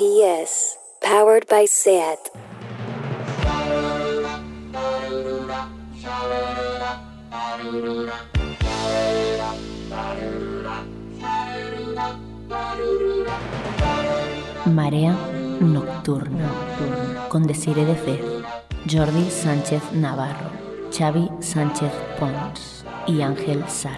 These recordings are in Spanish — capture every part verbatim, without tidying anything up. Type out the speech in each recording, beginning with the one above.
P S, powered by S E T. Marea nocturna, con Desiree de Fez, Jordi Sánchez Navarro, Xavi Sánchez Pons y Ángel Sala.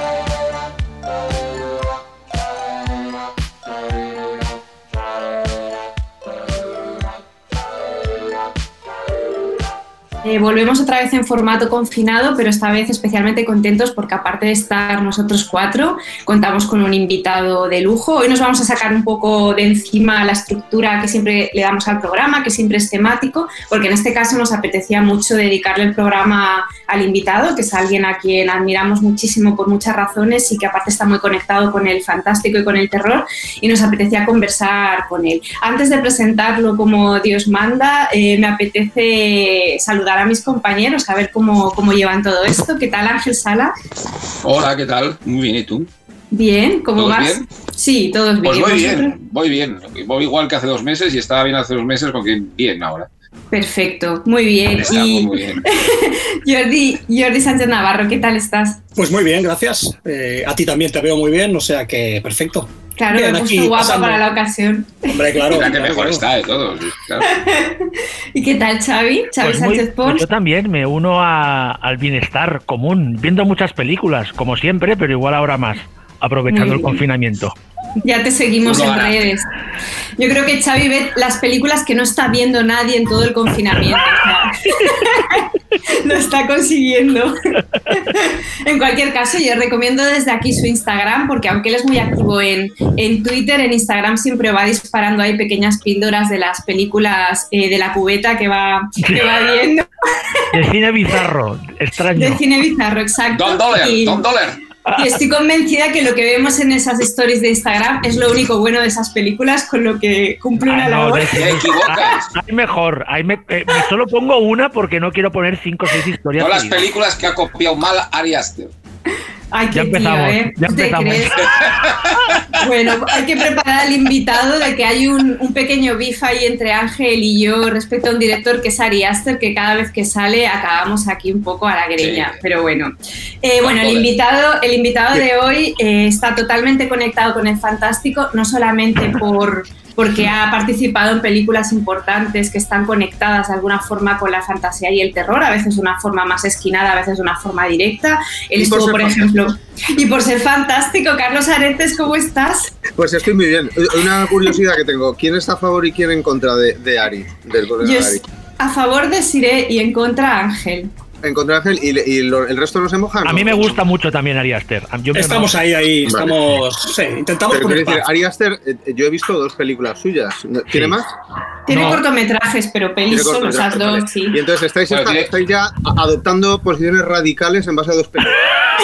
Eh, volvemos otra vez en formato confinado, pero esta vez especialmente contentos porque aparte de estar nosotros cuatro, contamos con un invitado de lujo. Hoy nos vamos a sacar un poco de encima la estructura que siempre le damos al programa, que siempre es temático, porque en este caso nos apetecía mucho dedicarle el programa al invitado, que es alguien a quien admiramos muchísimo por muchas razones y que aparte está muy conectado con el fantástico y con el terror, y nos apetecía conversar con él. Antes de presentarlo como Dios manda, eh, me apetece saludar a mis compañeros, a ver cómo, cómo llevan todo esto. ¿Qué tal, Ángel Sala? Hola, ¿qué tal? Muy bien, ¿y tú? Bien, ¿cómo vas? Bien? Sí, todos bien. Pues voy ¿Vosotros? bien, voy bien. Voy igual que hace dos meses y estaba bien hace dos meses porque bien ahora. Perfecto, muy bien. Estamos Y muy bien. Jordi, Jordi Sánchez Navarro, ¿qué tal estás? Pues muy bien, gracias. Eh, a ti también te veo muy bien, o sea que perfecto. Claro, Bien, me he aquí puesto guapa pasando. para la ocasión. Hombre, claro. La que claro, mejor claro. está de todos. Claro. ¿Y qué tal, Xavi? Xavi Pues muy- Sánchez pues Pons. yo también me uno a- al bienestar común, viendo muchas películas, como siempre, pero igual ahora más, aprovechando Muy el bien. confinamiento. Ya te seguimos Uno en gana. redes. Yo creo que Xavi ve las películas que no está viendo nadie en todo el confinamiento. O sea, lo está consiguiendo. En cualquier caso, yo recomiendo desde aquí su Instagram, porque aunque él es muy activo en, en Twitter, en Instagram siempre va disparando ahí pequeñas píldoras de las películas eh, de la cubeta que va, que va viendo. De cine bizarro, extraño. De cine bizarro, exacto. Don Dollar, Y- Don Dollar. Y estoy convencida que lo que vemos en esas stories de Instagram es lo único bueno de esas películas, con lo que cumple una Ah, no, labor. de- Te equivocas. Hay mejor, hay me- eh, me solo pongo una porque no quiero poner cinco o seis historias. Son las seguidas. películas que ha copiado mal Ari Aster. Ay, qué Ya tío, empezamos, ¿eh? ya ¿Te empezamos. crees? Bueno, hay que preparar al invitado de que hay un, un pequeño beef ahí entre Ángel y yo respecto a un director que es Ari Aster, que cada vez que sale acabamos aquí un poco a la greña, Sí. pero bueno. Eh, bueno, el Joder. invitado, el invitado de hoy eh, está totalmente conectado con el fantástico, no solamente por... porque ha participado en películas importantes que están conectadas de alguna forma con la fantasía y el terror, a veces de una forma más esquinada, a veces de una forma directa. Él Y por estuvo, ser por ejemplo, y por ser fantástico. Carlos Areces, ¿cómo estás? Pues estoy muy bien. Una curiosidad que tengo. ¿Quién está a favor y quién en contra de, de Ari? Del Yo colega de es- Ari. a favor de Siré y en contra Ángel. En contra de Ángel y, le- y lo- el resto no se moja. A ¿no? mí me gusta mucho también Ari Aster. Yo me- Estamos ahí, ahí, Vale. estamos. Sí, intentamos Pero quiero poner decir, paz. Ari Aster, eh, yo he visto dos películas suyas. ¿Tiene Sí. más? Tiene No. cortometrajes, pero pelis Tiene solo esas cortometrajes, dos, vale. sí. Y entonces estáis, Bueno, esta- tiene- estáis ya a- adoptando posiciones radicales en base a dos películas.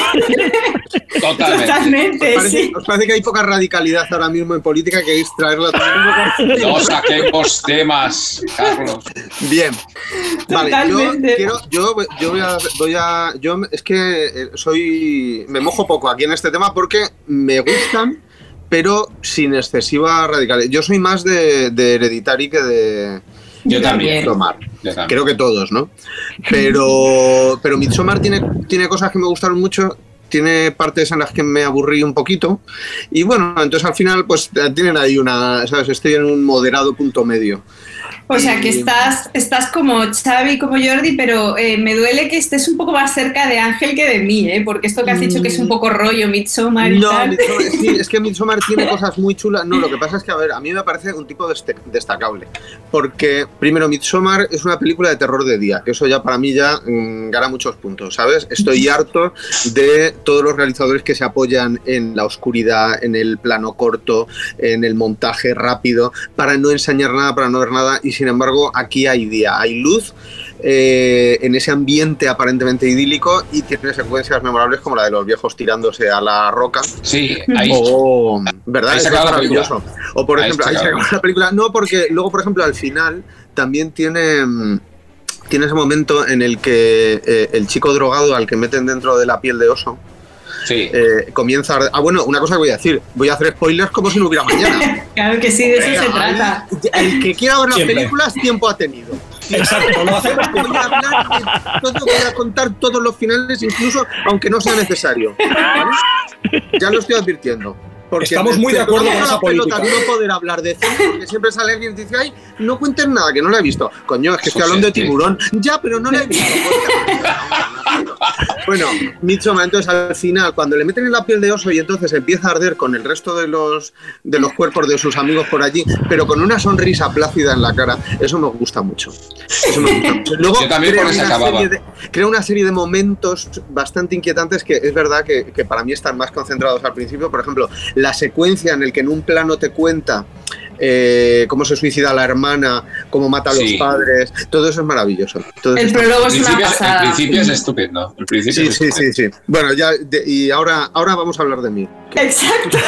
Totalmente. Totalmente, ¿Os parece, sí. os parece que hay poca radicalidad ahora mismo en política, que queréis traerla también? No saquemos temas, Carlos. Bien. Vale, yo Totalmente. quiero, yo, yo voy a, voy a, yo es que eh, soy, me mojo poco aquí en este tema porque me gustan, pero sin excesiva radicalidad. Yo soy más de, de Hereditary que de Yo de también. Midsommar. Yo también. Creo que todos, ¿no? Pero, pero Midsommar tiene, tiene cosas que me gustaron mucho. Tiene partes en las que me aburrí un poquito y bueno, entonces al final pues tienen ahí una, ¿sabes? Estoy en un moderado punto medio. O sea, que Y- estás, estás como Xavi, como Jordi, pero eh, me duele que estés un poco más cerca de Ángel que de mí, ¿eh? Porque esto que has dicho que es un poco rollo Midsommar y No, tal. Midsommar, sí, es que Midsommar tiene cosas muy chulas. No, lo que pasa es que, a ver, a mí me parece un tipo deste- destacable. Porque, primero, Midsommar es una película de terror de día, que eso ya para mí ya mm, gana muchos puntos, ¿sabes? Estoy harto de todos los realizadores que se apoyan en la oscuridad, en el plano corto, en el montaje rápido, para no enseñar nada, para no ver nada, y sin embargo aquí hay día, hay luz, eh, en ese ambiente aparentemente idílico, y tiene secuencias memorables como la de los viejos tirándose a la roca. Sí, ahí. O, ¿verdad? Ahí se Eso es acaba la maravilloso. O por Ahí ejemplo, se ahí se acaba. acaba la película. No, porque luego, por ejemplo, al final también tiene, mm, tiene ese momento en el que eh, el chico drogado al que meten dentro de la piel de oso, Sí. Eh, comienza a... Ah, bueno, una cosa que voy a decir. Voy a hacer spoilers como si no hubiera mañana. Claro que sí, de eso Venga, se trata. El que quiera ver las Siempre. películas, tiempo ha tenido. Exacto, lo hacemos. Voy a hablar de todo, voy a contar todos los finales, incluso aunque no sea necesario. ¿Vale? Ya lo estoy advirtiendo. Porque Estamos muy de acuerdo con esa política. No poder hablar de cine, porque siempre sale alguien y dice, ay, no cuentes nada, que no lo he visto. Coño, es que estoy hablando de Tiburón. Ya, pero no lo he visto. Bueno, Midsommar, entonces al final, cuando le meten en la piel de oso y entonces empieza a arder con el resto de los, de los cuerpos de sus amigos por allí, pero con una sonrisa plácida en la cara, eso me gusta mucho. Eso me gusta mucho. Luego, Yo también crea por eso una, acababa. serie de, crea una serie de momentos bastante inquietantes que es verdad que, que para mí están más concentrados al principio. Por ejemplo, la secuencia en el que en un plano te cuenta eh, cómo se suicida la hermana, cómo mata a los Sí. padres, todo eso es maravilloso. Todo eso El está- prólogo El es una principio, es- el pasada. principio es estupendo. El principio Sí, es sí, estupendo. sí, sí. Bueno, ya, de- y ahora, ahora vamos a hablar de mí. Exacto.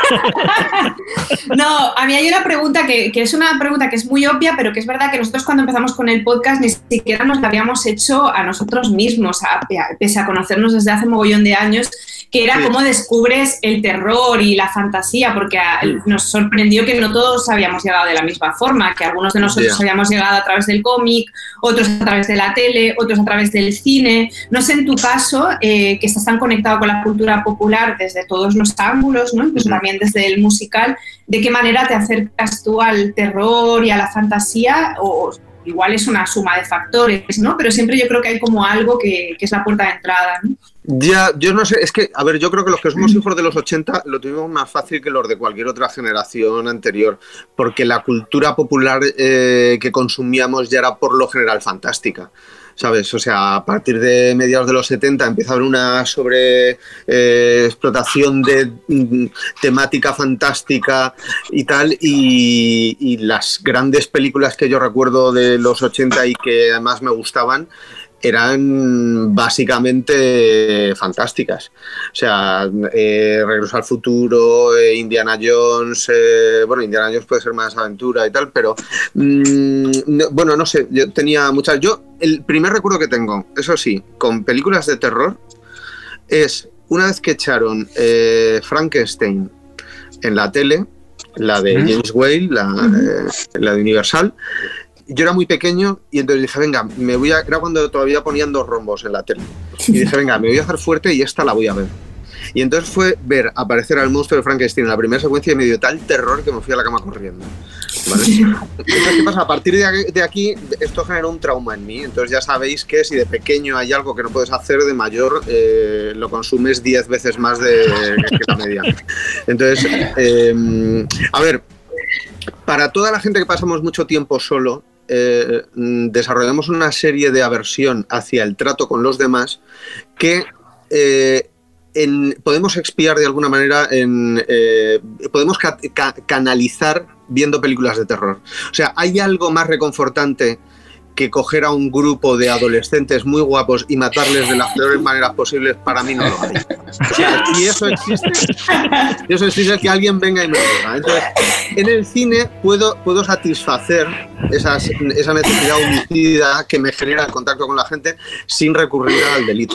No, a mí hay una pregunta que, que es una pregunta que es muy obvia, pero que es verdad que nosotros cuando empezamos con el podcast ni siquiera nos la habíamos hecho a nosotros mismos, a- a- pese a conocernos desde hace mogollón de años, que era Sí. cómo descubres el terror y la fantasía, porque a- nos sorprendió que no todos habíamos llegado de la misma forma, que algunos de nosotros Yeah. habíamos llegado a través del cómic, otros a través de la tele, otros a través del cine. No sé en tu caso, eh, que estás tan conectado con la cultura popular desde todos los ángulos, ¿no? Incluso Ujú. también desde el musical, ¿de qué manera te acercas tú al terror y a la fantasía? O igual es una suma de factores, ¿no? Pero siempre yo creo que hay como algo que, que es la puerta de entrada, ¿no? Ya, yo no sé, es que, a ver, yo creo que los que somos hijos de los ochenta lo tuvimos más fácil que los de cualquier otra generación anterior, porque la cultura popular eh, que consumíamos ya era por lo general fantástica. ¿Sabes? O sea, a partir de mediados de los setenta empieza a haber una sobre eh, explotación de mm, temática fantástica y tal, y, y las grandes películas que yo recuerdo de los ochenta y que además me gustaban eran básicamente fantásticas. O sea, eh, Regreso al Futuro, eh, Indiana Jones, eh, bueno, Indiana Jones puede ser más aventura y tal, pero mmm, no, bueno, no sé, yo tenía muchas... Yo, el primer recuerdo que tengo, eso sí, con películas de terror, es una vez que echaron eh, Frankenstein en la tele, la de James Whale, la, eh, la de Universal. Yo era muy pequeño y entonces dije, venga, me voy a... Era cuando todavía ponían dos rombos en la tele. Y dije, venga, me voy a hacer fuerte y esta la voy a ver. Y entonces fue ver aparecer al monstruo de Frankenstein en la primera secuencia y me dio tal terror que me fui a la cama corriendo. ¿Vale? Entonces, ¿qué pasa? A partir de aquí, de aquí, esto generó un trauma en mí. Entonces ya sabéis que si de pequeño hay algo que no puedes hacer, de mayor eh, lo consumes diez veces más de que la media. Entonces, eh, a ver, para toda la gente que pasamos mucho tiempo solo, eh, desarrollamos una serie de aversión hacia el trato con los demás que eh, en, podemos expiar de alguna manera, en, eh, podemos ca ca canalizar viendo películas de terror. O sea, hay algo más reconfortante que coger a un grupo de adolescentes muy guapos y matarles de las peores maneras posibles. Para mí no lo hay. O sea, si eso existe, si eso existe, que alguien venga y me lo diga. Entonces, en el cine puedo, puedo satisfacer esas, esa necesidad homicida que me genera el contacto con la gente sin recurrir al delito.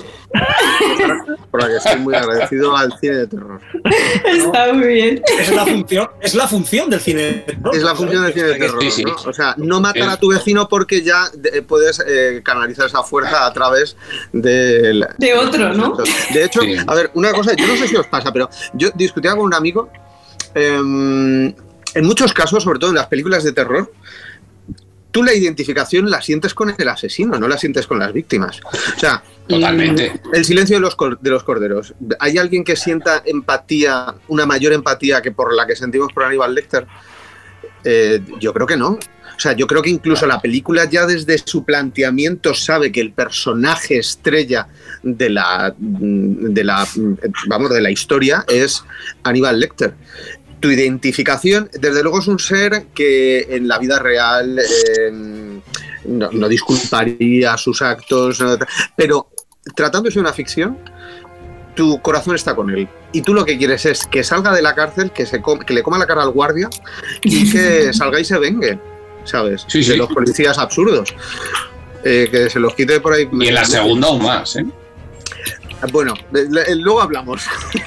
Por la que estoy muy agradecido al cine de terror. Está muy bien. Es la función, es la función del cine de terror. Es la función del cine de terror, Sí, sí. ¿no? O sea, no matar a tu vecino porque ya de, puedes eh, canalizar esa fuerza a través de... La, de otro, ¿no? De hecho, Sí. a ver, una cosa, yo no sé si os pasa, pero yo discutía con un amigo, eh, en muchos casos, sobre todo en las películas de terror, tú la identificación la sientes con el asesino, no la sientes con las víctimas. O sea, Totalmente. mm, el silencio de los, de los corderos. ¿Hay alguien que sienta empatía, una mayor empatía que por la que sentimos por Aníbal Lecter? Eh, yo creo que no. O sea, yo creo que incluso la película ya desde su planteamiento sabe que el personaje estrella de la, de la, vamos, de la historia es Aníbal Lecter. Tu identificación, desde luego, es un ser que en la vida real eh, no, no disculparía sus actos, no, pero tratándose de una ficción, tu corazón está con él. Y tú lo que quieres es que salga de la cárcel, que, se que le coma la cara al guardia y que salga y se vengue, ¿sabes? Sí, sí. De los policías absurdos. Eh, que se los quite por ahí. Y en la segunda aún más, ¿eh? Bueno, le- le- luego hablamos.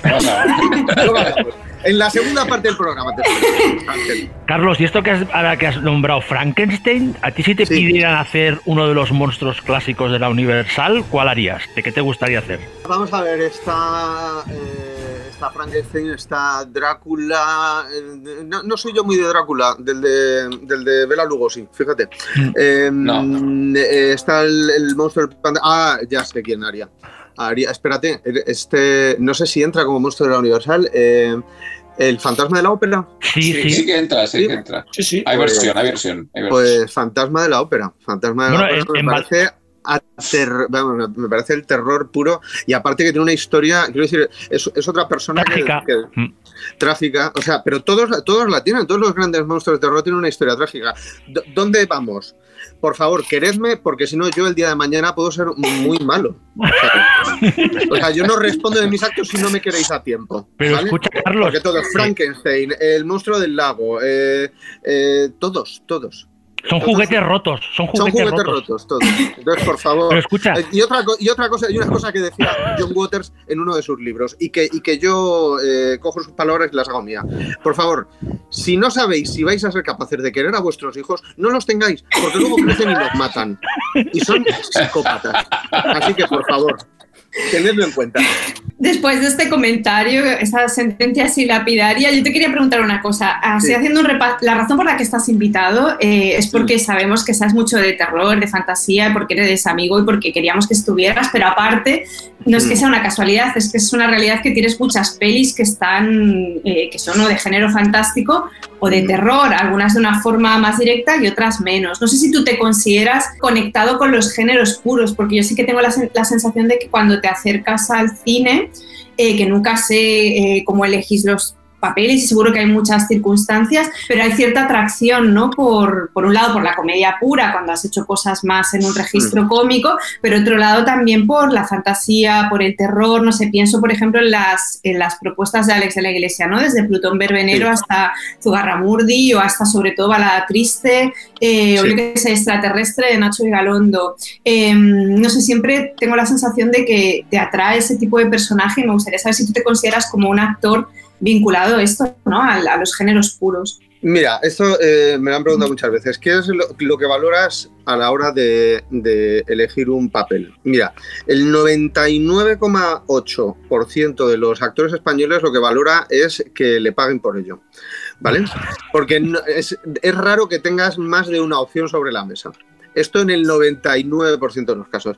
Luego hablamos. En la segunda parte del programa. Te Ángel. Carlos, y esto que has, ahora que has nombrado Frankenstein, a ti si te Sí. pidieran hacer uno de los monstruos clásicos de la Universal, ¿cuál harías? ¿De qué te gustaría hacer? Vamos a ver, está, eh, está Frankenstein, está Drácula. eh, no, no soy yo muy de Drácula, del de, del de Bela Lugosi, fíjate. Eh, No. eh, está el, el monstruo del panda. Ah, ya sé quién haría. haría. Espérate, este, no sé si entra como monstruo de la Universal. Eh, ¿El fantasma de la ópera? Sí, Sí, sí. sí que entra, sí Sí. que entra. Sí, sí. Hay Pues- versión, hay versión. Hay versión. Pues fantasma de la ópera. Fantasma de la Bueno, ópera en- me en parece ater- vamos, me parece el terror puro y aparte que tiene una historia, quiero decir, es, es otra persona que, Trágica. que- Mm. trágica, o sea, pero todos, todos la tienen, todos los grandes monstruos de terror tienen una historia trágica. D- ¿Dónde vamos? Por favor, queredme, porque si no yo el día de mañana puedo ser muy malo. O sea, o sea, yo no respondo de mis actos si no me queréis a tiempo. Pero ¿vale? escucha, Carlos. Porque todo, Frankenstein, el monstruo del lago, eh, eh, todos, todos. Son juguetes rotos, son Son juguetes, juguetes rotos. rotos, todos. Entonces, por favor. Pero escucha, Eh, Y otra, co- y otra cosa, y una cosa que decía John Waters en uno de sus libros, y que, y que yo eh, cojo sus palabras y las hago mía. Por favor, si no sabéis si vais a ser capaces de querer a vuestros hijos, no los tengáis, porque luego crecen y los matan. Y son psicópatas. Así que, por favor, tenedlo en cuenta. Después de este comentario, esa sentencia así lapidaria, yo te quería preguntar una cosa. Así Sí. haciendo un repaso, la razón por la que estás invitado eh, es porque sabemos que sabes mucho de terror, de fantasía, porque eres amigo y porque queríamos que estuvieras, pero aparte, no es que sea una casualidad, es que es una realidad que tienes muchas pelis que están, eh, que son o de género fantástico o de terror, algunas de una forma más directa y otras menos. No sé si tú te consideras conectado con los géneros puros, porque yo sí que tengo la, sen- la sensación de que cuando te acercas al cine, eh, que nunca sé eh, cómo elegís los papeles y seguro que hay muchas circunstancias, pero hay cierta atracción, ¿no? Por, por un lado, por la comedia pura, cuando has hecho cosas más en un registro cómico, pero otro lado también por la fantasía, por el terror, no sé, pienso, por ejemplo, en las, en las propuestas de Alex de la Iglesia, ¿no? Desde Plutón Verbenero Sí. hasta Zugarramurdi o hasta, sobre todo, Balada Triste, eh, o Sí. yo que sé, Extraterrestre de Nacho Vigalondo. Eh, no sé, siempre tengo la sensación de que te atrae ese tipo de personaje y me gustaría saber si tú te consideras como un actor vinculado a esto, ¿no? A, a los géneros puros. Mira, esto eh, me lo han preguntado muchas veces. ¿Qué es lo, lo que valoras a la hora de, de elegir un papel? Mira, el noventa y nueve coma ocho por ciento de los actores españoles lo que valora es que le paguen por ello, ¿vale? Porque no- es, es raro que tengas más de una opción sobre la mesa. Esto en el noventa y nueve por ciento de los casos.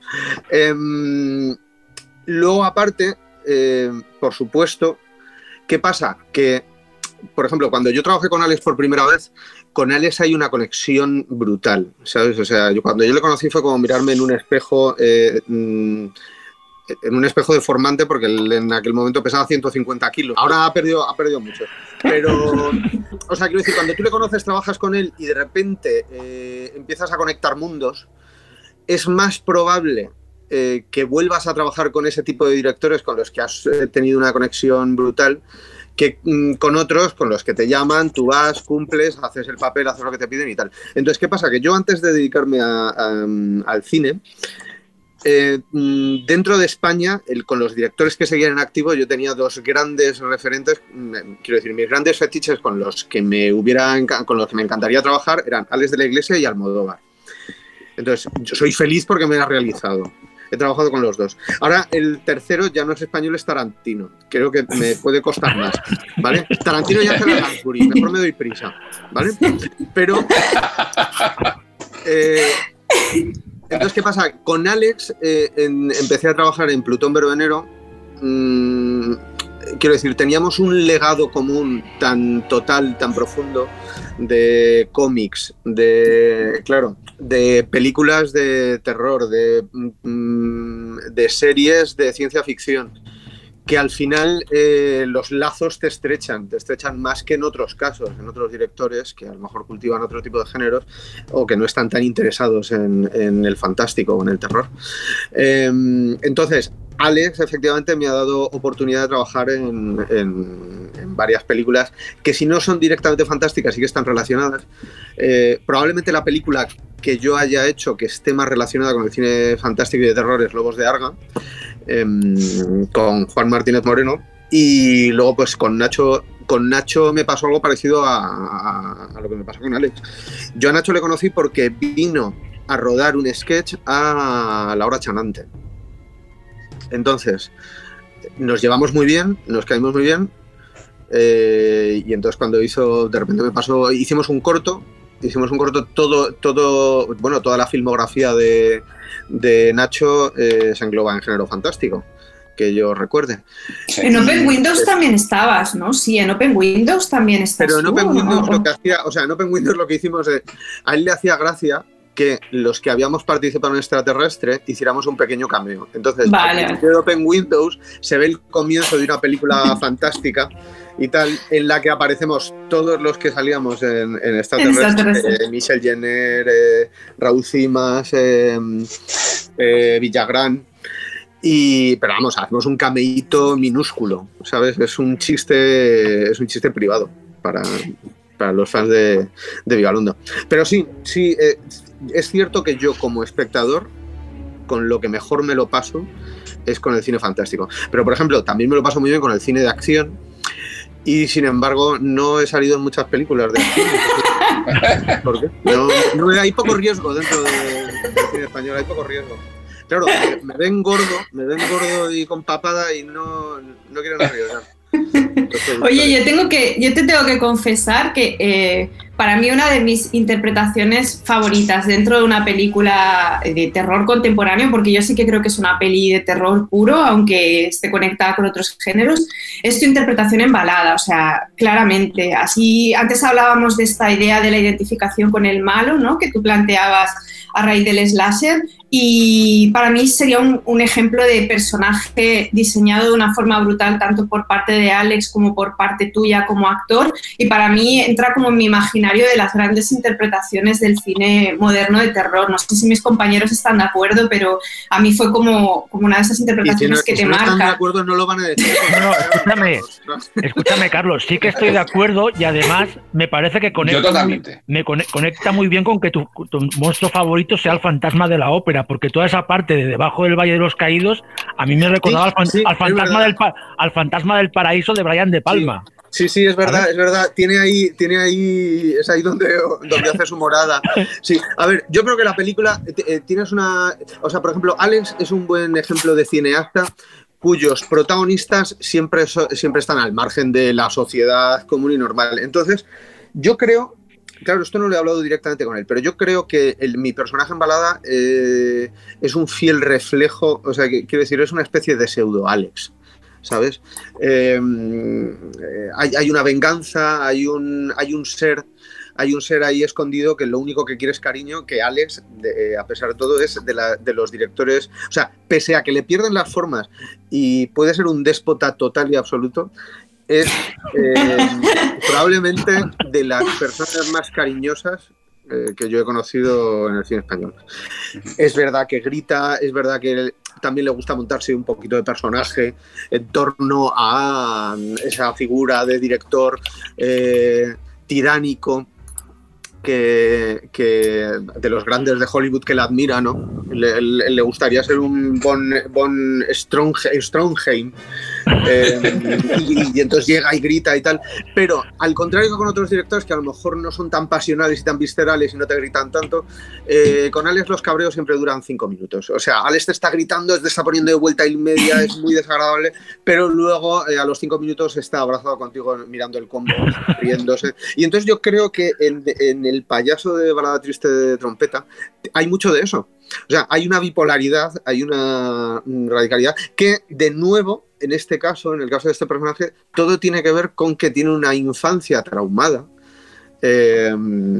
Em, luego, aparte, eh, por supuesto, ¿qué pasa? Que, por ejemplo, cuando yo trabajé con Alex por primera vez, con Alex hay una conexión brutal, ¿sabes? O sea, yo, cuando yo le conocí fue como mirarme en un espejo, eh, mm, en un espejo deformante, porque él en aquel momento pesaba ciento cincuenta kilos. Ahora ha perdido, ha perdido mucho. Pero, o sea, quiero decir, cuando tú le conoces, trabajas con él y de repente eh, empiezas a conectar mundos, es más probable eh, que vuelvas a trabajar con ese tipo de directores con los que has eh, tenido una conexión brutal que mm, con otros con los que te llaman, tú vas, cumples, haces el papel, haces lo que te piden y tal. Entonces, ¿qué pasa? Que yo antes de dedicarme a- a, al cine, eh, mm, dentro de España, el, con los directores que seguían en activo, yo tenía dos grandes referentes, mm, quiero decir, mis grandes fetiches con los que me hubiera, enca- con los que me encantaría trabajar eran Alex de la Iglesia y Almodóvar. Entonces, yo soy feliz porque me ha realizado. He trabajado con los dos. Ahora, el tercero ya no es español, es Tarantino. Creo que me puede costar más, ¿vale? Tarantino ya hace la Lansbury, mejor me doy prisa, ¿vale? Pero... eh, entonces, ¿qué pasa? Con Alex eh, en- empecé a trabajar en Plutón Verbenero. Mm, quiero decir, teníamos un legado común tan total, tan profundo de cómics, de, claro, de películas de terror, de, mm, de series de ciencia ficción, que al final eh, los lazos te estrechan, te estrechan más que en otros casos, en otros directores que a lo mejor cultivan otro tipo de géneros o que no están tan interesados en, en el fantástico o en el terror. Eh, entonces, Alex efectivamente me ha dado oportunidad de trabajar en, en, en varias películas que si no son directamente fantásticas sí que están relacionadas. Eh, probablemente la película que yo haya hecho que esté más relacionada con el cine fantástico y de terror es Lobos de Arga. eh, con Juan Martínez Moreno, y luego pues con Nacho, con Nacho me pasó algo parecido a, a, a lo que me pasó con Alex. Yo a Nacho le conocí porque vino a rodar un sketch a La Hora Chanante. Entonces, nos llevamos muy bien, nos caímos muy bien, eh, y entonces cuando hizo, de repente me pasó, hicimos un corto, hicimos un corto, todo, todo, bueno, toda la filmografía de, de Nacho eh, se engloba en género fantástico, que yo recuerde. En Open Windows también estabas, ¿no? Sí, en Open Windows también estás. Pero en tú, Open ¿no? Windows lo que hacía, o sea, en Open Windows lo que hicimos, eh, a él le hacía gracia que los que habíamos participado en Extraterrestre hiciéramos un pequeño cameo. Entonces, vale. en el Open Windows se ve el comienzo de una película fantástica y tal, en la que aparecemos todos los que salíamos en, en Extraterrestre, Extraterrestre. Eh, Michelle Jenner, eh, Raúl Cimas, eh, eh, Villagrán. Y, pero vamos, hacemos un cameíto minúsculo, ¿sabes? Es un chiste, es un chiste privado para, para los fans de, de Vigalondo. Pero sí, sí, eh, es cierto que yo como espectador, con lo que mejor me lo paso es con el cine fantástico. Pero, por ejemplo, también me lo paso muy bien con el cine de acción y, sin embargo, no he salido en muchas películas de acción. ¿Por qué? No, no, hay poco riesgo dentro de, del cine español, hay poco riesgo. Claro, me ven gordo, me ven gordo y con papada y no, no quieren arriesgar. Entonces, Oye, yo tengo que, yo te tengo que confesar que eh, para mí una de mis interpretaciones favoritas dentro de una película de terror contemporáneo, porque yo sí que creo que es una peli de terror puro, aunque esté conectada con otros géneros, es tu interpretación en balada, o sea, claramente. Así, antes hablábamos de esta idea de la identificación con el malo, ¿no?, que tú planteabas a raíz del slasher, y para mí sería un, un ejemplo de personaje diseñado de una forma brutal, tanto por parte de Alex como por parte tuya como actor, y para mí entra como en mi imaginario de las grandes interpretaciones del cine moderno de terror. No sé si mis compañeros están de acuerdo, pero a mí fue como, como una de esas interpretaciones si no, que si te no marca. Están de acuerdo, no lo van a decir. No, no, escúchame, escúchame, Carlos, sí que estoy de acuerdo y además me parece que conecta, muy, me conecta muy bien con que tu, tu monstruo favorito sea el fantasma de la ópera, porque toda esa parte de debajo del Valle de los Caídos a mí me recordaba sí, al, sí, al, fantasma del, al fantasma del paraíso de Brian De Palma. Sí, sí, sí, es verdad, es verdad. Tiene ahí, tiene ahí, es ahí donde, donde hace su morada. Sí, a ver, yo creo que la película eh, tienes una, o sea, por ejemplo, Alex es un buen ejemplo de cineasta cuyos protagonistas siempre, so, siempre están al margen de la sociedad común y normal. Entonces, yo creo, claro, esto no lo he hablado directamente con él, pero yo creo que el, mi personaje en balada eh, es un fiel reflejo, o sea, que, quiero decir, es una especie de pseudo-Alex, ¿sabes? Eh, hay, hay una venganza, hay un, hay un ser... Hay un ser ahí escondido que lo único que quiere es cariño, que Alex, de, a pesar de todo, es de, la, de los directores... O sea, pese a que le pierden las formas y puede ser un déspota total y absoluto, es eh, probablemente de las personas más cariñosas eh, que yo he conocido en el cine español. Es verdad que grita, es verdad que también le gusta montarse un poquito de personaje en torno a esa figura de director eh, tiránico, Que, que de los grandes de Hollywood que la admira, ¿no? Le, le, le gustaría ser un Von, von Strongheim, Strongheim eh, y, y entonces llega y grita y tal, pero al contrario que con otros directores que a lo mejor no son tan pasionales y tan viscerales y no te gritan tanto, eh, con Alex los cabreos siempre duran cinco minutos, o sea, Alex te está gritando, te está poniendo de vuelta y media, es muy desagradable, pero luego eh, a los cinco minutos está abrazado contigo mirando el combo, riéndose, y entonces yo creo que en, en el payaso de Balada Triste de Trompeta hay mucho de eso. O sea, hay una bipolaridad, hay una radicalidad que, de nuevo, en este caso, en el caso de este personaje, todo tiene que ver con que tiene una infancia traumada. Eh,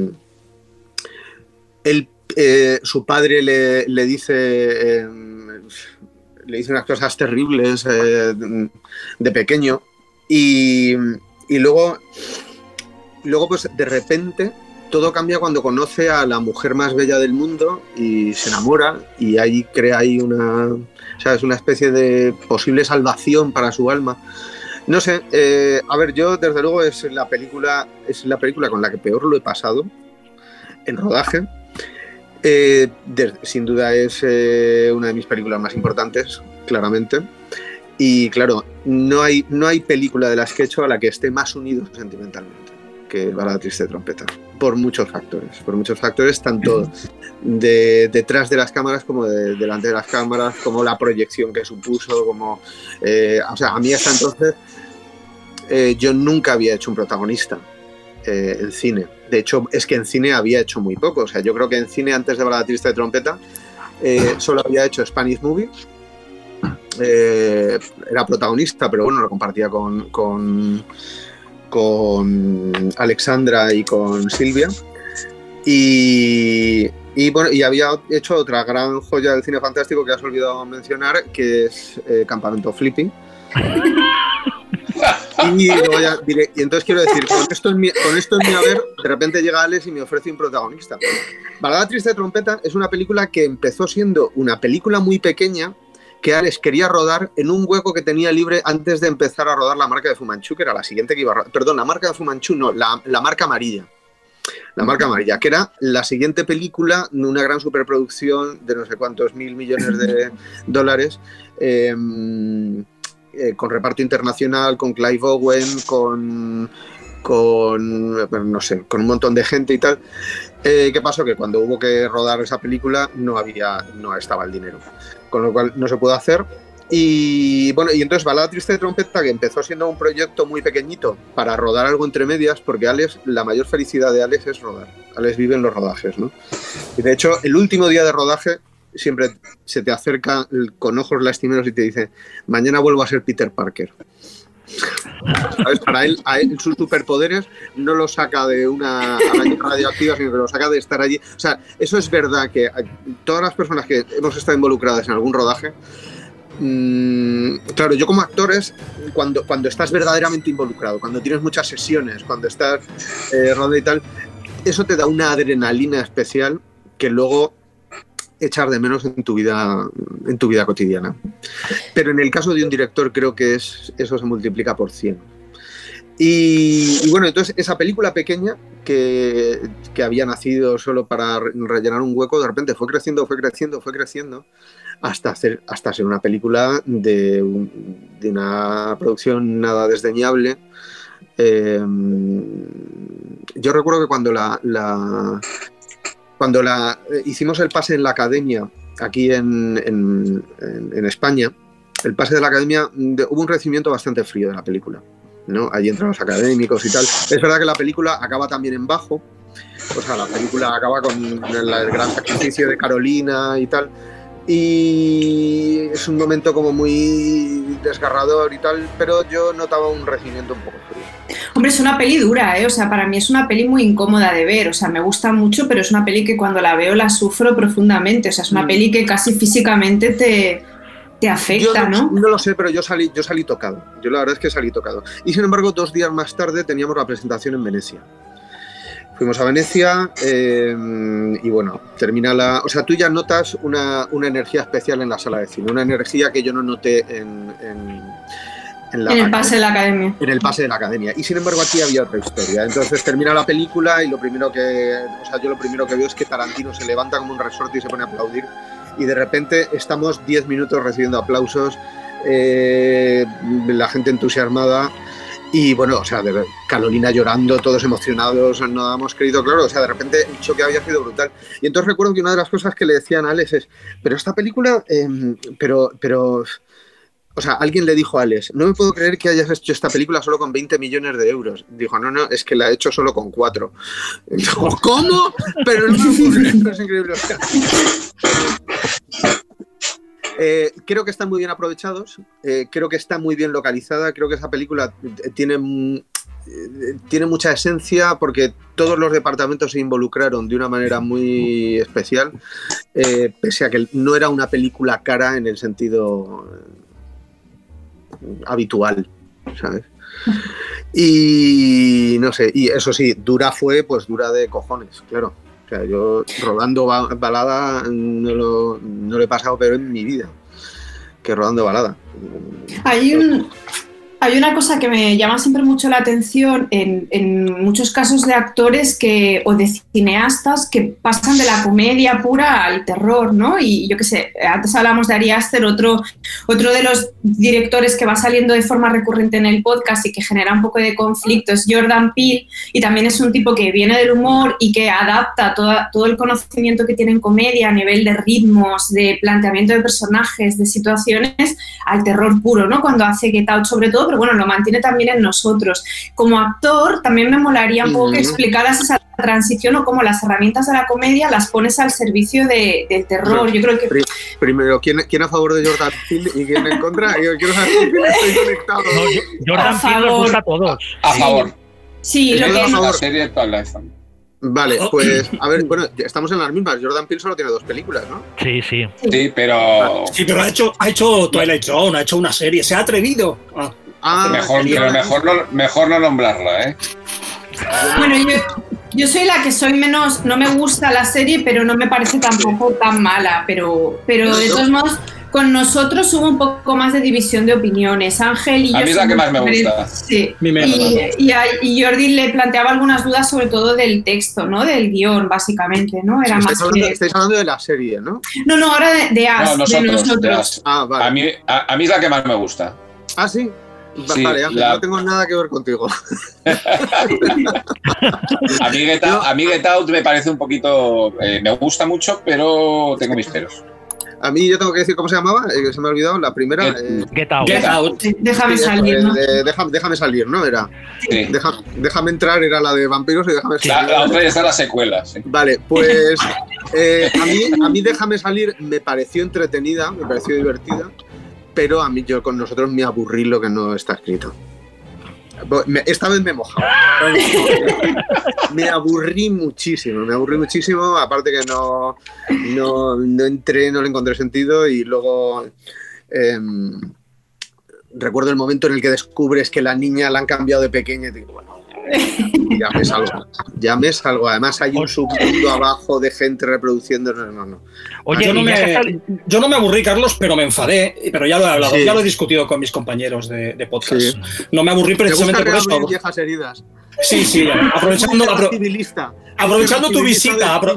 él, eh, su padre le, le dice eh, le dice unas cosas terribles eh, de pequeño y, y luego, luego, pues, de repente todo cambia cuando conoce a la mujer más bella del mundo y se enamora y ahí crea ahí una, o sea, es una especie de posible salvación para su alma. No sé, eh, a ver, yo desde luego es la película es la película con la que peor lo he pasado en rodaje. Eh, de, sin duda es eh, una de mis películas más importantes. claramente. Y claro, no hay, no hay película de las que he hecho a la que esté más unido sentimentalmente que Balada Triste de Trompeta, por muchos factores, por muchos factores, tanto de detrás de las cámaras como de delante de las cámaras, como la proyección que supuso, como, eh, o sea, a mí hasta entonces eh, yo nunca había hecho un protagonista eh, en cine. De hecho, es que en cine había hecho muy poco. O sea, yo creo que en cine antes de Balada Triste de Trompeta eh, solo había hecho Spanish Movie. Eh, era protagonista, pero bueno, lo compartía con, con, con Alexandra y con Silvia. Y, y bueno, y había hecho otra gran joya del cine fantástico que has olvidado mencionar, que es eh, Campamento Flippy. Y, ya, diré, y entonces quiero decir, con esto, en mi, con esto en mi haber, de repente llega Alex y me ofrece un protagonista. Balada Triste de Trompeta es una película que empezó siendo una película muy pequeña que Alex quería rodar en un hueco que tenía libre antes de empezar a rodar La Marca de Fu Manchu, que era la siguiente que iba a rodar. Perdón, La Marca de Fu Manchu, no, la, la Marca Amarilla. La Marca Amarilla, que era la siguiente película, una gran superproducción de no sé cuántos mil millones de dólares, eh, eh, con reparto internacional, con Clive Owen, con, con, no sé, con un montón de gente y tal. Eh, ¿Qué pasó? Que cuando hubo que rodar esa película no había, no estaba el dinero, con lo cual no se pudo hacer. Y bueno, y entonces Balada Triste de Trompeta, que empezó siendo un proyecto muy pequeñito para rodar algo entre medias, porque Alex, la mayor felicidad de Alex es rodar. Alex vive en los rodajes, ¿no? Y de hecho, el último día de rodaje siempre se te acerca con ojos lastimeros y te dice: mañana vuelvo a ser Peter Parker. ¿Sabes? Para él, a él, sus superpoderes no los saca de una araña radioactiva, sino que los saca de estar allí. O sea, eso es verdad, que todas las personas que hemos estado involucradas en algún rodaje, mmm, claro, yo como actor es cuando, cuando estás verdaderamente involucrado, cuando tienes muchas sesiones, cuando estás eh, rodando y tal, eso te da una adrenalina especial que luego echar de menos en tu vida en tu vida cotidiana. Pero en el caso de un director creo que es, eso se multiplica por cien. Y, y bueno, entonces esa película pequeña que, que había nacido solo para rellenar un hueco, de repente fue creciendo, fue creciendo, fue creciendo hasta, hacer, hasta ser una película de, un, de una producción nada desdeñable. Eh, yo recuerdo que cuando la... la Cuando la, eh, hicimos el pase en la academia, aquí en, en, en, en España, el pase de la academia, de, hubo un recibimiento bastante frío de la película, ¿no? Allí entran los académicos y tal. Es verdad que la película acaba también en bajo, o sea, la película acaba con el, el gran sacrificio de Carolina y tal, y es un momento como muy desgarrador y tal, pero yo notaba un recibimiento un poco frío. Hombre, es una peli dura, ¿eh? O sea, para mí es una peli muy incómoda de ver, o sea, me gusta mucho, pero es una peli que cuando la veo la sufro profundamente, o sea, es una mm. peli que casi físicamente te, te afecta, yo no, ¿no? No lo sé, pero yo salí, yo salí tocado, yo la verdad es que salí tocado. Y sin embargo, dos días más tarde teníamos la presentación en Venecia. Fuimos a Venecia eh, y bueno, termina la... O sea, tú ya notas una, una energía especial en la sala de cine, una energía que yo no noté en... en En, la, en el pase de la academia. En el pase de la academia. Y sin embargo aquí había otra historia. Entonces termina la película y lo primero que... O sea, yo lo primero que veo es que Tarantino se levanta como un resorte y se pone a aplaudir. Y de repente estamos diez minutos recibiendo aplausos, eh, la gente entusiasmada. Y bueno, o sea, de Carolina llorando, todos emocionados, no dábamos crédito, claro. O sea, de repente el choque había sido brutal. Y entonces recuerdo que una de las cosas que le decían a Alex es: pero esta película... Eh, pero... pero O sea, alguien le dijo a Alex: no me puedo creer que hayas hecho esta película solo con veinte millones de euros. Dijo: no, no, es que la he hecho solo con cuatro. Dijo: ¿cómo? Pero no me puedo creer, es increíble. Eh, creo que están muy bien aprovechados, eh, creo que está muy bien localizada, creo que esa película tiene, eh, tiene mucha esencia porque todos los departamentos se involucraron de una manera muy especial, eh, pese a que no era una película cara en el sentido... habitual, ¿sabes? Y no sé, y eso sí, dura fue, pues dura de cojones, claro. O sea, yo rodando ba- balada no lo, no lo he pasado, pero en mi vida, que rodando balada. Hay un, hay una cosa que me llama siempre mucho la atención en, en muchos casos de actores que, o de cineastas que pasan de la comedia pura al terror, ¿no? Y yo qué sé, antes hablamos de Ari Aster, otro, otro de los directores que va saliendo de forma recurrente en el podcast y que genera un poco de conflicto es Jordan Peele, y también es un tipo que viene del humor y que adapta toda, todo el conocimiento que tiene en comedia a nivel de ritmos, de planteamiento de personajes, de situaciones, al terror puro, ¿no? Cuando hace Get Out sobre todo, pero bueno, lo mantiene también en nosotros. Como actor, también me molaría un poco que explicaras esa transición o cómo las herramientas de la comedia las pones al servicio de, del terror. Yo creo que... Primero, ¿quién, ¿quién a favor de Jordan Peele y quién en contra? Yo quiero saber con quién estoy conectado. No, Jordan Peele nos gusta a todos. A favor. Sí, lo que es... la serie de Twilight. Vale, pues, a ver, bueno, estamos en las mismas. Jordan Peele solo tiene dos películas, ¿no? Sí, sí. Sí, pero... Sí, pero ha hecho, ha hecho Twilight Zone, ha hecho una serie, se ha atrevido. Ah, ah mejor, pero mejor no, mejor no nombrarla, ¿eh? Bueno, yo, yo soy la que soy menos... No me gusta la serie, pero no me parece tampoco tan mala. Pero, pero de todos modos... Con nosotros hubo un poco más de división de opiniones. Ángel y yo... A mí es la que más me gusta. Sí. Y, y, a, y Jordi le planteaba algunas dudas sobre todo del texto, ¿no? Del guión, básicamente, ¿no? Era sí, más estáis, hablando, que... estáis hablando de la serie, ¿no? No, no, ahora de, de As, no, nosotros, de nosotros. de As. Ah, vale. A mí, a, a mí es la que más me gusta. ¿Ah, sí? Sí, vale, Ángel, la... no tengo nada que ver contigo. a, mí Get Out, a mí Get Out me parece un poquito... Eh, me gusta mucho, pero tengo mis peros. A mí yo tengo que decir cómo se llamaba, eh, se me ha olvidado, la primera... Get, eh, get Out. Get Out. Déjame sí, salir, ¿no? Eh, déjame, déjame salir, ¿no? Era. Sí. Déjame, déjame entrar, era la de vampiros y déjame salir. La, la otra ya está la secuela, sí. Vale, pues eh, a, mí, a mí Déjame salir me pareció entretenida, me pareció divertida, pero a mí yo con nosotros me aburrí lo que no está escrito. Esta vez me he mojado. Me aburrí muchísimo, me aburrí muchísimo, aparte que no, no, no entré, no le encontré sentido y luego eh, recuerdo el momento en el que descubres que la niña la han cambiado de pequeña y digo, bueno, ya me salgo, ya me salgo. Además hay un submundo abajo de gente reproduciendo. No, no, no. Oye, yo no, me, yo no me aburrí, Carlos, pero me enfadé, pero ya lo he hablado, sí. ya lo he discutido con mis compañeros de, de podcast. Sí. No me aburrí precisamente por eso. Viejas heridas. Sí, sí, aprovechando, apro aprovechando tu visita. Apro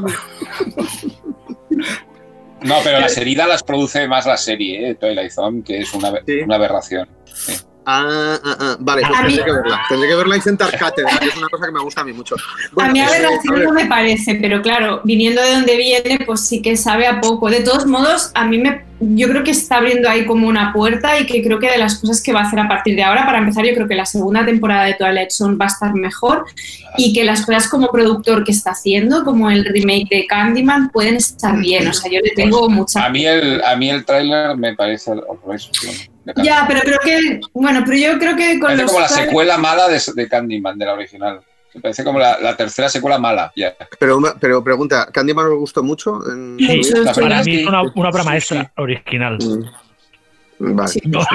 no, pero las heridas las produce más la serie, ¿eh? Twilight Zone, que es una, ¿sí? una aberración. Sí. Ah, ah, ah, vale, pues tendré que verla. Tendré que verla y sentar cátedra, que es una cosa que me gusta a mí mucho. Bueno, a mí aberración no me parece, pero claro, viniendo de donde viene, pues sí que sabe a poco. De todos modos, a mí me, yo creo que está abriendo ahí como una puerta y que creo que de las cosas que va a hacer a partir de ahora, para empezar, yo creo que la segunda temporada de Twilight Zone va a estar mejor y que las cosas como productor que está haciendo, como el remake de Candyman, pueden estar bien. O sea, yo le tengo mucha... A mí el, a mí el tráiler me parece... Ya, pero creo que... Bueno, pero yo creo que con parece los... como la secuela mala de, de Candyman, de la original. Me parece como la, la tercera secuela mala. Yeah. Pero, pero pregunta, ¿Candyman os gustó mucho? En... Sí, sí, para mí es una, una obra maestra sí. original. Mm. Vale. Sí. No.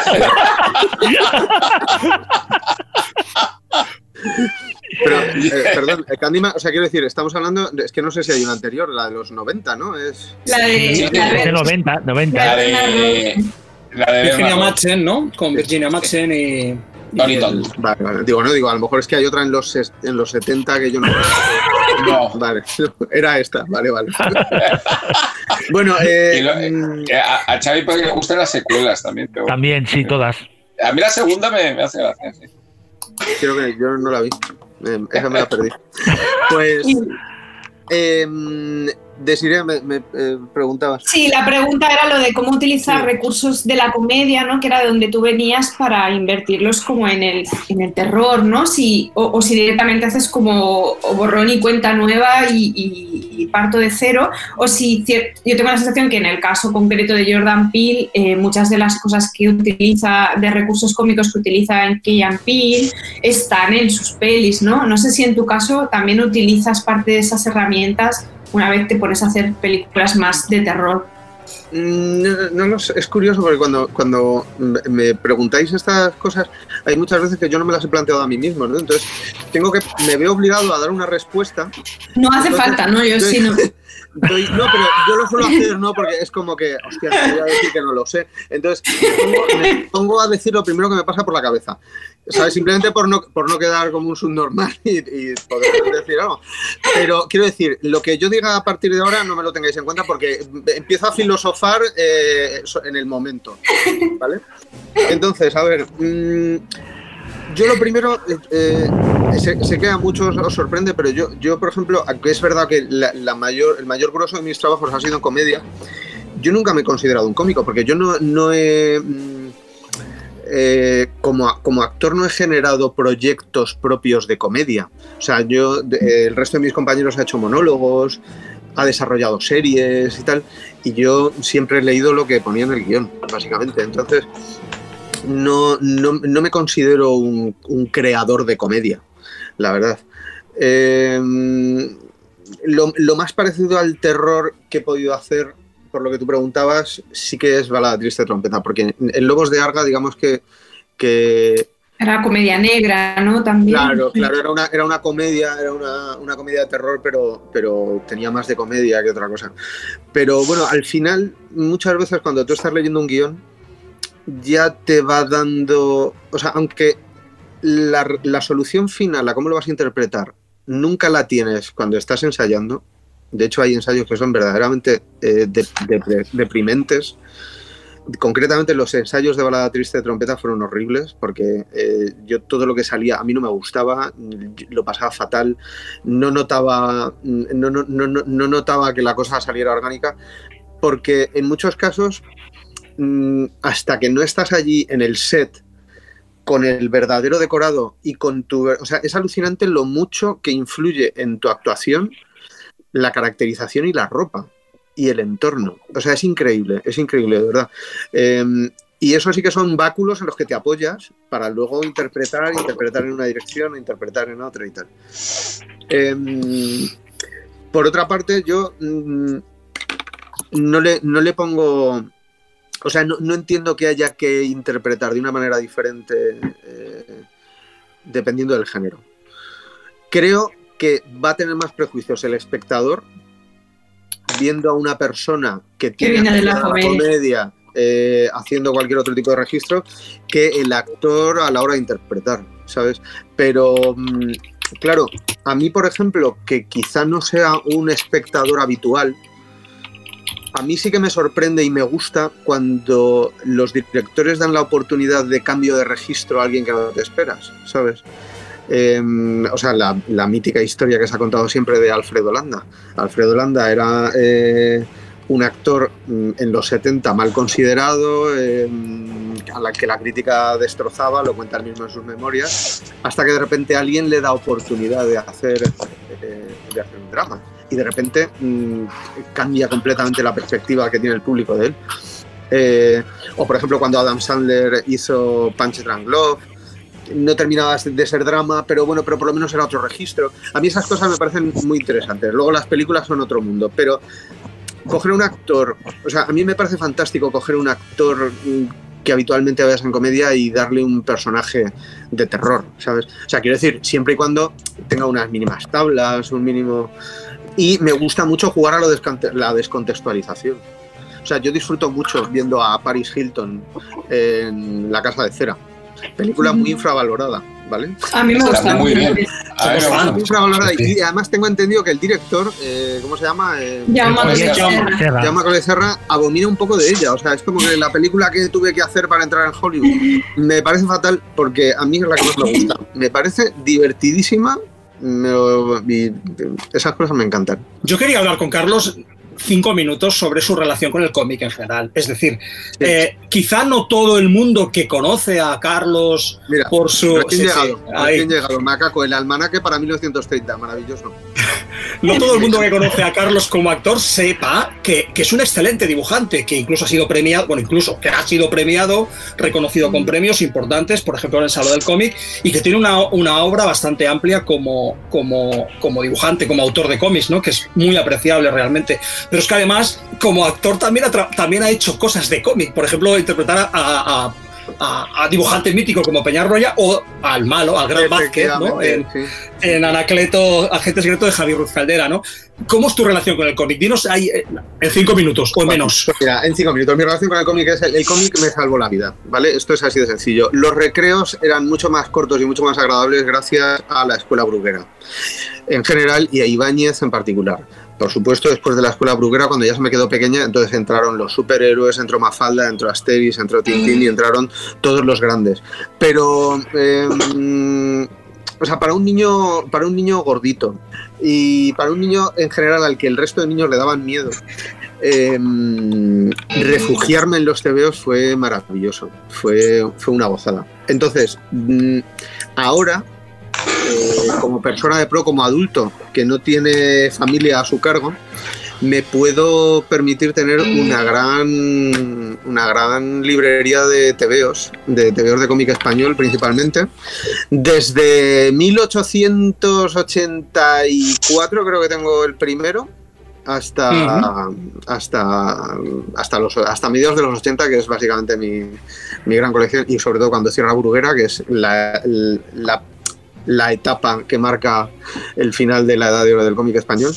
Pero, eh, perdón, Candyman, o sea, quiero decir, estamos hablando, es que no sé si hay una anterior, la de los noventa, ¿no? Es... La de... Sí, la de noventa, noventa. La de... La de Virginia Madsen, ¿no? Con Virginia Madsen y... Tony Todd. Vale, vale. Digo, no, digo, a lo mejor es que hay otra en los, en los setenta que yo no... No. Vale, era esta, vale, vale. Bueno, eh... Lo, eh a, a Xavi puede que le gusten las secuelas también. Pero... También, sí, todas. A mí la segunda me, me hace gracia, sí. Creo que yo no la vi. Eh, esa me la perdí. Pues... Eh, Desiree, me, me eh, preguntabas. Sí, la pregunta era lo de cómo utilizar sí. recursos de la comedia, ¿no? Que era de donde tú venías para invertirlos como en el, en el terror, ¿no? Si, o, o si directamente haces como borrón y cuenta nueva y, y, y parto de cero, o si yo tengo la sensación que en el caso concreto de Jordan Peele, eh, muchas de las cosas que utiliza, de recursos cómicos que utiliza en Key and Peele, están en sus pelis, ¿no? No sé si en tu caso también utilizas parte de esas herramientas una vez te pones a hacer películas más de terror. No, no, no, es curioso porque cuando, cuando me preguntáis estas cosas hay muchas veces que yo no me las he planteado a mí mismo, ¿no? Entonces tengo que, me veo obligado a dar una respuesta. No hace entonces, falta, ¿no? Yo sí no. doy, no, pero yo lo suelo hacer, ¿no? Porque es como que, hostia, te voy a decir que no lo sé. Entonces, me pongo, me pongo a decir lo primero que me pasa por la cabeza. ¿Sabes? Simplemente por no, por no quedar como un subnormal y, y poder decir algo. Pero quiero decir, lo que yo diga a partir de ahora no me lo tengáis en cuenta porque empiezo a filosofar eh, en el momento, ¿vale? Entonces, a ver, mmm, yo lo primero, eh, sé, sé que a muchos os sorprende, pero yo, yo por ejemplo, aunque es verdad que la, la mayor, el mayor grueso de mis trabajos ha sido en comedia, yo nunca me he considerado un cómico porque yo no, no he... Eh, como, como actor no he generado proyectos propios de comedia. O sea, yo, eh, el resto de mis compañeros ha hecho monólogos, ha desarrollado series y tal, y yo siempre he leído lo que ponía en el guión, básicamente. Entonces, no, no, no me considero un, un creador de comedia, la verdad. Eh, lo, lo más parecido al terror que he podido hacer, por lo que tú preguntabas, sí que es Balada Triste de Trompeta, porque en Lobos de Arga, digamos que... que era comedia negra, ¿no? También. Claro, claro, era una, era una comedia, era una, una comedia de terror, pero, pero tenía más de comedia que otra cosa. Pero bueno, al final, muchas veces cuando tú estás leyendo un guión, ya te va dando... O sea, aunque la, la solución final, a cómo lo vas a interpretar, nunca la tienes cuando estás ensayando. De hecho, hay ensayos que son verdaderamente eh, de, de, de, deprimentes. Concretamente, los ensayos de Balada Triste de Trompeta fueron horribles porque eh, yo todo lo que salía a mí no me gustaba, lo pasaba fatal, no notaba, no, no, no, no notaba que la cosa saliera orgánica, porque en muchos casos, hasta que no estás allí en el set con el verdadero decorado y con tu... O sea, es alucinante lo mucho que influye en tu actuación la caracterización y la ropa y el entorno. O sea, es increíble, es increíble, de verdad. Eh, y eso sí que son báculos en los que te apoyas para luego interpretar, interpretar en una dirección, interpretar en otra y tal. Eh, por otra parte, yo mm, no, le, no le pongo... O sea, no, no entiendo que haya que interpretar de una manera diferente eh, dependiendo del género. Creo que va a tener más prejuicios el espectador viendo a una persona que tiene de la comedia eh, haciendo cualquier otro tipo de registro que el actor a la hora de interpretar, ¿sabes? Pero, mmm, claro, a mí, por ejemplo, que quizá no sea un espectador habitual, a mí sí que me sorprende y me gusta cuando los directores dan la oportunidad de cambio de registro a alguien que no te esperas, ¿sabes? Eh, o sea, la, la mítica historia que se ha contado siempre de Alfredo Landa. Alfredo Landa era eh, un actor en los setenta mal considerado, eh, a la que la crítica destrozaba, lo cuenta él mismo en sus memorias, hasta que de repente alguien le da oportunidad de hacer, eh, de hacer un drama. Y de repente mmm, cambia completamente la perspectiva que tiene el público de él. Eh, o por ejemplo cuando Adam Sandler hizo Punch Drunk Love, no terminaba de ser drama, pero bueno, pero por lo menos era otro registro. A mí esas cosas me parecen muy interesantes. Luego las películas son otro mundo, pero coger un actor, o sea, a mí me parece fantástico coger un actor que habitualmente veas en comedia y darle un personaje de terror, ¿sabes? O sea, quiero decir, siempre y cuando tenga unas mínimas tablas, un mínimo... Y me gusta mucho jugar a lo descont- la descontextualización. O sea, yo disfruto mucho viendo a Paris Hilton en La Casa de Cera. Película muy infravalorada, ¿vale? A mí me gusta muy bien. bien. A mí me gusta. Muy infravalorada. Y además tengo entendido que el director, eh, ¿cómo se llama? Eh, Jaume Collet-Serra abomina un poco de ella. O sea, es como que la película que tuve que hacer para entrar en Hollywood me parece fatal porque a mí es la que más me gusta. Me parece divertidísima. Me, y esas cosas me encantan. Yo quería hablar con Carlos cinco minutos sobre su relación con el cómic en general. Es decir, sí. eh, quizá no todo el mundo que conoce a Carlos Mira, por su... Recién sí, llegado, sí, recién llegado, Macaco, el almanaque para mil novecientos treinta, maravilloso. No todo el mundo que conoce a Carlos como actor sepa que, que es un excelente dibujante, que incluso ha sido premiado, bueno, incluso que ha sido premiado, reconocido con premios importantes, por ejemplo en el Salón del Cómic, y que tiene una, una obra bastante amplia como, como, como dibujante, como autor de cómics, ¿no? Que es muy apreciable realmente. Pero es que además, como actor también ha, tra- también ha hecho cosas de cómic. Por ejemplo, interpretar a, a, a, a dibujantes míticos como Peñarroya o al malo, al gran Vázquez, ¿no? En, sí. en Anacleto, Agente Secreto de Javier Ruiz Caldera, ¿no? ¿Cómo es tu relación con el cómic? Dinos ahí en cinco minutos o menos. Pues mira, en cinco minutos. Mi relación con el cómic es el, el cómic me salvó la vida, ¿vale? Esto es así de sencillo. Los recreos eran mucho más cortos y mucho más agradables gracias a la escuela bruguera en general y a Ibáñez en particular. Por supuesto, después de la escuela bruguera, cuando ya se me quedó pequeña, entonces entraron los superhéroes, entró Mafalda, entró Asterix, entró Tintín y entraron todos los grandes. Pero, eh, o sea, para un niño, para un niño gordito y para un niño en general al que el resto de niños le daban miedo, eh, refugiarme en los tebeos fue maravilloso, fue, fue una gozada. Entonces, ahora... Eh, como persona de pro, como adulto que no tiene familia a su cargo, me puedo permitir tener una gran una gran librería de tebeos, de tebeos de cómic español principalmente. Desde mil ochocientos ochenta y cuatro creo que tengo el primero, hasta uh-huh. hasta hasta los hasta mediados de los ochenta, que es básicamente mi, mi gran colección, y sobre todo cuando cierra Bruguera, que es la, la la etapa que marca el final de la edad de oro del cómic español,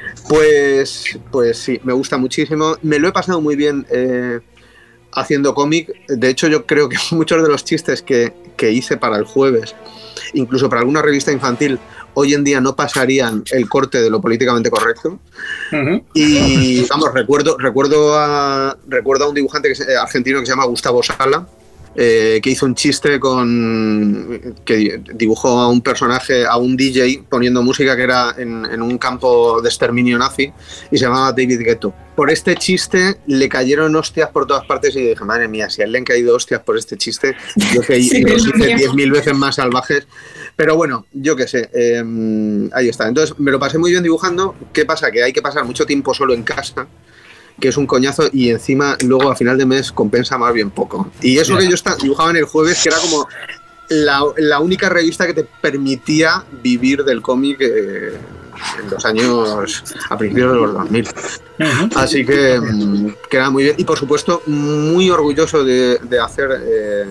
pues, pues sí, me gusta muchísimo. Me lo he pasado muy bien eh, haciendo cómic. De hecho, yo creo que muchos de los chistes que, que hice para el jueves, incluso para alguna revista infantil, hoy en día no pasarían el corte de lo políticamente correcto. Uh-huh. Y vamos, recuerdo, recuerdo, a, recuerdo a un dibujante que es, eh, argentino que se llama Gustavo Sala, Eh, que hizo un chiste con que dibujó a un personaje, a un D J poniendo música que era en, en un campo de exterminio nazi y se llamaba David Guetto. Por este chiste le cayeron hostias por todas partes y dije, madre mía, si a él le han caído hostias por este chiste, yo que sí, los hice diez mil veces más salvajes. Pero bueno, yo qué sé, eh, ahí está. Entonces me lo pasé muy bien dibujando. ¿Qué pasa? Que hay que pasar mucho tiempo solo en casa, que es un coñazo, y encima luego a final de mes compensa más bien poco. Y eso yeah. que yo está, dibujaba en el jueves, que era como la, la única revista que te permitía vivir del cómic eh, en los años, a principios de los dos mil. Uh-huh. Así que, que era muy bien. Y por supuesto, muy orgulloso de, de hacer... Eh,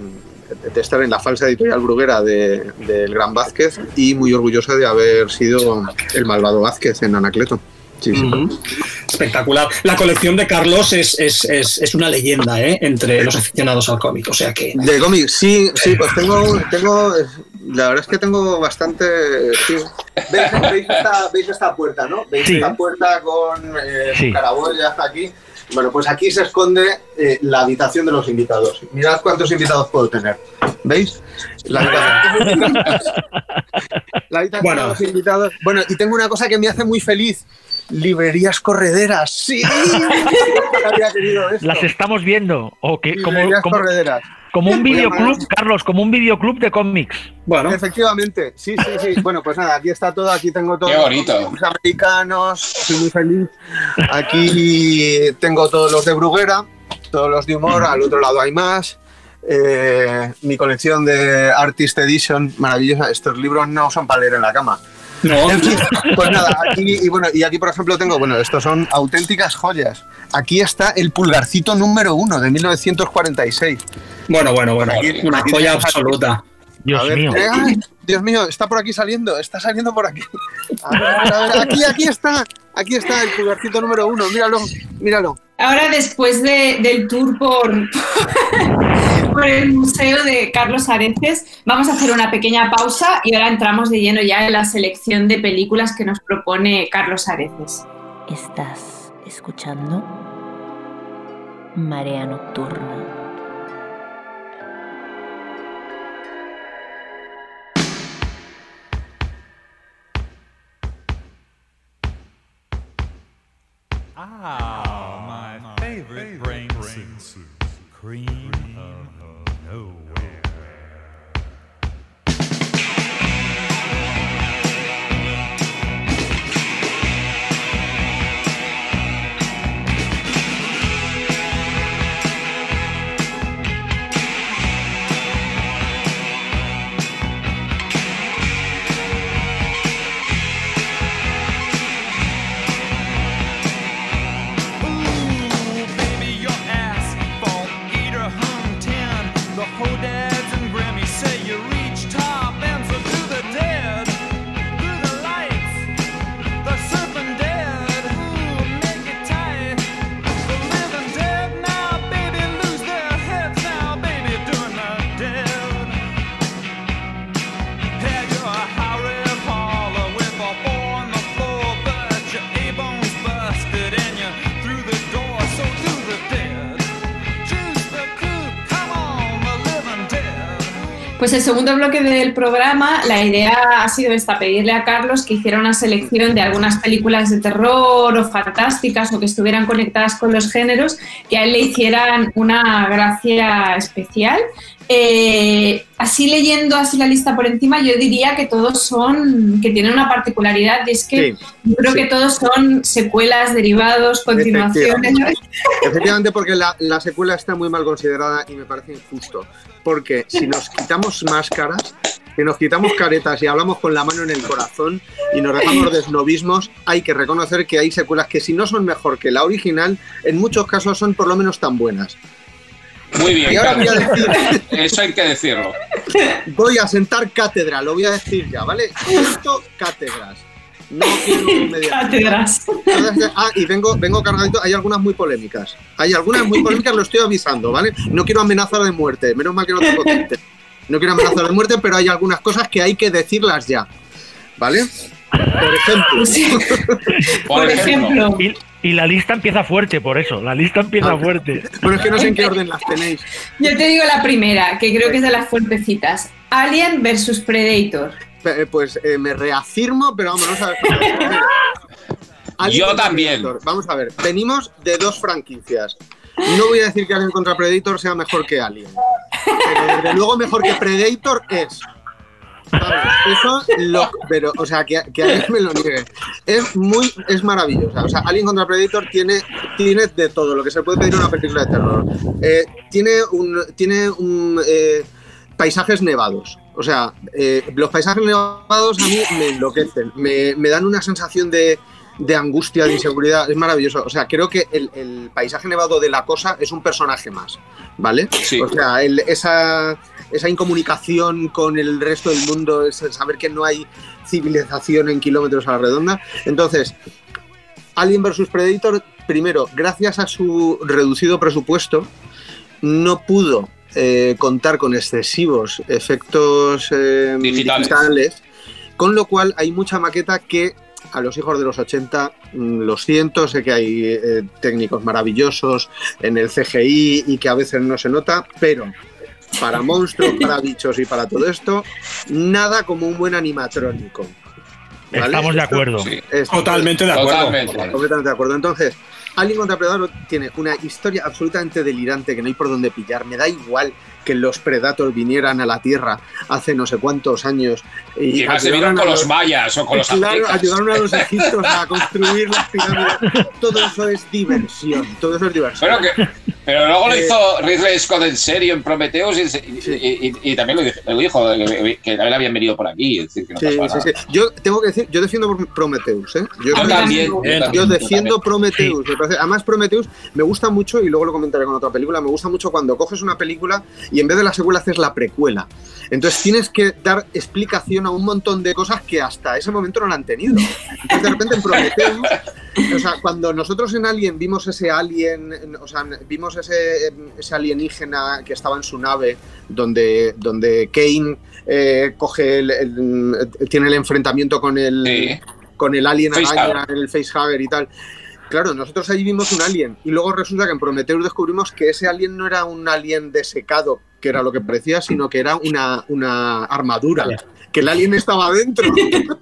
de estar en la falsa editorial bruguera del de, de Gran Vázquez, y muy orgulloso de haber sido el malvado Vázquez en Anacleto. Sí, sí. Uh-huh. Espectacular. La colección de Carlos es, es, es, es una leyenda, ¿eh? Entre los aficionados al cómic, o sea que... De cómic, sí, sí, pues tengo, tengo, la verdad es que tengo bastante... Sí. ¿Veis, ¿veis, esta, ¿Veis esta puerta, no? ¿Veis sí. esta puerta con eh, sí. carabolas aquí? Bueno, pues aquí se esconde eh, la habitación de los invitados. Mirad cuántos invitados puedo tener. ¿Veis? La habitación, la habitación bueno. de los invitados. Bueno, y tengo una cosa que me hace muy feliz. Librerías correderas, sí. Las estamos viendo. O que, Librerías como, correderas. Como un videoclub, Carlos, como un videoclub de cómics. Bueno, efectivamente, sí, sí, sí. Bueno, pues nada, aquí está todo, aquí tengo todos Qué bonito. Los americanos, estoy muy feliz. Aquí tengo todos los de Bruguera, todos los de humor, al otro lado hay más. Eh, mi colección de Artist Edition, maravillosa. Estos libros no son para leer en la cama. No. Pues nada, aquí, y bueno, y aquí por ejemplo tengo, bueno, estos son auténticas joyas. Aquí está el Pulgarcito número uno de mil novecientos cuarenta y seis. Bueno, bueno, bueno, aquí, una aquí joya absoluta. Dios ver, mío. Eh, ay, Dios mío, está por aquí saliendo, está saliendo por aquí. A ver, a ver, a ver, aquí, aquí está, aquí está el Pulgarcito número uno, míralo, míralo. Ahora, después de, del tour por, por el Museo de Carlos Areces, vamos a hacer una pequeña pausa y ahora entramos de lleno ya en la selección de películas que nos propone Carlos Areces. ¿Estás escuchando? Marea Nocturna. Ah, my favorite brain soup, cream of nowhere. Pues el segundo bloque del programa, la idea ha sido esta, pedirle a Carlos que hiciera una selección de algunas películas de terror o fantásticas o que estuvieran conectadas con los géneros, que a él le hicieran una gracia especial. Eh, así leyendo así la lista por encima, yo diría que todos son, que tienen una particularidad, y es que sí, yo creo sí. que todos son secuelas, derivados, continuaciones. Efectivamente, Efectivamente porque la, la secuela está muy mal considerada y me parece injusto, porque si nos quitamos máscaras, si nos quitamos caretas y hablamos con la mano en el corazón y nos dejamos de snobismos, hay que reconocer que hay secuelas que si no son mejor que la original, en muchos casos son por lo menos tan buenas. Muy bien, y ahora voy a decir, eso hay que decirlo. Voy a sentar cátedra, lo voy a decir ya, ¿vale? Siento cátedras. No quiero medias. Cátedras. Ah, y vengo, vengo cargadito. Hay algunas muy polémicas. Hay algunas muy polémicas, lo estoy avisando, ¿vale? No quiero amenazar de muerte. Menos mal que no tengo potente. No quiero amenazar de muerte, pero hay algunas cosas que hay que decirlas ya, ¿vale? Por ejemplo. Sí. Por ejemplo. Y, y la lista empieza fuerte, por eso. La lista empieza ah, fuerte. Bueno, es que no sé en qué orden las tenéis. Yo te digo la primera, que creo que es de las fuertecitas. Alien versus Predator. Eh, pues eh, me reafirmo, pero vamos, vamos a ver. Yo también. Predator. Vamos a ver, venimos de dos franquicias. No voy a decir que Alien contra Predator sea mejor que Alien. Pero desde luego mejor que Predator es. ¿Sabes? Eso lo, pero, o sea, que, que alguien me lo niegue. Es muy, es maravillosa. O sea, Alien contra Predator tiene, tiene de todo lo que se puede pedir en una película de terror. Eh, tiene un, tiene un eh, paisajes nevados. O sea, eh, los paisajes nevados a mí me enloquecen. Me, me dan una sensación de, de angustia, de inseguridad. Es maravilloso. O sea, creo que el, el paisaje nevado de La Cosa es un personaje más, ¿vale? Sí. O sea, el, esa, esa incomunicación con el resto del mundo, es el saber que no hay civilización en kilómetros a la redonda. Entonces, Alien versus Predator, primero, gracias a su reducido presupuesto, no pudo eh, contar con excesivos efectos eh, digitales. digitales, con lo cual hay mucha maqueta que a los hijos de los ochenta, lo siento, sé que hay eh, técnicos maravillosos en el C G I y que a veces no se nota, pero para monstruos, para bichos y para todo esto, nada como un buen animatrónico. ¿Vale? Estamos de acuerdo. Sí. Totalmente de acuerdo. Totalmente. Completamente de acuerdo. Entonces, Alien contra Predator tiene una historia absolutamente delirante que no hay por dónde pillar. Me da igual que los Predators vinieran a la Tierra hace no sé cuántos años. Y, y más se vieron con los, los mayas o con los claro, aztecas. Ayudaron a los egipcios a construir las pirámides. Todo eso es diversión. Todo eso es diversión. Pero, que, pero luego lo hizo Ridley Scott en serio en Prometheus y, y, sí. y, y, y también lo dijo, lo dijo que, que también habían venido por aquí. Es decir, que no sí, pasa sí, nada. sí. Yo tengo que decir, yo defiendo Prometheus. ¿eh? Yo, yo también. Yo, yo, yo defiendo también. Prometheus. Sí. Además, Prometheus me gusta mucho, y luego lo comentaré con otra película, me gusta mucho cuando coges una película y en vez de la secuela haces la precuela. Entonces tienes que dar explicación a un montón de cosas que hasta ese momento no la han tenido. Entonces de repente en Prometheus, o sea, cuando nosotros en Alien vimos ese alien, o sea, vimos ese, ese alienígena que estaba en su nave, donde, donde Kane eh, coge el, el, tiene el enfrentamiento con el, sí. con el alien araña, el facehugger y tal. Claro, nosotros allí vimos un alien y luego resulta que en Prometheus descubrimos que ese alien no era un alien desecado, que era lo que parecía, sino que era una, una armadura, que el alien estaba dentro.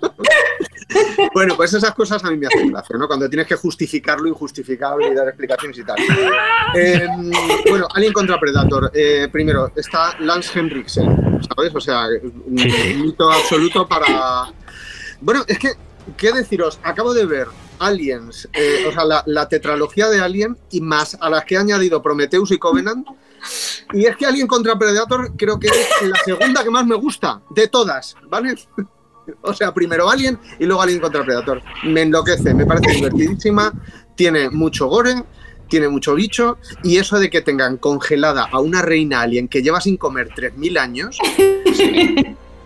Bueno, pues esas cosas a mí me hacen gracia, ¿no? Cuando tienes que justificar lo injustificable y dar explicaciones y tal. Eh, bueno, Alien contra Predator. Eh, primero, está Lance Henriksen, ¿sabes? O sea, un mito absoluto para... Bueno, es que, ¿qué deciros? Acabo de ver Aliens, eh, o sea, la, la tetralogía de Alien y más a las que ha añadido Prometheus y Covenant. Y es que Alien contra Predator creo que es la segunda que más me gusta de todas, ¿vale? O sea, primero Alien y luego Alien contra Predator. Me enloquece, me parece divertidísima, tiene mucho gore, tiene mucho bicho, y eso de que tengan congelada a una reina alien que lleva sin comer tres mil años,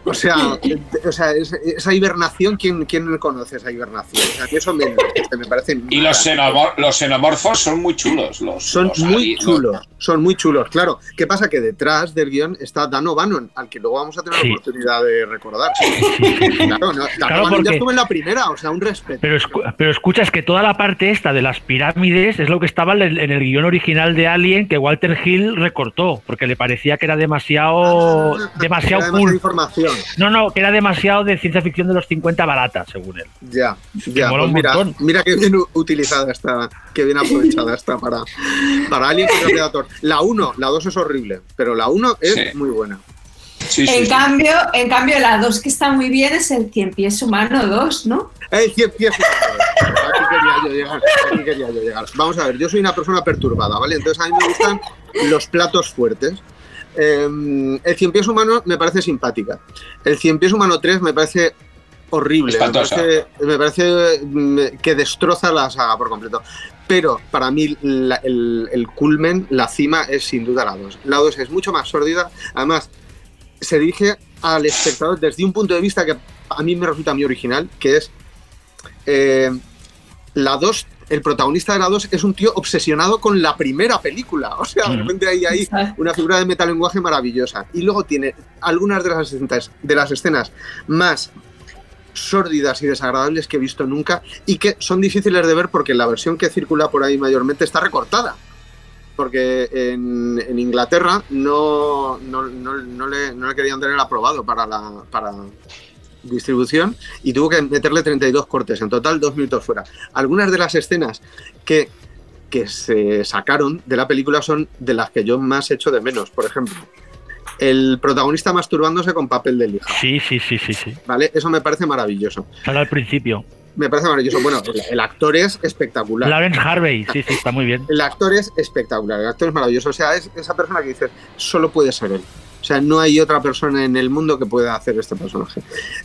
O sea, o sea esa hibernación, ¿quién, ¿quién conoce esa hibernación? O sea, que eso me, me parece... Y los, xenomor los xenomorfos son muy chulos. Los, son los muy ahí, chulos, ¿no? son muy chulos, claro. ¿Qué pasa? Que detrás del guión está Dan O'Bannon, al que luego vamos a tener sí. la oportunidad de recordar. Claro, no, Dan claro, O'Bannon porque... ya estuvo en la primera, o sea, un respeto. Pero, escu pero escuchas que toda la parte esta de las pirámides es lo que estaba en el, en el guión original de Alien, que Walter Hill recortó, porque le parecía que era demasiado, ah, demasiado era cool. Información. No, no, que era demasiado de ciencia ficción de los cincuenta barata, según él. Ya, ya. Pues mira, mira qué bien utilizada está, qué bien aprovechada está para, para Alien contra Predator. La uno, la dos es horrible, pero la uno es sí. muy buena. Sí, sí, en, sí. Cambio, en cambio, la dos que está muy bien es el Cien Pies Humano dos, ¿no? El Cien Pies Humano. Aquí quería yo llegar, aquí quería yo llegar. Vamos a ver, yo soy una persona perturbada, ¿vale? Entonces a mí me gustan los platos fuertes. Eh, el Cien Pies Humano me parece simpática. El Cien Pies Humano tres me parece horrible. Me parece, me parece que destroza la saga por completo. Pero para mí la, el, el culmen, la cima, es sin duda la dos. La dos es mucho más sórdida. Además, se dirige al espectador desde un punto de vista que a mí me resulta muy original, que es eh, la dos. El protagonista de la dos es un tío obsesionado con la primera película. O sea, de repente hay ahí una figura de metalenguaje maravillosa. Y luego tiene algunas de las escenas, de las escenas más sórdidas y desagradables que he visto nunca y que son difíciles de ver porque la versión que circula por ahí mayormente está recortada. Porque en, en Inglaterra no, no, no, no, le, no le querían tener aprobado para la... Para distribución y tuvo que meterle treinta y dos cortes, en total dos minutos fuera. Algunas de las escenas que, que se sacaron de la película son de las que yo más echo de menos. Por ejemplo, el protagonista masturbándose con papel de lija. Sí, sí, sí, sí, sí. ¿Vale? Eso me parece maravilloso. Sale al principio. Me parece maravilloso. Bueno, el, el actor es espectacular. Lawrence Harvey, sí, sí, está muy bien. El actor es espectacular, el actor es maravilloso. O sea, es esa persona que dices, solo puede ser él. O sea, no hay otra persona en el mundo que pueda hacer este personaje.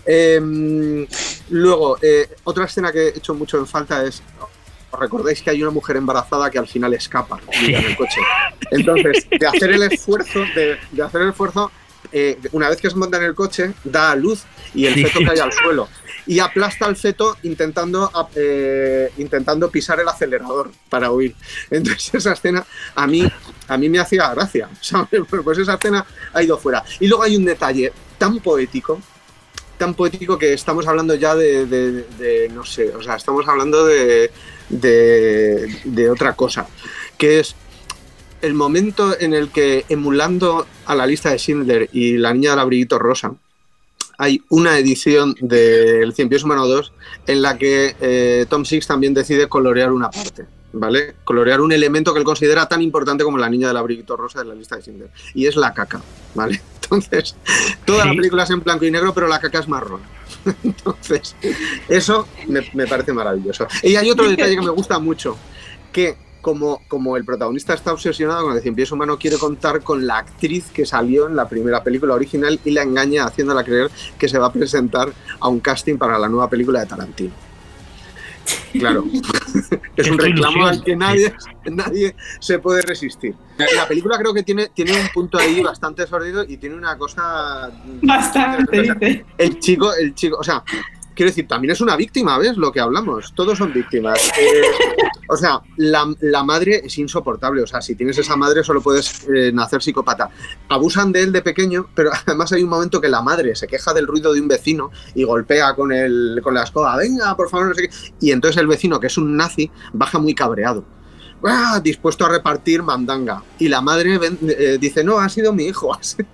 Eh, luego, eh, otra escena que he hecho mucho en falta es... ¿Os recordáis que hay una mujer embarazada que al final escapa sí. en el coche? Entonces, de hacer el esfuerzo, de, de hacer el esfuerzo, eh, una vez que se monta en el coche, da a luz y el sí. feto cae al suelo. Y aplasta al feto intentando, eh, intentando pisar el acelerador para huir. Entonces esa escena a mí, a mí me hacía gracia, ¿sabes? Pues esa escena ha ido fuera. Y luego hay un detalle tan poético, tan poético que estamos hablando ya de, de, de, de no sé, o sea, estamos hablando de, de, de otra cosa, que es el momento en el que, emulando a La Lista de Schindler y La Niña del Abriguito Rosa, hay una edición del Cien Pies Humano dos en la que eh, Tom Six también decide colorear una parte, ¿vale? Colorear un elemento que él considera tan importante como La Niña del Abriguito Rosa de La Lista de Schindler, y es la caca, ¿vale? Entonces, toda ¿Sí? la película es en blanco y negro, pero la caca es marrón. Entonces, eso me, me parece maravilloso. Y hay otro detalle que me gusta mucho, que Como, como el protagonista está obsesionado con el Cien Pies Humano, quiere contar con la actriz que salió en la primera película original y la engaña haciéndola creer que se va a presentar a un casting para la nueva película de Tarantino. Claro, es un reclamo al que nadie, nadie se puede resistir. La película creo que tiene, tiene un punto ahí bastante sórdido y tiene una cosa... Bastante, dice. El chico, el chico, o sea... Quiero decir, también es una víctima, ¿ves? Lo que hablamos. Todos son víctimas. Eh, o sea, la, la madre es insoportable. O sea, si tienes esa madre solo puedes eh, nacer psicópata. Abusan de él de pequeño, pero además hay un momento que la madre se queja del ruido de un vecino y golpea con, el, con la escoba. Venga, por favor, no sé qué. Y entonces el vecino, que es un nazi, baja muy cabreado. ¡Ah! Dispuesto a repartir mandanga. Y la madre ven, eh, dice, no, ha sido mi hijo. O sea,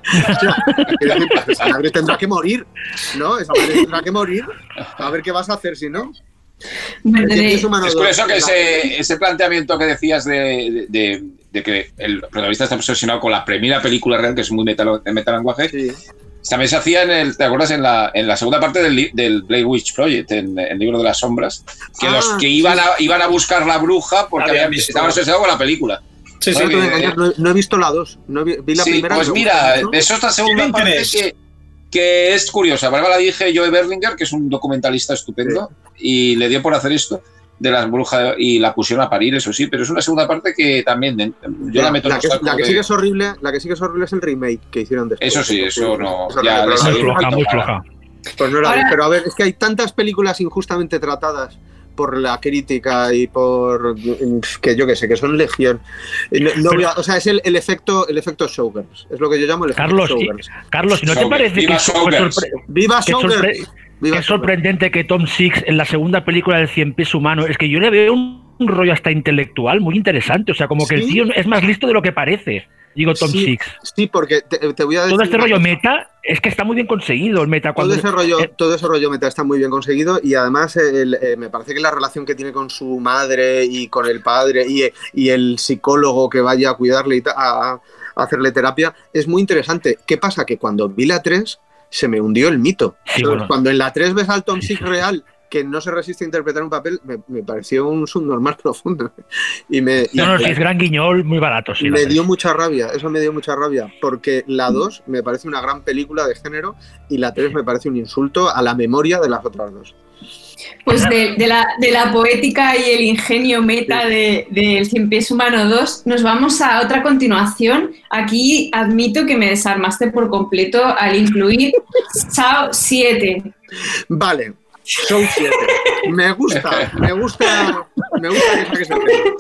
esa madre tendrá que morir, ¿no? Esa madre tendrá que morir. A ver qué vas a hacer si no. Es curioso que ese, ese planteamiento que decías de, de, de que el protagonista está obsesionado con la primera película real, que es muy metal, metalenguaje, sí. También se hacía en el, ¿te acuerdas? En la, en la segunda parte del, del Blair Witch Project, en, en el libro de las sombras, que ah, los que iban a, iban a buscar la bruja porque habían, estaban obsesionados con la película. Sí, sí, que, no, no he visto la dos, no vi, vi la sí, primera. Pues mira, ¿no? Eso es la segunda parte que, que es curiosa. Para la dije Joe Berlinger, que es un documentalista estupendo, sí. y le dio por hacer esto. de las brujas y la pusieron a parir, eso sí, pero es una segunda parte que también yo ya, la meto la que, la que de... sí que es horrible, la que sí que es horrible es el remake que hicieron después. Eso sí, eso sí, no, eso ya no, les muy floja, muy floja. Pues no la vi, pero a ver, es que hay tantas películas injustamente tratadas por la crítica y por que yo que sé, que son legión. No, no voy a, o sea, es el, el efecto el efecto Showgirls, es lo que yo llamo el efecto Carlos, Showgirls. Y, Carlos, ¿no te Showgirls. parece Viva que es sorpre ¡Viva Showgirls! sorpre Viva es sorprendente que Tom Six en la segunda película del Cien Pies Humano, es que yo le veo un, un rollo hasta intelectual muy interesante, o sea, como que ¿sí? El tío es más listo de lo que parece. Digo Tom sí, Six. Sí, porque te, te voy a decir... Todo este rollo meta es que está muy bien conseguido. El meta cuando... todo, ese rollo, eh, todo ese rollo meta está muy bien conseguido y además el, eh, me parece que la relación que tiene con su madre y con el padre y, y el psicólogo que vaya a cuidarle y a, a hacerle terapia es muy interesante. ¿Qué pasa? Que cuando vi la tres se me hundió el mito. Sí, Entonces, bueno. Cuando en la tres ves al Tom Six real que no se resiste a interpretar un papel, me, me pareció un subnormal profundo. Y me, y no, no, me, sí, es gran guiñol, muy barato. Sí, me dio mucha rabia, eso me dio mucha rabia, porque la dos me parece una gran película de género y la tres me parece un insulto a la memoria de las otras dos. Pues de, de, la, de la poética y el ingenio meta de, de El Cien Pies Humano dos, nos vamos a otra continuación. Aquí admito que me desarmaste por completo al incluir Saw siete. Vale. Saw siete. Me gusta, me gusta, me gusta que saques el tema.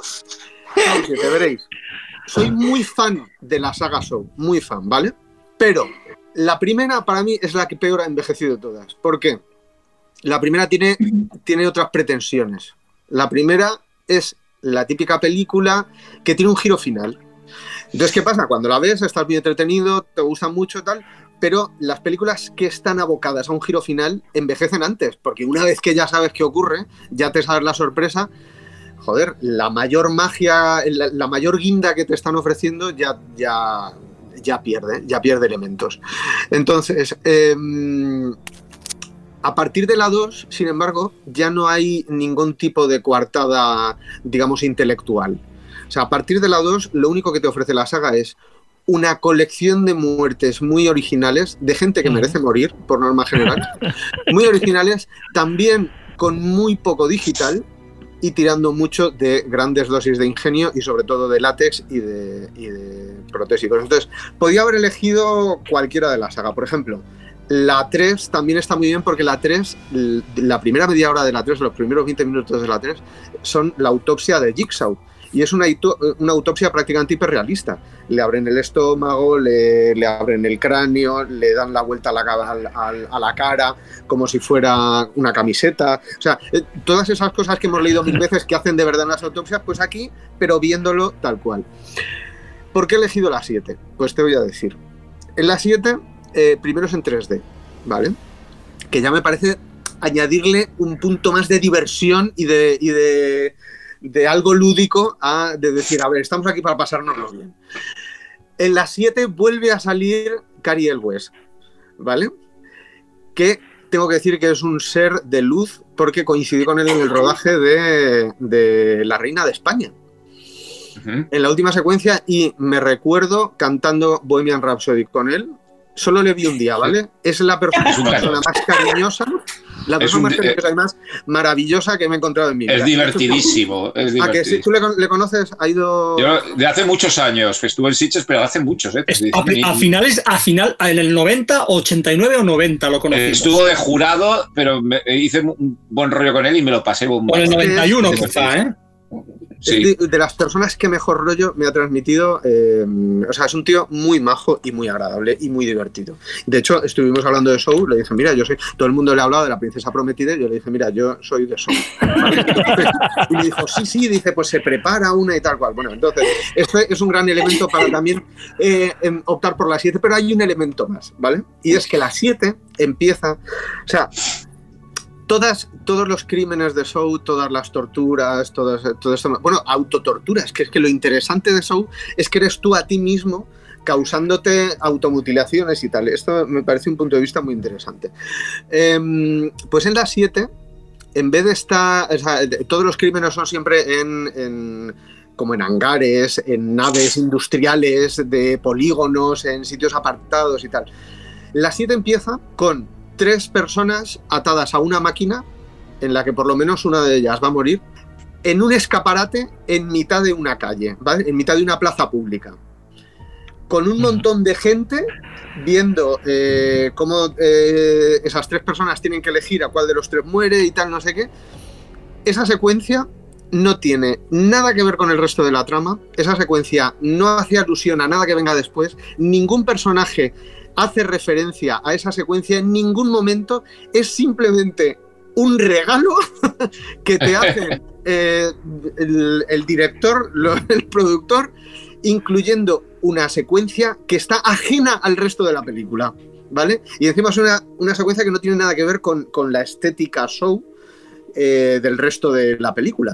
Saw siete, veréis. Soy muy fan de la saga Saw, muy fan, ¿vale? Pero la primera para mí es la que peor ha envejecido de todas. ¿Por qué? La primera tiene, tiene otras pretensiones. La primera es la típica película que tiene un giro final. Entonces, ¿qué pasa? Cuando la ves, estás bien entretenido, te gusta mucho, tal... Pero las películas que están abocadas a un giro final envejecen antes, porque una vez que ya sabes qué ocurre, ya te sabes la sorpresa, joder, la mayor magia, la, la mayor guinda que te están ofreciendo ya, ya, ya pierde, ya pierde elementos. Entonces, eh, a partir de la dos, sin embargo, ya no hay ningún tipo de coartada, digamos, intelectual. O sea, a partir de la dos, lo único que te ofrece la saga es una colección de muertes muy originales, de gente que merece morir, por norma general, muy originales, también con muy poco digital y tirando mucho de grandes dosis de ingenio y sobre todo de látex y de, y de protésicos. Entonces, podía haber elegido cualquiera de la saga. Por ejemplo, la tres también está muy bien porque la tres, la primera media hora de la tres, los primeros veinte minutos de la tres, son la autopsia de Jigsaw. Y es una, una autopsia prácticamente hiperrealista. Le abren el estómago, le, le abren el cráneo, le dan la vuelta a la, a, a la cara como si fuera una camiseta. O sea, todas esas cosas que hemos leído mil veces que hacen de verdad en las autopsias, pues aquí, pero viéndolo tal cual. ¿Por qué he elegido la siete? Pues te voy a decir. En la siete, eh, primero es en tres D, ¿vale? Que ya me parece añadirle un punto más de diversión y de... Y de de algo lúdico a de decir, a ver, estamos aquí para pasárnoslo bien. En la siete vuelve a salir Cary Elwes, ¿vale? Que tengo que decir que es un ser de luz porque coincidí con él en el rodaje de, de La Reina de España. Uh-huh. En la última secuencia y me recuerdo cantando Bohemian Rhapsody con él. Solo le vi un día, ¿vale? Es la persona, es persona más cariñosa, la persona un, más cariñosa y más maravillosa que me he encontrado en mi vida. Es divertidísimo. Es divertidísimo. ¿A que si tú le, le conoces? Ha ido... Yo, de hace muchos años, estuvo en Sitges, pero hace muchos. ¿eh? Es, a, a finales, a final, en el noventa, ochenta y nueve o noventa lo conocí. Eh, estuvo de jurado, pero me, hice un buen rollo con él y me lo pasé bomba. Con el noventa y uno quizá, ¿eh? Sí. De, de las personas que mejor rollo me ha transmitido, eh, o sea, es un tío muy majo y muy agradable y muy divertido. De hecho, estuvimos hablando de Saw, le dije, mira, yo soy, todo el mundo le ha hablado de La Princesa Prometida y yo le dije, mira, yo soy de Saw. Y me dijo, sí, sí, dice, pues se prepara una y tal cual. Bueno, entonces, este es un gran elemento para también eh, optar por la siete, pero hay un elemento más, ¿vale? Y es que la siete empieza, o sea... Todas, todos los crímenes de Saw, todas las torturas, todas, todo esto, bueno, autotorturas, que es que lo interesante de Saw es que eres tú a ti mismo causándote automutilaciones y tal. Esto me parece un punto de vista muy interesante. Eh, pues en la siete, en vez de estar, o sea, todos los crímenes son siempre en, en como en hangares, en naves industriales, de polígonos, en sitios apartados y tal. La siete empieza con tres personas atadas a una máquina en la que por lo menos una de ellas va a morir en un escaparate en mitad de una calle, ¿vale? En mitad de una plaza pública, con un montón de gente viendo eh, cómo eh, esas tres personas tienen que elegir a cuál de los tres muere y tal, no sé qué. Esa secuencia no tiene nada que ver con el resto de la trama, esa secuencia no hace alusión a nada que venga después, ningún personaje hace referencia a esa secuencia en ningún momento, es simplemente un regalo que te hace eh, el, el director, lo, el productor, incluyendo una secuencia que está ajena al resto de la película, ¿vale? Y encima es una, una secuencia que no tiene nada que ver con, con la estética show eh, del resto de la película.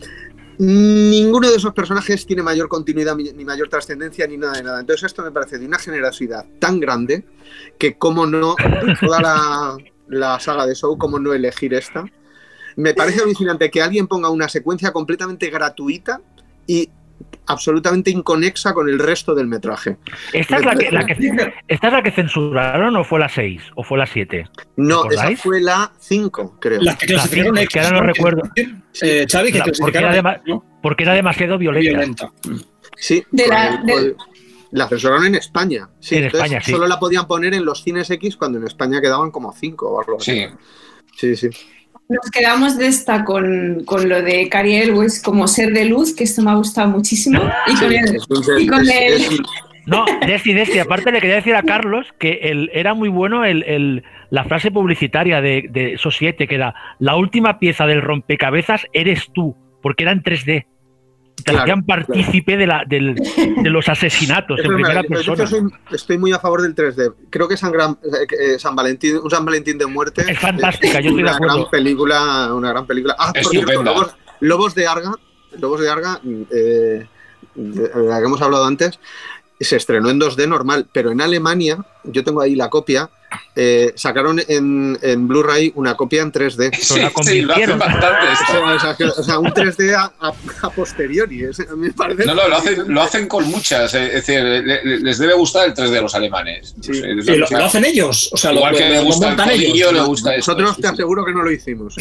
Ninguno de esos personajes tiene mayor continuidad ni mayor trascendencia ni nada de nada. Entonces esto me parece de una generosidad tan grande que cómo no, toda la, la saga de Show, cómo no elegir esta. Me parece alucinante que alguien ponga una secuencia completamente gratuita y absolutamente inconexa con el resto del metraje. ¿Esta es la que, la que, ¿esta es la que censuraron o fue la seis o fue la siete? No, esa fue la cinco, creo. La que clasificaron la cinco, que ahora no recuerdo. Eh, Xavi, que la, porque, era dema, ¿no? porque era demasiado violenta. violenta. Sí, de la, el, de... la censuraron en España. Sí, en España, sí. Solo la podían poner en los cines X cuando en España quedaban como cinco o algo así. Sí, sí, sí. Nos quedamos de esta con, con lo de Cary Elwes como ser de luz, que esto me ha gustado muchísimo. Y con el... Y con el... No, Desi, Desi, aparte le quería decir a Carlos que el, era muy bueno el, el, la frase publicitaria de, de esos siete, que era: la última pieza del rompecabezas eres tú, porque era en tres D. Te claro, hacían partícipe claro. de, la, del, de los asesinatos en primera persona. Yo soy, estoy muy a favor del tres D. Creo que San, Gran, eh, San Valentín, un San Valentín de muerte es fantástica, es yo estoy de acuerdo. Gran película, una gran película. Ah, por cierto, Lobos, Lobos de Arga, Lobos de Arga, eh, de la que hemos hablado antes, se estrenó en dos D normal, pero en Alemania, yo tengo ahí la copia, eh, sacaron en, en Blu-ray una copia en tres D. Sí, sí, lo hacen bastante. O sea, o sea, un tres D a, a, a posteriori. Es, a mí me parece no, no, lo hacen, lo hacen con muchas. Es decir, les debe gustar el tres D a los alemanes. Sí. Sí, lo, lo hacen ellos. O sea, igual lo, que lo, le gusta montan el ellos. Le gusta Nosotros esto, te sí, aseguro que no lo hicimos.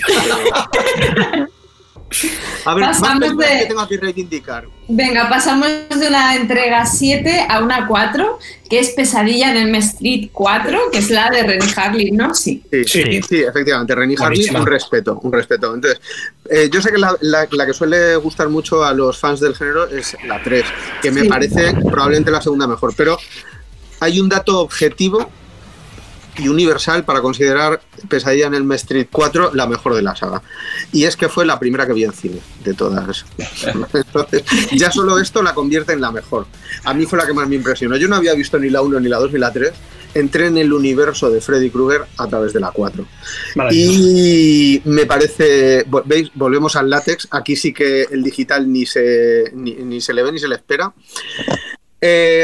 A ver, pasamos más de... que tengo que reivindicar. Venga, pasamos de una entrega siete a una cuatro, que es Pesadilla en Elm Street cuatro, que es la de Renny Harlin, ¿no? Sí, sí, sí, sí, sí efectivamente. Renny Harlin, un respeto, un respeto. Entonces, eh, yo sé que la, la, la que suele gustar mucho a los fans del género es la tres, que me sí. parece probablemente la segunda mejor, pero hay un dato objetivo y universal para considerar Pesadilla en Elm Street cuatro la mejor de la saga, y es que fue la primera que vi en cine de todas. Entonces, ya solo esto la convierte en la mejor. A mí fue la que más me impresionó. Yo no había visto ni la uno, ni la dos, ni la tres. Entré en el universo de Freddy Krueger a través de la cuatro. Y me parece, veis, volvemos al látex. Aquí sí que el digital ni se, ni, ni se le ve ni se le espera. Eh,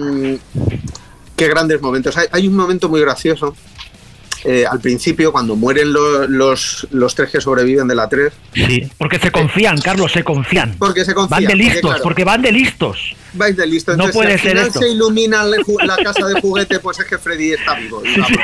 Qué grandes momentos. Hay, hay un momento muy gracioso eh, al principio, cuando mueren lo, los, los tres que sobreviven de la tres. Sí, porque se confían, eh, Carlos, se confían. Porque se confían. Van de listos, porque, claro, porque van de listos. Vais de listos. No Entonces, puede si ser al final esto. Se ilumina la casa de juguete, pues es que Freddy está vivo.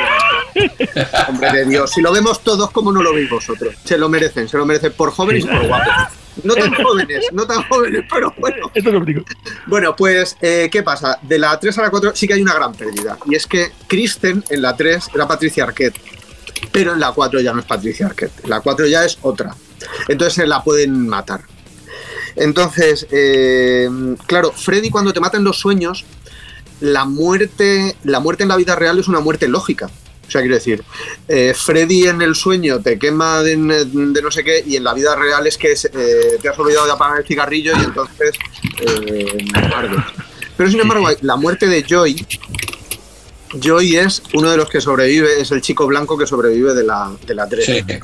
Hombre de Dios, si lo vemos todos, ¿cómo no lo veis vosotros? Se lo merecen, se lo merecen por jóvenes y por guapos. No tan jóvenes, no tan jóvenes, pero bueno. Esto es lo digo. Bueno, pues, eh, ¿qué pasa? De la tres a la cuatro sí que hay una gran pérdida. Y es que Kristen en la tres era Patricia Arquette, pero en la cuatro ya no es Patricia Arquette. En la cuatro ya es otra. Entonces se la pueden matar. Entonces, eh, claro, Freddy, cuando te mata en los sueños, la muerte, la muerte en la vida real es una muerte lógica. O sea, quiero decir, eh, Freddy en el sueño te quema de, de no sé qué, y en la vida real es que eh, te has olvidado de apagar el cigarrillo y entonces eh, ardes. Pero sin embargo, la muerte de Joy, Joy es uno de los que sobrevive, es el chico blanco que sobrevive de la, de la tres. Sí.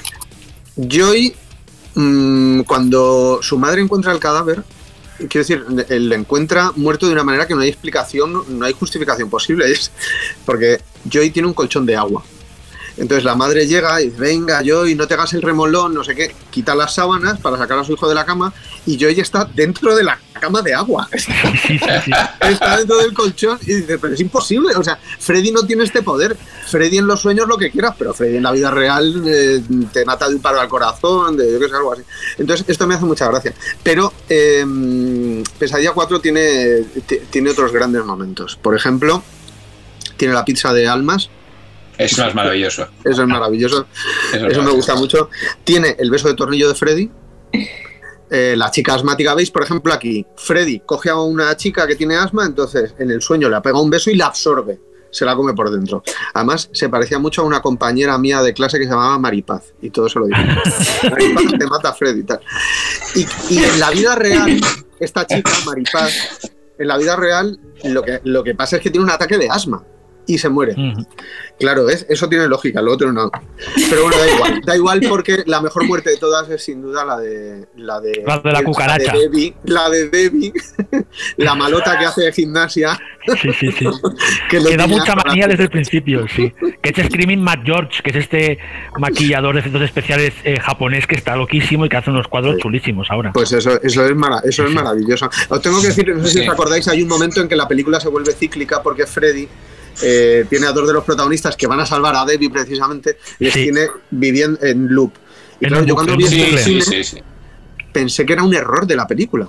Joy, mmm, cuando su madre encuentra el cadáver, quiero decir, él le encuentra muerto de una manera que no hay explicación, no hay justificación posible, es porque Joy tiene un colchón de agua. Entonces la madre llega y dice, venga, Joy, no te hagas el remolón, no sé qué, quita las sábanas para sacar a su hijo de la cama y Joy está dentro de la cama de agua. Está dentro del colchón y dice, pero es imposible, o sea, Freddy no tiene este poder. Freddy en los sueños lo que quieras, pero Freddy en la vida real eh, te mata de un paro al corazón, de yo qué sé, algo así. Entonces esto me hace mucha gracia. Pero eh, Pesadilla cuatro tiene, t- tiene otros grandes momentos. Por ejemplo, tiene la pizza de almas. Eso es maravilloso. Eso es maravilloso. Eso, es Eso me gusta mucho. Tiene el beso de tornillo de Freddy. Eh, la chica asmática, veis, por ejemplo, aquí, Freddy coge a una chica que tiene asma, entonces en el sueño le pega un beso y la absorbe. Se la come por dentro. Además, se parecía mucho a una compañera mía de clase que se llamaba Maripaz. Y todo se lo digo. Maripaz te mata a Freddy y tal. Y, y en la vida real, esta chica, Maripaz, en la vida real, lo que, lo que pasa es que tiene un ataque de asma. Y se muere. Uh-huh. Claro, ¿ves? Eso tiene lógica, lo otro no. Pero bueno, da igual. Da igual porque la mejor muerte de todas es sin duda la de... La de, la de la cucaracha. La de Debbie, la de Debbie, la malota que hace de gimnasia. Sí, sí, sí. Que, que da mucha manía desde el principio, sí. Que es Screaming Matt George, que es este maquillador de efectos especiales eh, japonés que está loquísimo y que hace unos cuadros sí. chulísimos ahora. Pues eso, eso es, mara- eso sí, es maravilloso. Os tengo que decir, no sé si os acordáis, hay un momento en que la película se vuelve cíclica porque Freddy... Eh, tiene a dos de los protagonistas que van a salvar a Debbie precisamente y les sí. tiene viviendo en loop. Y claro, yo cuando vi esto en cine sí, sí, sí. pensé que era un error de la película.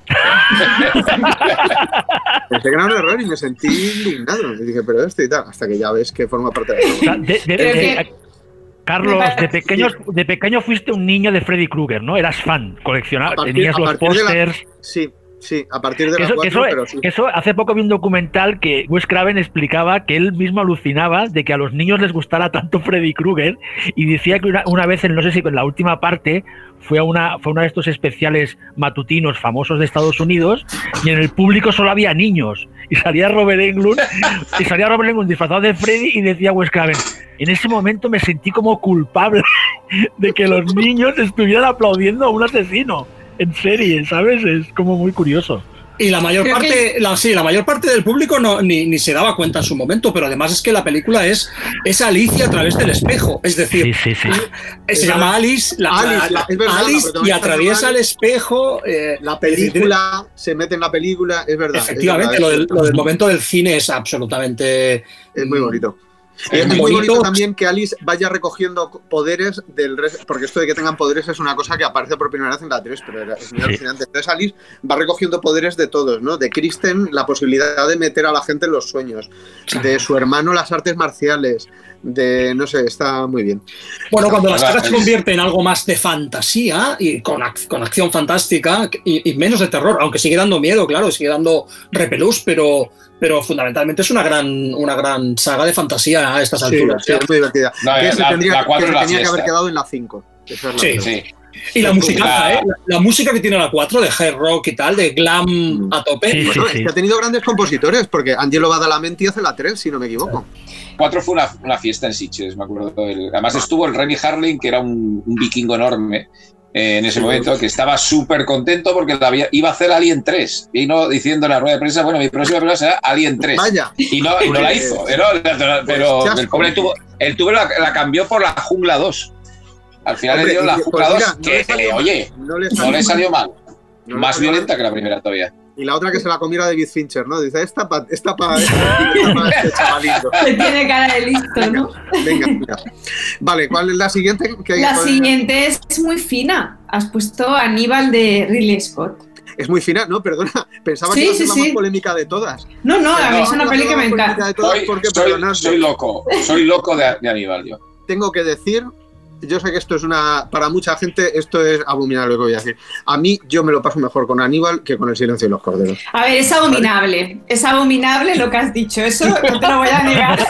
Pensé que era un error y me sentí indignado. Y dije, pero esto y tal, hasta que ya ves que forma parte de la película. De, de, de, de, Carlos, de pequeño, de pequeño fuiste un niño de Freddy Krueger, ¿no? Eras fan, coleccionabas, tenías los pósters. Sí. Sí, a partir de las eso, cuatro, eso, pero sí. Eso, hace poco vi un documental que Wes Craven explicaba que él mismo alucinaba de que a los niños les gustara tanto Freddy Krueger y decía que una, una vez, en, no sé si en la última parte, fue a una, fue uno de estos especiales matutinos famosos de Estados Unidos y en el público solo había niños y salía Robert Englund y salía Robert Englund disfrazado de Freddy y decía Wes Craven, en ese momento me sentí como culpable de que los niños estuvieran aplaudiendo a un asesino. En serie, ¿sabes? Es como muy curioso. Y la mayor Creo parte, que... la, sí, la mayor parte del público no, ni, ni se daba cuenta en su momento, pero además es que la película es, es Alicia a través del espejo. Es decir, sí, sí, sí. se llama Alice, la, Alice, la, la, verdad, Alice y atraviesa el espejo. Eh, la película decir, se mete en la película, es verdad. Efectivamente, es verdad, lo, del, lo del momento del cine es absolutamente. Es muy bonito. Es muy bonito. bonito también que Alice vaya recogiendo poderes del resto, porque esto de que tengan poderes es una cosa que aparece por primera vez en la tres, pero es muy sí. alucinante. Entonces Alice va recogiendo poderes de todos, ¿no? De Kristen, la posibilidad de meter a la gente en los sueños, de su hermano las artes marciales, de, no sé, está muy bien. Bueno, cuando la saga se convierte en algo más de fantasía y con, ac- con acción fantástica y, y menos de terror, aunque sigue dando miedo, claro, sigue dando repelús, pero... pero fundamentalmente es una gran una gran saga de fantasía a estas sí, alturas. Sí, es muy divertida. No, que la, se la, tendría, la cuatro que se tenía fiesta. que haber quedado en la cinco. Esa es la sí, sí. Y la musicaza, ¿eh? La, la música que tiene la cuatro, de hard rock y tal, de glam mm. a tope. Sí, bueno, sí, es sí. que ha tenido grandes compositores, porque Angelo Badalamenti hace la tres, si no me equivoco. cuatro fue una, una fiesta en Sitges, me acuerdo. El, además estuvo el Renny Harlin, que era un, un vikingo enorme, Eh, en ese momento, que estaba súper contento porque había, iba a hacer Alien tres y no diciendo en la rueda de prensa, bueno, mi próxima película será Alien tres. Vaya. Y no, y no la hizo, pero, pero el pobre tuvo, el tuvo la, la cambió por la Jungla dos. Al final Hombre, le dio la Jungla pues dos, mira, que, no eh, oye, no le salió, no le salió mal. No Más salió violenta mal. Que la primera todavía. Y la otra que se la comiera David Fincher, ¿no? Dice, esta pa, esta pa, esta pa este chavalito. Se tiene cara de listo, ¿no? Venga, venga. Vale, ¿cuál es la siguiente? Que hay la que siguiente es muy fina. Has puesto Aníbal de Ridley Scott. Es muy fina, no, perdona. Pensaba sí, que iba a ser sí, la sí. más polémica de todas. No, no, Pero a mí no, es una no, peli que me encanta. De todas soy, porque, soy, soy loco, soy loco de, de Aníbal, yo. Tengo que decir... Yo sé que esto es una... Para mucha gente esto es abominable lo que voy a decir. A mí yo me lo paso mejor con Aníbal que con El silencio de los corderos. A ver, es abominable. ¿Vale? Es abominable lo que has dicho. Eso no te lo voy a negar.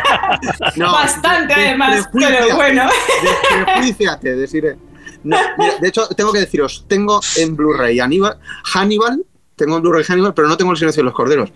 No, Bastante de, además, pero bueno. Desprejuíciate, deciré. No, de hecho, tengo que deciros, tengo en Blu-ray Aníbal, Hannibal, tengo en Blu-ray Hannibal, pero no tengo El silencio de los corderos.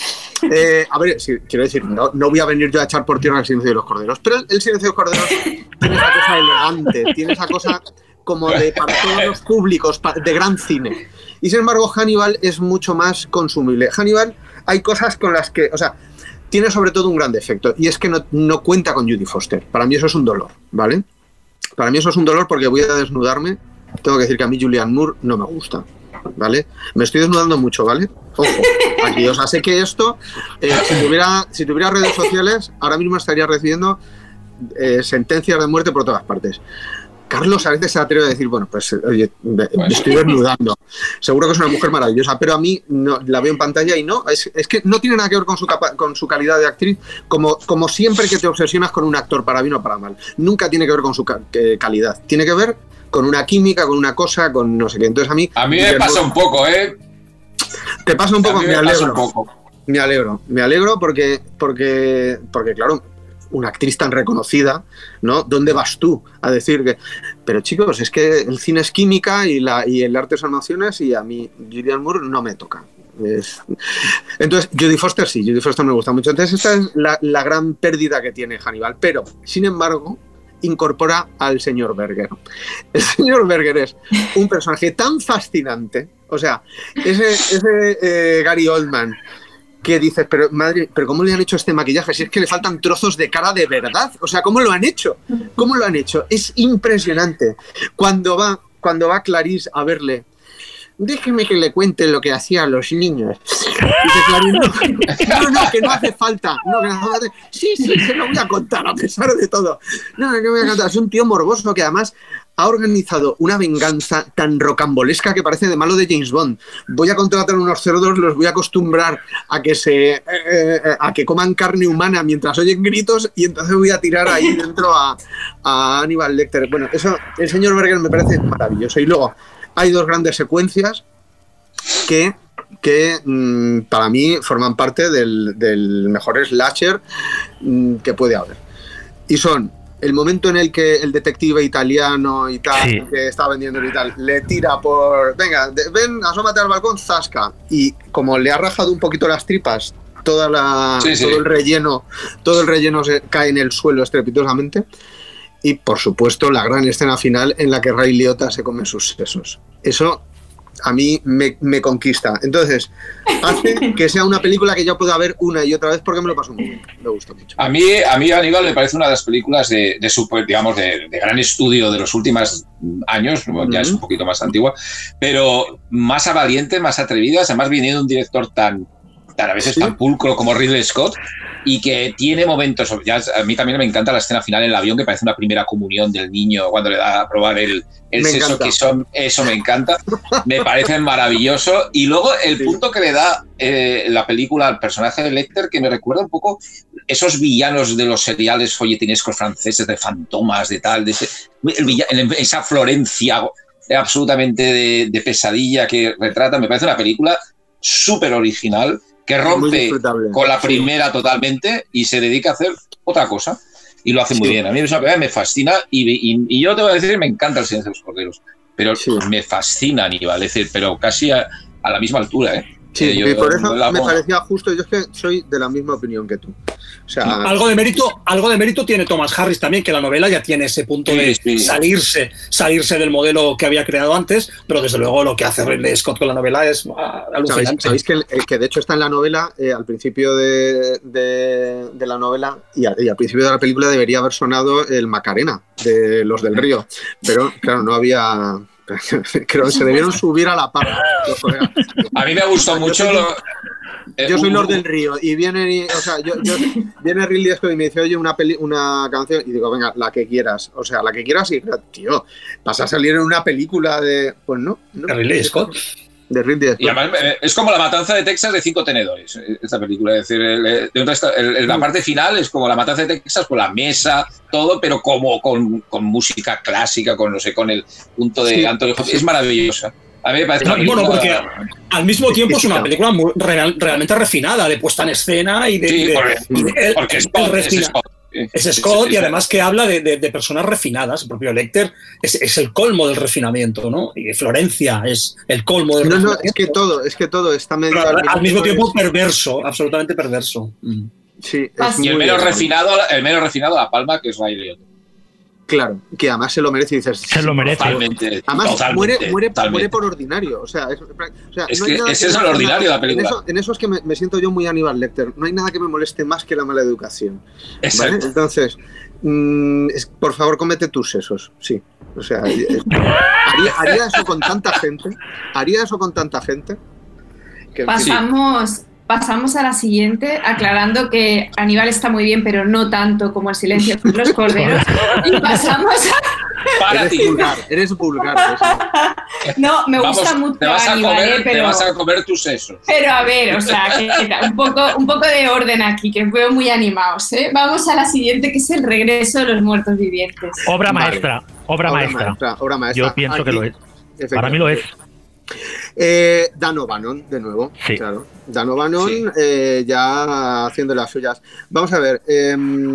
Eh, a ver, sí, quiero decir, no, no voy a venir yo a echar por tierra El silencio de los corderos, pero el, el silencio de los corderos tiene esa cosa elegante, tiene esa cosa como de para todos los públicos, de gran cine. Y sin embargo, Hannibal es mucho más consumible. Hannibal, hay cosas con las que, o sea, tiene sobre todo un gran defecto, y es que no, no cuenta con Judy Foster. Para mí eso es un dolor, ¿vale? Para mí eso es un dolor porque voy a desnudarme. Tengo que decir que a mí Julianne Moore no me gusta, ¿vale? Me estoy desnudando mucho, ¿vale? Ojo, aquí, o sea, sé que esto, eh, si, tuviera, si tuviera redes sociales, ahora mismo estaría recibiendo eh, sentencias de muerte por todas partes. Carlos a veces se atreve a decir, bueno, pues oye, me, me estoy desnudando. Seguro que es una mujer maravillosa, pero a mí no, la veo en pantalla y no, es, es que no tiene nada que ver con su, capa, con su calidad de actriz, como, como siempre que te obsesionas con un actor, para bien o para mal. Nunca tiene que ver con su ca eh, calidad, tiene que ver con una química, con una cosa, con no sé qué. Entonces a mí... A mí me pasa un poco, ¿eh? Te pasa un poco, me, me alegro. Un poco. Me alegro, me alegro porque, porque, porque claro... una actriz tan reconocida, ¿no? ¿Dónde vas tú a decir que...? Pero chicos, es que el cine es química y, la, y el arte son emociones y a mí Julianne Moore no me toca. Es... Entonces, Judy Foster sí, Judy Foster me gusta mucho. Entonces esta es la, la gran pérdida que tiene Hannibal. Pero, sin embargo, incorpora al señor Berger. El señor Berger es un personaje tan fascinante. O sea, ese, ese eh, Gary Oldman... que dices, pero madre, pero ¿cómo le han hecho este maquillaje? Si es que le faltan trozos de cara de verdad. O sea, ¿cómo lo han hecho? ¿Cómo lo han hecho? Es impresionante. Cuando va, cuando va Clarice a verle, déjeme que le cuente lo que hacían los niños. Dice Clarice, no, no, no, que no hace falta. No, que no hace falta. Sí, sí, se lo voy a contar a pesar de todo. No, no, no voy a contar. Es un tío morboso que además ha organizado una venganza tan rocambolesca que parece de malo de James Bond. Voy a contratar unos cerdos, los voy a acostumbrar a que se eh, eh, a que coman carne humana mientras oyen gritos y entonces voy a tirar ahí dentro a, a Hannibal Lecter. Bueno, eso, el señor Berger me parece maravilloso. Y luego hay dos grandes secuencias que, que mmm, para mí forman parte del, del mejor slasher mmm, que puede haber. Y son el momento en el que el detective italiano y tal, sí, que está vendiendo y tal, le tira por... Venga, de, ven, asómate al balcón, zasca. Y como le ha rajado un poquito las tripas, toda la, sí, sí. todo el relleno, todo el relleno se cae en el suelo estrepitosamente. Y, por supuesto, la gran escena final en la que Ray Liotta se come sus sesos. Eso a mí me, me conquista. Entonces, hace que sea una película que yo pueda ver una y otra vez porque me lo paso muy bien. Me gusta mucho. A mí, a mí Hannibal me parece una de las películas de, de super, digamos, de, de gran estudio de los últimos años, ya uh-huh. es un poquito más antigua, pero más valiente, más atrevida, además viniendo de un director tan, tan a veces ¿Sí? tan pulcro como Ridley Scott, y que tiene momentos, ya a mí también me encanta la escena final en el avión, que parece una primera comunión del niño cuando le da a probar el, el seso, que son, eso me encanta, me parece maravilloso. Y luego el sí. punto que le da eh, la película al personaje de Lecter, que me recuerda un poco esos villanos de los seriales folletinescos franceses, de fantomas, de tal, de ese, el villano, esa Florencia absolutamente de, de pesadilla que retrata. Me parece una película súper original, que rompe con la primera sí. totalmente y se dedica a hacer otra cosa y lo hace muy sí. bien. A mí es una película que me fascina y, y, y yo te voy a decir, me encanta El silencio de los corderos, pero sí. me fascina Aníbal, es decir, pero casi a, a la misma altura, ¿eh? Sí, eh, yo, y por eso me parecía justo, yo es que soy de la misma opinión que tú. O sea, algo de mérito, algo de mérito tiene Thomas Harris también, que la novela ya tiene ese punto sí, de sí. salirse, salirse del modelo que había creado antes, pero desde luego lo que hace Ridley Scott con la novela es uh, alucinante. ¿Sabéis, sabéis que, el, el que de hecho está en la novela, eh, al principio de, de, de la novela y, a, y al principio de la película debería haber sonado el Macarena de Los del Río, pero claro, no había... Creo que se debieron subir a la parra. A mí me gustó mucho. Yo soy, lo, eh, yo soy Lord del Río y viene, o sea, yo, yo, viene Ridley Scott y me dice, oye, una, peli, una canción, y digo, venga, la que quieras. O sea, la que quieras, y tío, vas a salir en una película de. Pues no. no ¿De Ridley Scott? De Ridley Scott. Y además, es como La matanza de Texas de cinco tenedores, esta película. Es decir, el, el, el, la parte final es como La matanza de Texas con la mesa, todo, pero como con, con música clásica, con no sé, con el punto de sí, Anthony Hopkins. Sí. Es maravillosa. A mí me parece no, bueno, porque al mismo tiempo es una película muy, real, realmente refinada, de puesta en escena y de... Sí, de, porque, de, el, porque Scott, es Scott. Es Scott y además que habla de, de, de personas refinadas. El propio Lecter es, es el colmo del refinamiento, ¿no? Y Florencia es el colmo del no, refinamiento. No, es que todo, es que todo está medio... Al, al, al mismo tiempo es perverso, absolutamente perverso. Sí, es y el menos, refinado, el menos refinado La Palma, que es Ray Liotta. Claro, que además se lo merece y dices... Se lo merece. Totalmente. Además totalmente, muere, muere, totalmente. muere por ordinario. O sea, es, o sea, es no que ese es el ordinario de la película. En eso, en eso es que me, me siento yo muy Aníbal Lecter. No hay nada que me moleste más que la mala educación. ¿Vale? Entonces, mmm, es, por favor, cómete tus sesos. Sí. O sea, haría, haría eso con tanta gente. Haría eso con tanta gente. Que, Pasamos... Sí. Pasamos a la siguiente, aclarando que Aníbal está muy bien, pero no tanto como El silencio de los corderos. Y pasamos a... Para eres vulgar, eres vulgar. No, me Vamos, gusta mucho te vas a Aníbal, comer, eh, pero... Te vas a comer tus sesos. Pero a ver, o sea, que, que, un, poco, un poco de orden aquí, que os veo muy animados, ¿eh? Vamos a la siguiente, que es El regreso de los muertos vivientes. Obra maestra, vale. obra, obra maestra. maestra. Obra maestra. Yo pienso aquí, que lo es. Para mí lo es. Eh, Dan O'Bannon, de nuevo. Sí. Claro. Dan O'Bannon, sí. eh, ya haciendo las suyas. Vamos a ver. Eh,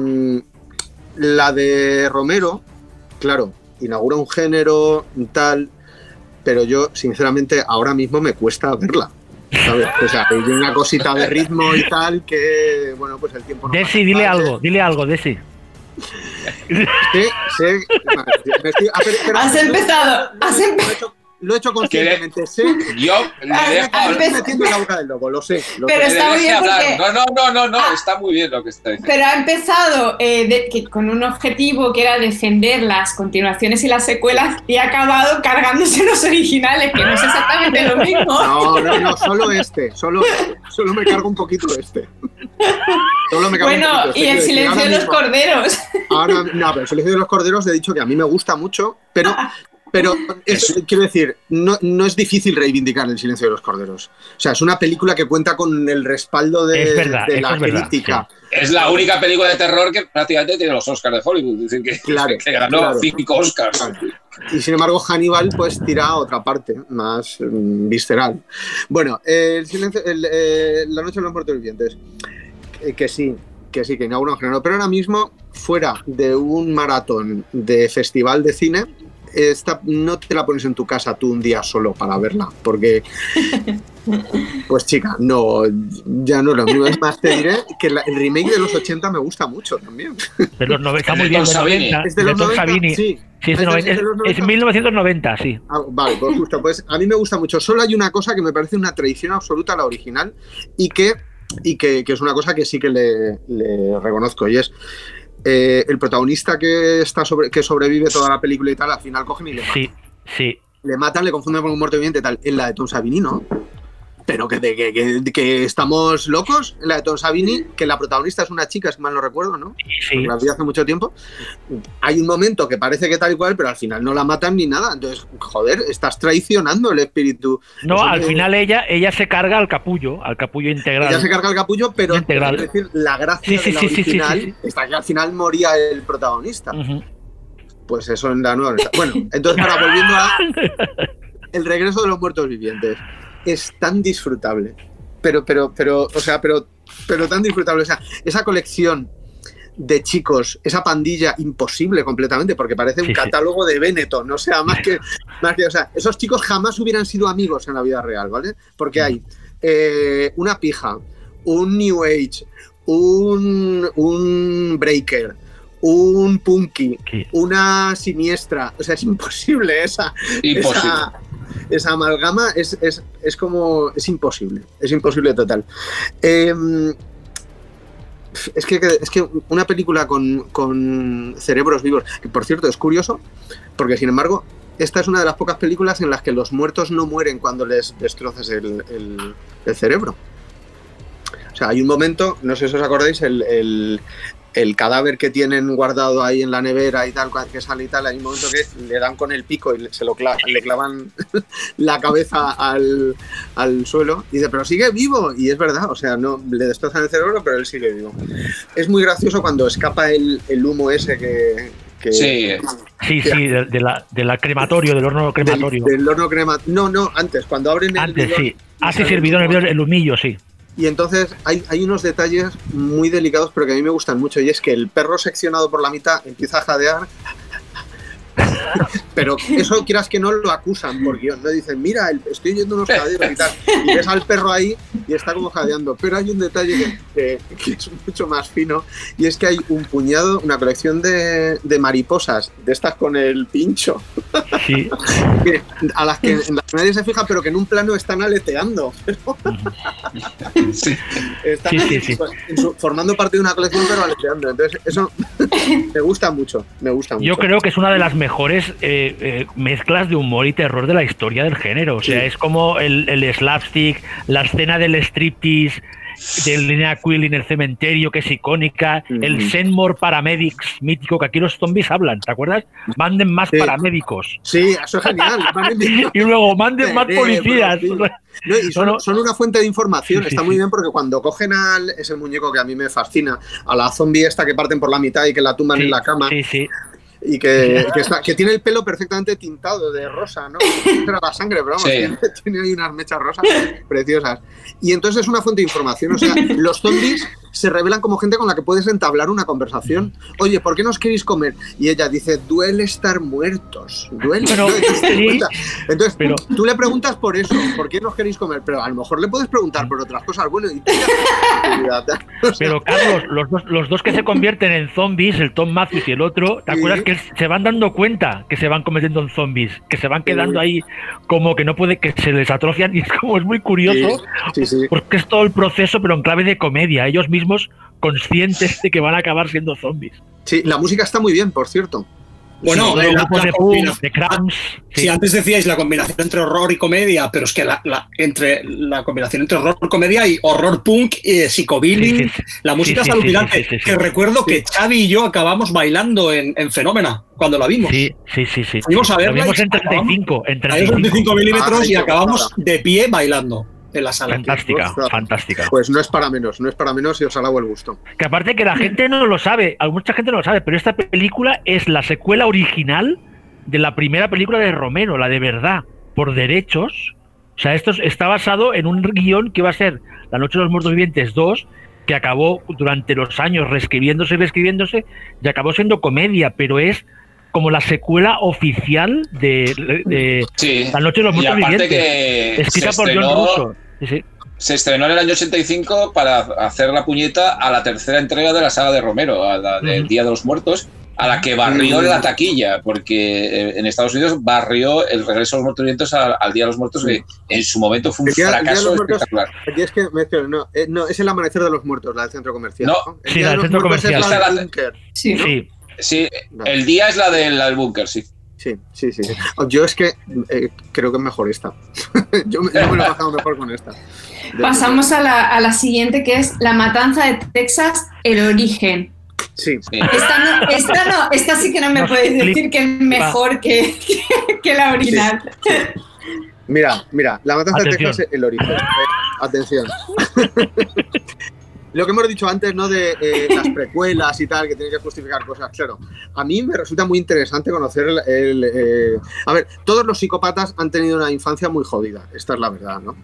la de Romero, claro, inaugura un género, tal, pero yo, sinceramente, ahora mismo me cuesta verla. ¿Sabes? O sea, hay una cosita de ritmo y tal que, bueno, pues el tiempo no Desi, dile pasa. algo, dile algo, Desi. Sí, sí. Me estoy, ah, pero, pero, has no, empezado, no, has no, empezado. Lo he hecho conscientemente, sé. Yo le dejo Estoy metiendo en la boca del lobo, lo sé. Lo Pero sé. está muy bien porque... No, no, no, no, no, ah, está muy bien lo que está diciendo. Pero ha empezado eh, de, que, con un objetivo que era defender las continuaciones y las secuelas y ha acabado cargándose los originales, que no es exactamente lo mismo. No, no, no, solo este, solo, solo me cargo un poquito este. Solo me cargo bueno, un poquito este. Y El silencio de los mismo, corderos. Ahora, no, pero El silencio de los corderos he dicho que a mí me gusta mucho, pero... Pero es, quiero decir, no, no es difícil reivindicar El silencio de los corderos. O sea, es una película que cuenta con el respaldo de, verdad, de la es verdad, crítica. Sí. Es la única película de terror que prácticamente tiene los Oscars de Hollywood. Es decir, que, claro, que ganó claro. cinco Oscars. Y sin embargo, Hannibal pues tira a otra parte, más mm, visceral. Bueno, eh, el silencio, el, eh, La noche de los muertos vivientes. Eh, que sí, que sí, que inaugura un género. Pero ahora mismo, fuera de un maratón de festival de cine, esta, no te la pones en tu casa tú un día solo para verla, porque pues chica, no, ya no es lo mismo. Es más, te diré que la, el remake de los ochenta me gusta mucho también. De los noventa, muy bien, de noventa, es de los noventa, Savini. Sí. Sí, es, de noventa, es, es mil novecientos noventa, sí. Ah, vale, pues justo, pues a mí me gusta mucho. Solo hay una cosa que me parece una traición absoluta a la original y que, y que, que es una cosa que sí que le, le reconozco, y es Eh, el protagonista que está sobre, que sobrevive toda la película y tal, al final cogen y le matan. Sí, sí. Le matan, le confunden con un muerto viviente y tal. En la de Tom Savini, ¿no? Pero que, que, que, que estamos locos. En la de Tom Savini, que la protagonista es una chica, si mal no recuerdo, ¿no? Sí. La vi hace mucho tiempo. Hay un momento que parece que tal y cual, pero al final no la matan ni nada. Entonces, joder, estás traicionando el espíritu. No, Eso al me... final ella, ella se carga al capullo, al capullo integral. Ella se carga al capullo, pero integral. Es decir, la gracia sí, sí, de la sí, original sí, sí, sí. está que al final moría el protagonista. Uh-huh. Pues eso en la nueva. Bueno, entonces ahora volviendo a El regreso de los muertos vivientes. Es tan disfrutable. Pero, pero, pero, o sea, pero, pero tan disfrutable. O sea, esa colección de chicos, esa pandilla imposible completamente, porque parece un sí, catálogo sí. de Benetton, o sea, más que, más que, o sea, esos chicos jamás hubieran sido amigos en la vida real, ¿vale? Porque hay eh, una pija, un New Age, un, un breaker, un punky, ¿qué? Una siniestra, o sea, es imposible esa, imposible. esa, esa amalgama, es, es, es como, es imposible, es imposible total. Eh, Es que, es que una película con, con cerebros vivos, que por cierto es curioso, porque sin embargo, esta es una de las pocas películas en las que los muertos no mueren cuando les destrozas el, el, el cerebro. O sea, hay un momento, no sé si os acordáis, el, el, el cadáver que tienen guardado ahí en la nevera y tal, que sale y tal, hay un momento que le dan con el pico y se lo clavan, le clavan la cabeza al, al suelo y dice, pero sigue vivo, y es verdad, o sea, no le destrozan el cerebro, pero él sigue vivo. Es muy gracioso cuando escapa el, el humo ese que... que sí, sí, que, sí, de, de, la, de la crematorio, del horno crematorio. Del, del horno crematorio, no, no, antes, cuando abren el Antes, bidón, sí, hace ah, sí, el bidón, el, bidón, el humillo, sí. Y entonces hay, hay unos detalles muy delicados, pero que a mí me gustan mucho, y es que el perro seccionado por la mitad empieza a jadear Pero eso, quieras que no, lo acusan por guión, no dicen, mira, estoy oyendo unos jadeos y tal, y ves al perro ahí y está como jadeando, pero hay un detalle que, que, que es mucho más fino, y es que hay un puñado, una colección de, de mariposas, de estas con el pincho, sí. que, a las que, en las que nadie se fija, pero que en un plano están aleteando. Pero, sí. Están sí, sí, sí. En su, formando parte de una colección, pero aleteando. Entonces, eso me gusta mucho, me gusta mucho. Yo creo que es una de las mejores eh, eh, mezclas de humor y terror de la historia del género. O sea, sí. es como el, el slapstick, la escena del striptease, de Linnea Quill en el cementerio, que es icónica, mm-hmm. el Seymour Paramedics mítico, que aquí los zombies hablan, ¿te acuerdas? Manden más sí. paramédicos. Sí, eso es genial. Y luego manden más policías. No, y son, son una fuente de información, sí, está sí, muy sí. bien, porque cuando cogen al ese muñeco que a mí me fascina, a la zombie esta que parten por la mitad y que la tumban sí, en la cama. Sí, sí. Y que, que, está, que tiene el pelo perfectamente tintado de rosa, ¿no? Era la sangre, pero vamos, sí. tiene, tiene ahí unas mechas rosas preciosas. Y entonces es una fuente de información. O sea, los zombies se revelan como gente con la que puedes entablar una conversación. Oye, ¿por qué nos queréis comer? Y ella dice, duele estar muertos. Duele. Pero, sí, entonces, pero, tú le preguntas por eso, ¿por qué nos queréis comer? Pero a lo mejor le puedes preguntar por otras cosas. Bueno, y o sea, pero Carlos, los dos, los dos que se convierten en zombies, el Tom Matthews y el otro, ¿te acuerdas sí. que se van dando cuenta que se van convirtiendo en zombies? Que se van quedando ahí como que no puede, que se les atrofian, y es como, es muy curioso, sí, sí, sí. porque es todo el proceso, pero en clave de comedia. Ellos mismos conscientes de que van a acabar siendo zombies. Sí, la música está muy bien, por cierto. Bueno, sí, la, la, de Pum, de Cramps, sí. sí, antes decíais la combinación entre horror y comedia, pero es que la, la, entre, la combinación entre horror y comedia y horror punk y eh, psicobilly, sí, sí, la música sí, es alucinante. Sí, sí, sí, sí, que sí. recuerdo sí. que Xavi y yo acabamos bailando en, en Fenómena cuando la vimos. Sí, sí, sí. sí. Fuimos a verla. La vimos en treinta y cinco, en treinta y cinco. treinta y cinco milímetros ah, y acabamos de pie bailando. En la sala. Fantástica, pues, fantástica. Pues no es para menos, no es para menos y os alabo el gusto. Que aparte que la gente no lo sabe, mucha gente no lo sabe, pero esta película es la secuela original de la primera película de Romero, la de verdad, por derechos. O sea, esto está basado en un guión que va a ser La Noche de los Muertos Vivientes dos, que acabó durante los años reescribiéndose y reescribiéndose, y acabó siendo comedia, pero es como la secuela oficial de, de sí. La Noche de los Muertos Vivientes, que escrita por estrenó, John Russo. Sí, sí. Se estrenó en el año ochenta y cinco para hacer la puñeta a la tercera entrega de la saga de Romero, a la del uh-huh. Día de los Muertos, a la que barrió uh-huh. en la taquilla, porque en Estados Unidos barrió el Regreso de los Muertos Vivientes al, al Día de los Muertos, que en su momento fue un día, fracaso espectacular. Aquí es que, no, eh, no, es el Amanecer de los Muertos, la del centro comercial. No, ¿no? El sí, la del centro comercial. Es la del búnker. Sí, ¿no? sí. Sí, vale. El día es la del, la del búnker, sí. Sí, sí, sí. Yo es que eh, creo que es mejor esta. yo, me, yo me lo he bajado mejor con esta. De Pasamos a la, a la siguiente, que es La Matanza de Texas, el origen. Sí. sí. Esta, no, esta, no, esta sí que no me no, podéis decir que es mejor que, que, que la original. Sí, sí. Mira, mira, La Matanza Atención. de Texas, el origen. Eh, atención. Lo que hemos dicho antes, ¿no? De eh, las precuelas y tal, que tienen que justificar cosas, claro. A mí me resulta muy interesante conocer el... el eh... A ver, todos los psicópatas han tenido una infancia muy jodida, esta es la verdad, ¿no?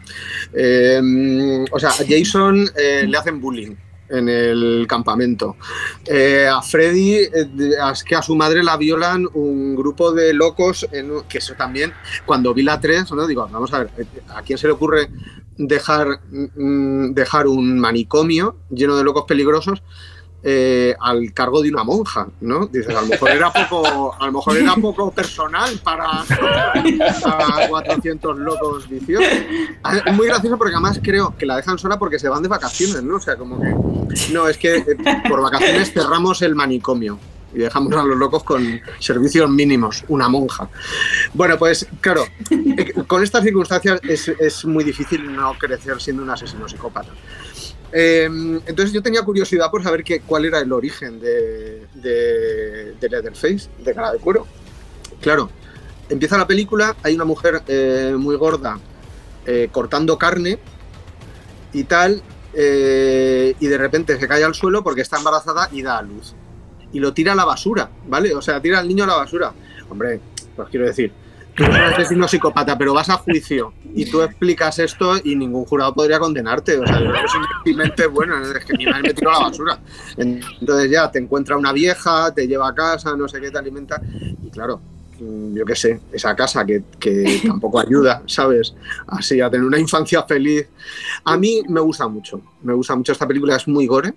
Eh, o sea, a Jason eh, le hacen bullying en el campamento. Eh, a Freddy, eh, es que a su madre la violan un grupo de locos, en, que eso también, cuando vi la tres, ¿no? Digo, vamos a ver, ¿a quién se le ocurre dejar, mm, dejar un manicomio lleno de locos peligrosos eh, al cargo de una monja, ¿no? Dices, a lo mejor era poco, a lo mejor era poco personal para, para cuatrocientos locos viciosos. Es muy gracioso porque además creo que la dejan sola porque se van de vacaciones, ¿no? O sea, como que no, es que eh, por vacaciones cerramos el manicomio y dejamos a los locos con servicios mínimos, una monja. Bueno, pues claro, eh, con estas circunstancias es, es muy difícil no crecer siendo un asesino psicópata. Eh, entonces yo tenía curiosidad por saber que, cuál era el origen de, de, de Leatherface, de Cara de Cuero. Claro, empieza la película, hay una mujer eh, muy gorda eh, cortando carne y tal, eh, y de repente se cae al suelo porque está embarazada y da a luz. Y lo tira a la basura, ¿vale? O sea, tira al niño a la basura. Hombre, pues quiero decir, tú eres un asesino psicópata, pero vas a juicio y tú explicas esto y ningún jurado podría condenarte. O sea, yo creo que es simplemente, bueno, es que mi madre me tiró a la basura. Entonces ya te encuentra una vieja, te lleva a casa, no sé qué, te alimenta. Y claro, yo qué sé, esa casa que, que tampoco ayuda, ¿sabes? Así a tener una infancia feliz. A mí me gusta mucho, me gusta mucho esta película, es muy gore.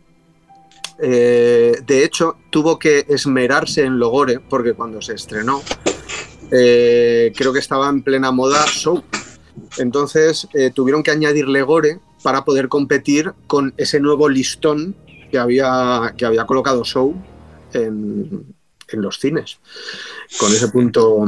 Eh, de hecho, tuvo que esmerarse en lo gore porque cuando se estrenó, eh, creo que estaba en plena moda Saw. Entonces eh, tuvieron que añadirle gore para poder competir con ese nuevo listón que había, que había colocado Saw en, en los cines. Con ese punto...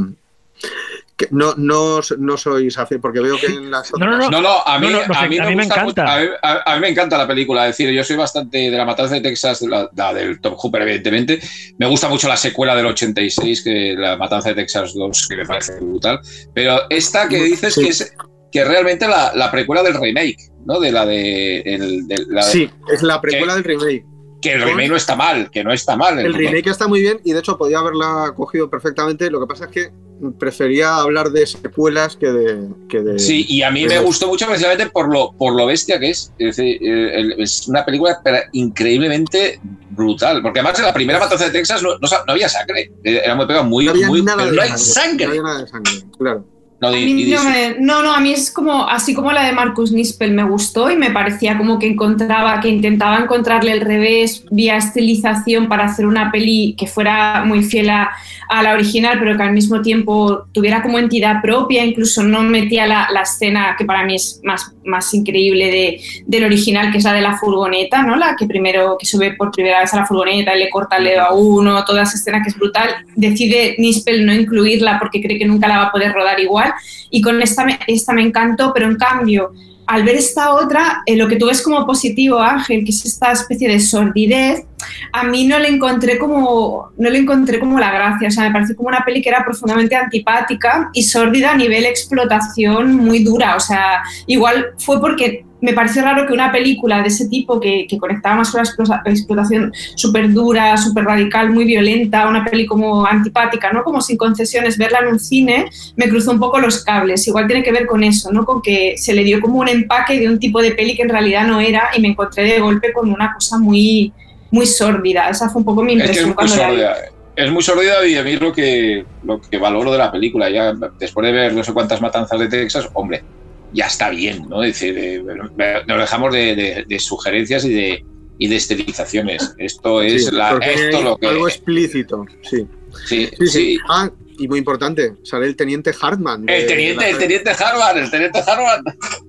Que no, no, no sois afín, porque veo que en las otras... No, no, no, no a mí, no, no, no, a mí, a me, mí me gusta encanta. Mucho, a, mí, a, a mí me encanta la película. Es decir, yo soy bastante de La Matanza de Texas, la, la del Top Hooper, evidentemente. Me gusta mucho la secuela del ochenta y seis, que La Matanza de Texas dos, que me parece brutal. Pero esta que dices sí. que es que realmente la, la precuela del remake, ¿no? De la de... El, de la de sí, es la precuela que, del remake. Que el remake no está mal, que no está mal. El, el remake está muy bien y de hecho podía haberla cogido perfectamente. Lo que pasa es que prefería hablar de secuelas que de... Que de sí, y a mí me gustó mucho precisamente por lo, por lo bestia que es. Es decir, es una película increíblemente brutal. Porque además en la primera Matanza de Texas no, no, no había sangre. Era muy pegado, muy... No había muy, nada pero de no hay sangre. sangre. No había nada de sangre, claro. No, a mí no, me, no, no, a mí es como, así como la de Marcus Nispel me gustó y me parecía como que encontraba, que intentaba encontrarle el revés vía estilización para hacer una peli que fuera muy fiel a, a la original, pero que al mismo tiempo tuviera como entidad propia, incluso no metía la, la escena que para mí es más, más increíble de, del original, que es la de la furgoneta, ¿no? La que primero, que sube por primera vez a la furgoneta y le corta el dedo a uno, toda esa escena que es brutal, decide Nispel no incluirla porque cree que nunca la va a poder rodar igual. Y con esta me, esta me encantó, pero en cambio, al ver esta otra, eh, lo que tú ves como positivo, Ángel, que es esta especie de sordidez, a mí no le encontré como, no le encontré como la gracia. O sea, me pareció como una peli que era profundamente antipática y sórdida a nivel explotación muy dura. O sea, igual fue porque me pareció raro que una película de ese tipo que, que conectaba más con la explotación súper dura, súper radical, muy violenta, una peli como antipática, ¿no? Como sin concesiones, verla en un cine me cruzó un poco los cables. Igual tiene que ver con eso, ¿no? Con que se le dio como un empaque de un tipo de peli que en realidad no era y me encontré de golpe con una cosa muy, muy sórdida. Esa fue un poco mi impresión. Es que es muy sórdida. Es muy sórdida y a mí lo que, lo que valoro de la película, ya después de ver no sé cuántas matanzas de Texas, hombre, ya está bien, ¿no? Es decir, eh, nos dejamos de, de, de sugerencias y de, y de estilizaciones. Esto es sí, la, esto lo que... algo explícito, sí. Sí, sí, sí. sí. Ah, y muy importante, sale el teniente Hartman. De, el teniente, la... el teniente Hartman, el teniente Hartman.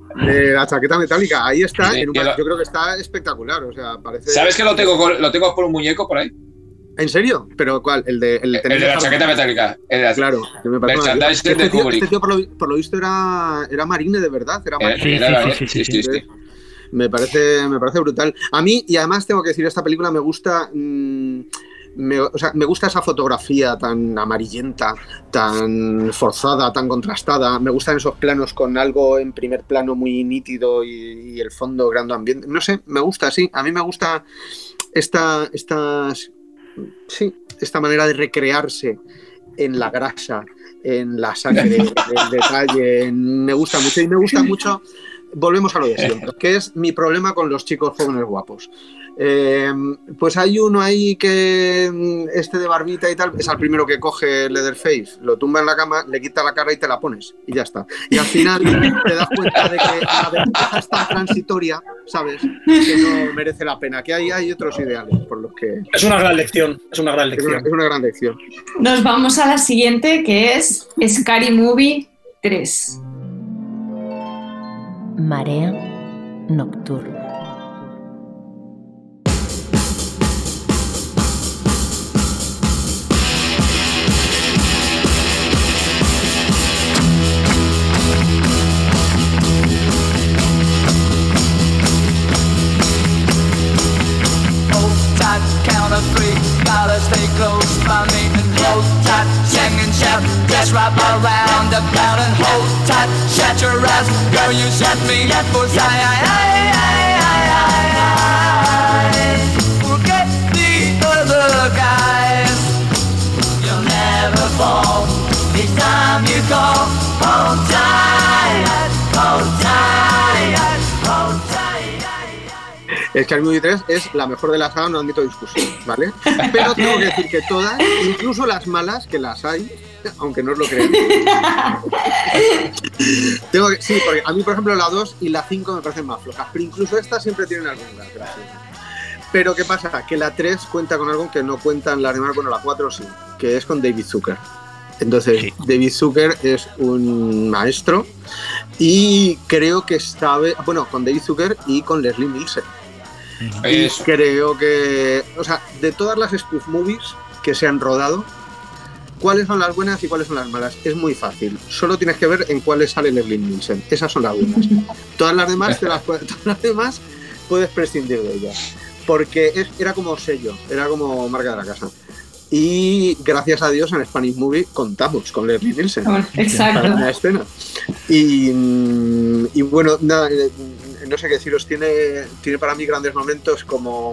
De la chaqueta metálica, ahí está. Sí, en un... lo... Yo creo que está espectacular, o sea, parece... ¿Sabes que lo tengo, lo tengo por un muñeco por ahí? ¿En serio? ¿Pero cuál? El de, el el de la chaqueta metálica. El de... Claro. Que me parece merchandising este de tío, Kubrick. Este tío, por lo, por lo visto, era, era marine de verdad. Era marine. Sí, era, sí, sí, sí, sí, sí, sí. Me parece, me parece brutal. A mí, y además tengo que decir, esta película me gusta... Mmm, me, o sea, me gusta esa fotografía tan amarillenta, tan forzada, tan contrastada. Me gustan esos planos con algo en primer plano muy nítido y, y el fondo grande ambiente. No sé, me gusta, sí. A mí me gusta esta... estas sí, esta manera de recrearse en la grasa, en la sangre, en el detalle, en, me gusta mucho y me gusta mucho, volvemos a lo de siempre, que es mi problema con los chicos jóvenes guapos. Eh, pues hay uno ahí que este de barbita y tal, es el primero que coge Leatherface, lo tumba en la cama, le quita la cara y te la pones y ya está. Y al final te das cuenta de que la ventaja es tan transitoria, ¿sabes? Que no merece la pena, que hay, hay otros ideales por los que... Es una gran lección, es una gran lección. Es una, es una gran lección. Nos vamos a la siguiente, que es Scary Movie tres. Marea nocturna. Stay close by me and hold tight, sing and shout, just wrap around the crowd and hold tight, shut your eyes, girl, you shut me up, for I, I, I, I, I, I, forget the other guys, you'll never fall, this time you call, hold tight, hold tight, hold tight. Scary Movie tres es la mejor de la saga, no admito discusión, ¿vale? Pero tengo que decir que todas, incluso las malas, que las hay, aunque no os lo crean. Tengo que, sí, porque a mí, por ejemplo, la dos y la cinco me parecen más flojas, pero incluso estas siempre tienen algunas gracias. Pero ¿qué pasa? Que la tres cuenta con algo que no cuentan las demás, bueno, la cuatro sí, que es con David Zucker. Entonces, sí. David Zucker es un maestro y creo que sabe, bueno, con David Zucker y con Leslie Nielsen. Y creo que, o sea, de todas las spoof movies que se han rodado, ¿cuáles son las buenas y cuáles son las malas? Es muy fácil. Solo tienes que ver en cuáles sale Leslie Nielsen. Esas son las buenas. Todas las demás, te las, todas las demás puedes prescindir de ellas. Porque es, era como sello, era como marca de la casa. Y gracias a Dios en Spanish Movie contamos con Leslie Nielsen. Exacto. Para una escena. Y, y bueno, nada, no sé qué deciros, tiene, tiene para mí grandes momentos como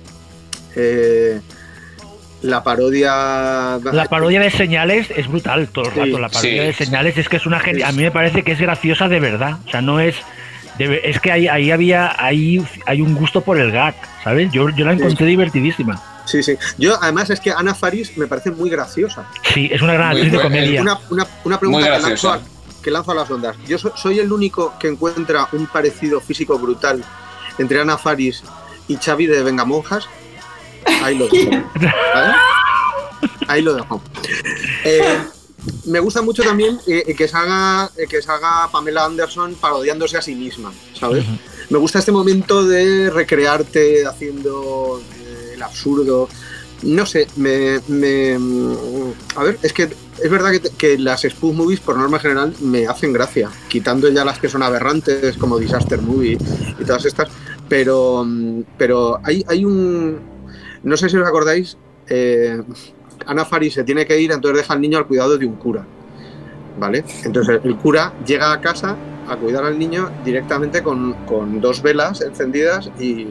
eh, la parodia... La parodia de Señales es brutal todo el rato, sí, la parodia sí. de Señales es que es una genial... A mí me parece que es graciosa de verdad, o sea, no es... Debe, es que ahí, ahí había ahí hay un gusto por el gag, ¿sabes? Yo, yo la encontré sí. divertidísima. Sí, sí. Yo, además, es que Ana Faris me parece muy graciosa. Sí, es una gran actriz de comedia. Una, una, una pregunta que lanzo, a, que lanzo a las ondas. Yo so, soy el único que encuentra un parecido físico brutal entre Ana Faris y Xavi de Vengamonjas. Ahí lo dejo. ¿Vale? Ahí lo dejo. Eh, me gusta mucho también eh, que, salga, eh, que salga Pamela Anderson parodiándose a sí misma, ¿sabes? Uh-huh. Me gusta este momento de recrearte haciendo... el absurdo, no sé, me, me a ver, es que es verdad que, que las spoof movies por norma general me hacen gracia, quitando ya las que son aberrantes como Disaster Movie y todas estas, pero pero hay, hay un, no sé si os acordáis, eh, Ana Faris se tiene que ir, entonces deja al niño al cuidado de un cura, ¿vale? Entonces el cura llega a casa a cuidar al niño directamente con, con dos velas encendidas y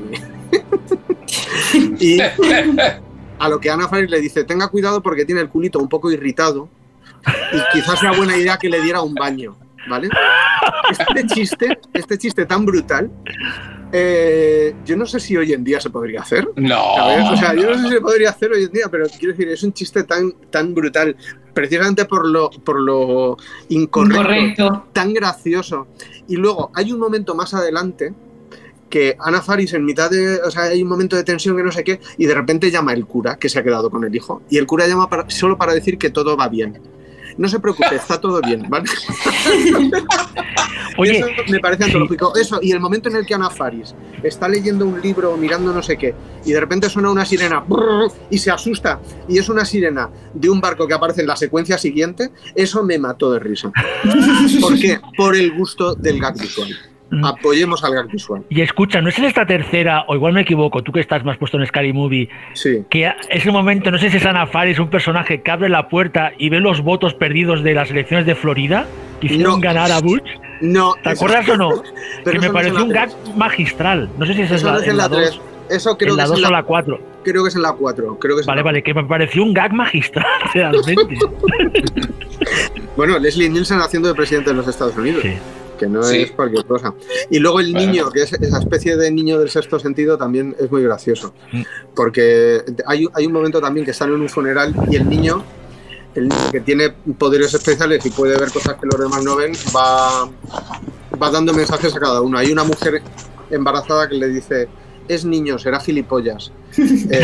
y a lo que Ana Faris le dice, tenga cuidado porque tiene el culito un poco irritado y quizás sea buena idea que le diera un baño, ¿vale? Este chiste, este chiste tan brutal, eh, yo no sé si hoy en día se podría hacer. No. ¿Sabes? O sea, yo no sé si se podría hacer hoy en día, pero quiero decir, es un chiste tan, tan brutal, precisamente por lo, por lo incorrecto, incorrecto, tan gracioso. Y luego hay un momento más adelante que Ana Faris en mitad de, o sea, hay un momento de tensión que no sé qué, y de repente llama el cura, que se ha quedado con el hijo, y el cura llama para, solo para decir que todo va bien. No se preocupe, está todo bien, ¿vale? Oye, eso me parece antológico. Sí. Eso, y el momento en el que Ana Faris está leyendo un libro o mirando no sé qué, y de repente suena una sirena brrr, y se asusta, y es una sirena de un barco que aparece en la secuencia siguiente, eso me mató de risa. ¿Por qué? Por el gusto del gag visual. Apoyemos al gag visual. Y escucha, ¿no es en esta tercera, o igual me equivoco, tú que estás más puesto en Scary Movie, sí, que ese momento, no sé si es Ana Faris, un personaje que abre la puerta y ve los votos perdidos de las elecciones de Florida que hicieron no. ganar a Bush? No. ¿Te acuerdas eso, o no? Que me pareció no un gag magistral. No sé si es eso en la, no es en la, la tres. Eso creo en la que dos es en o la, la cuatro. Creo que es en la cuatro. Creo que es vale, en la vale, que me pareció un gag magistral realmente. Bueno, Leslie Nielsen haciendo de presidente de los Estados Unidos. Sí. Que no sí. es cualquier cosa. Y luego el niño, bueno. que es esa especie de niño del sexto sentido, también es muy gracioso. Porque hay, hay un momento también que están en un funeral y el niño, el niño que tiene poderes especiales y puede ver cosas que los demás no ven, va, va dando mensajes a cada uno. Hay una mujer embarazada que le dice, es niño, será gilipollas. eh,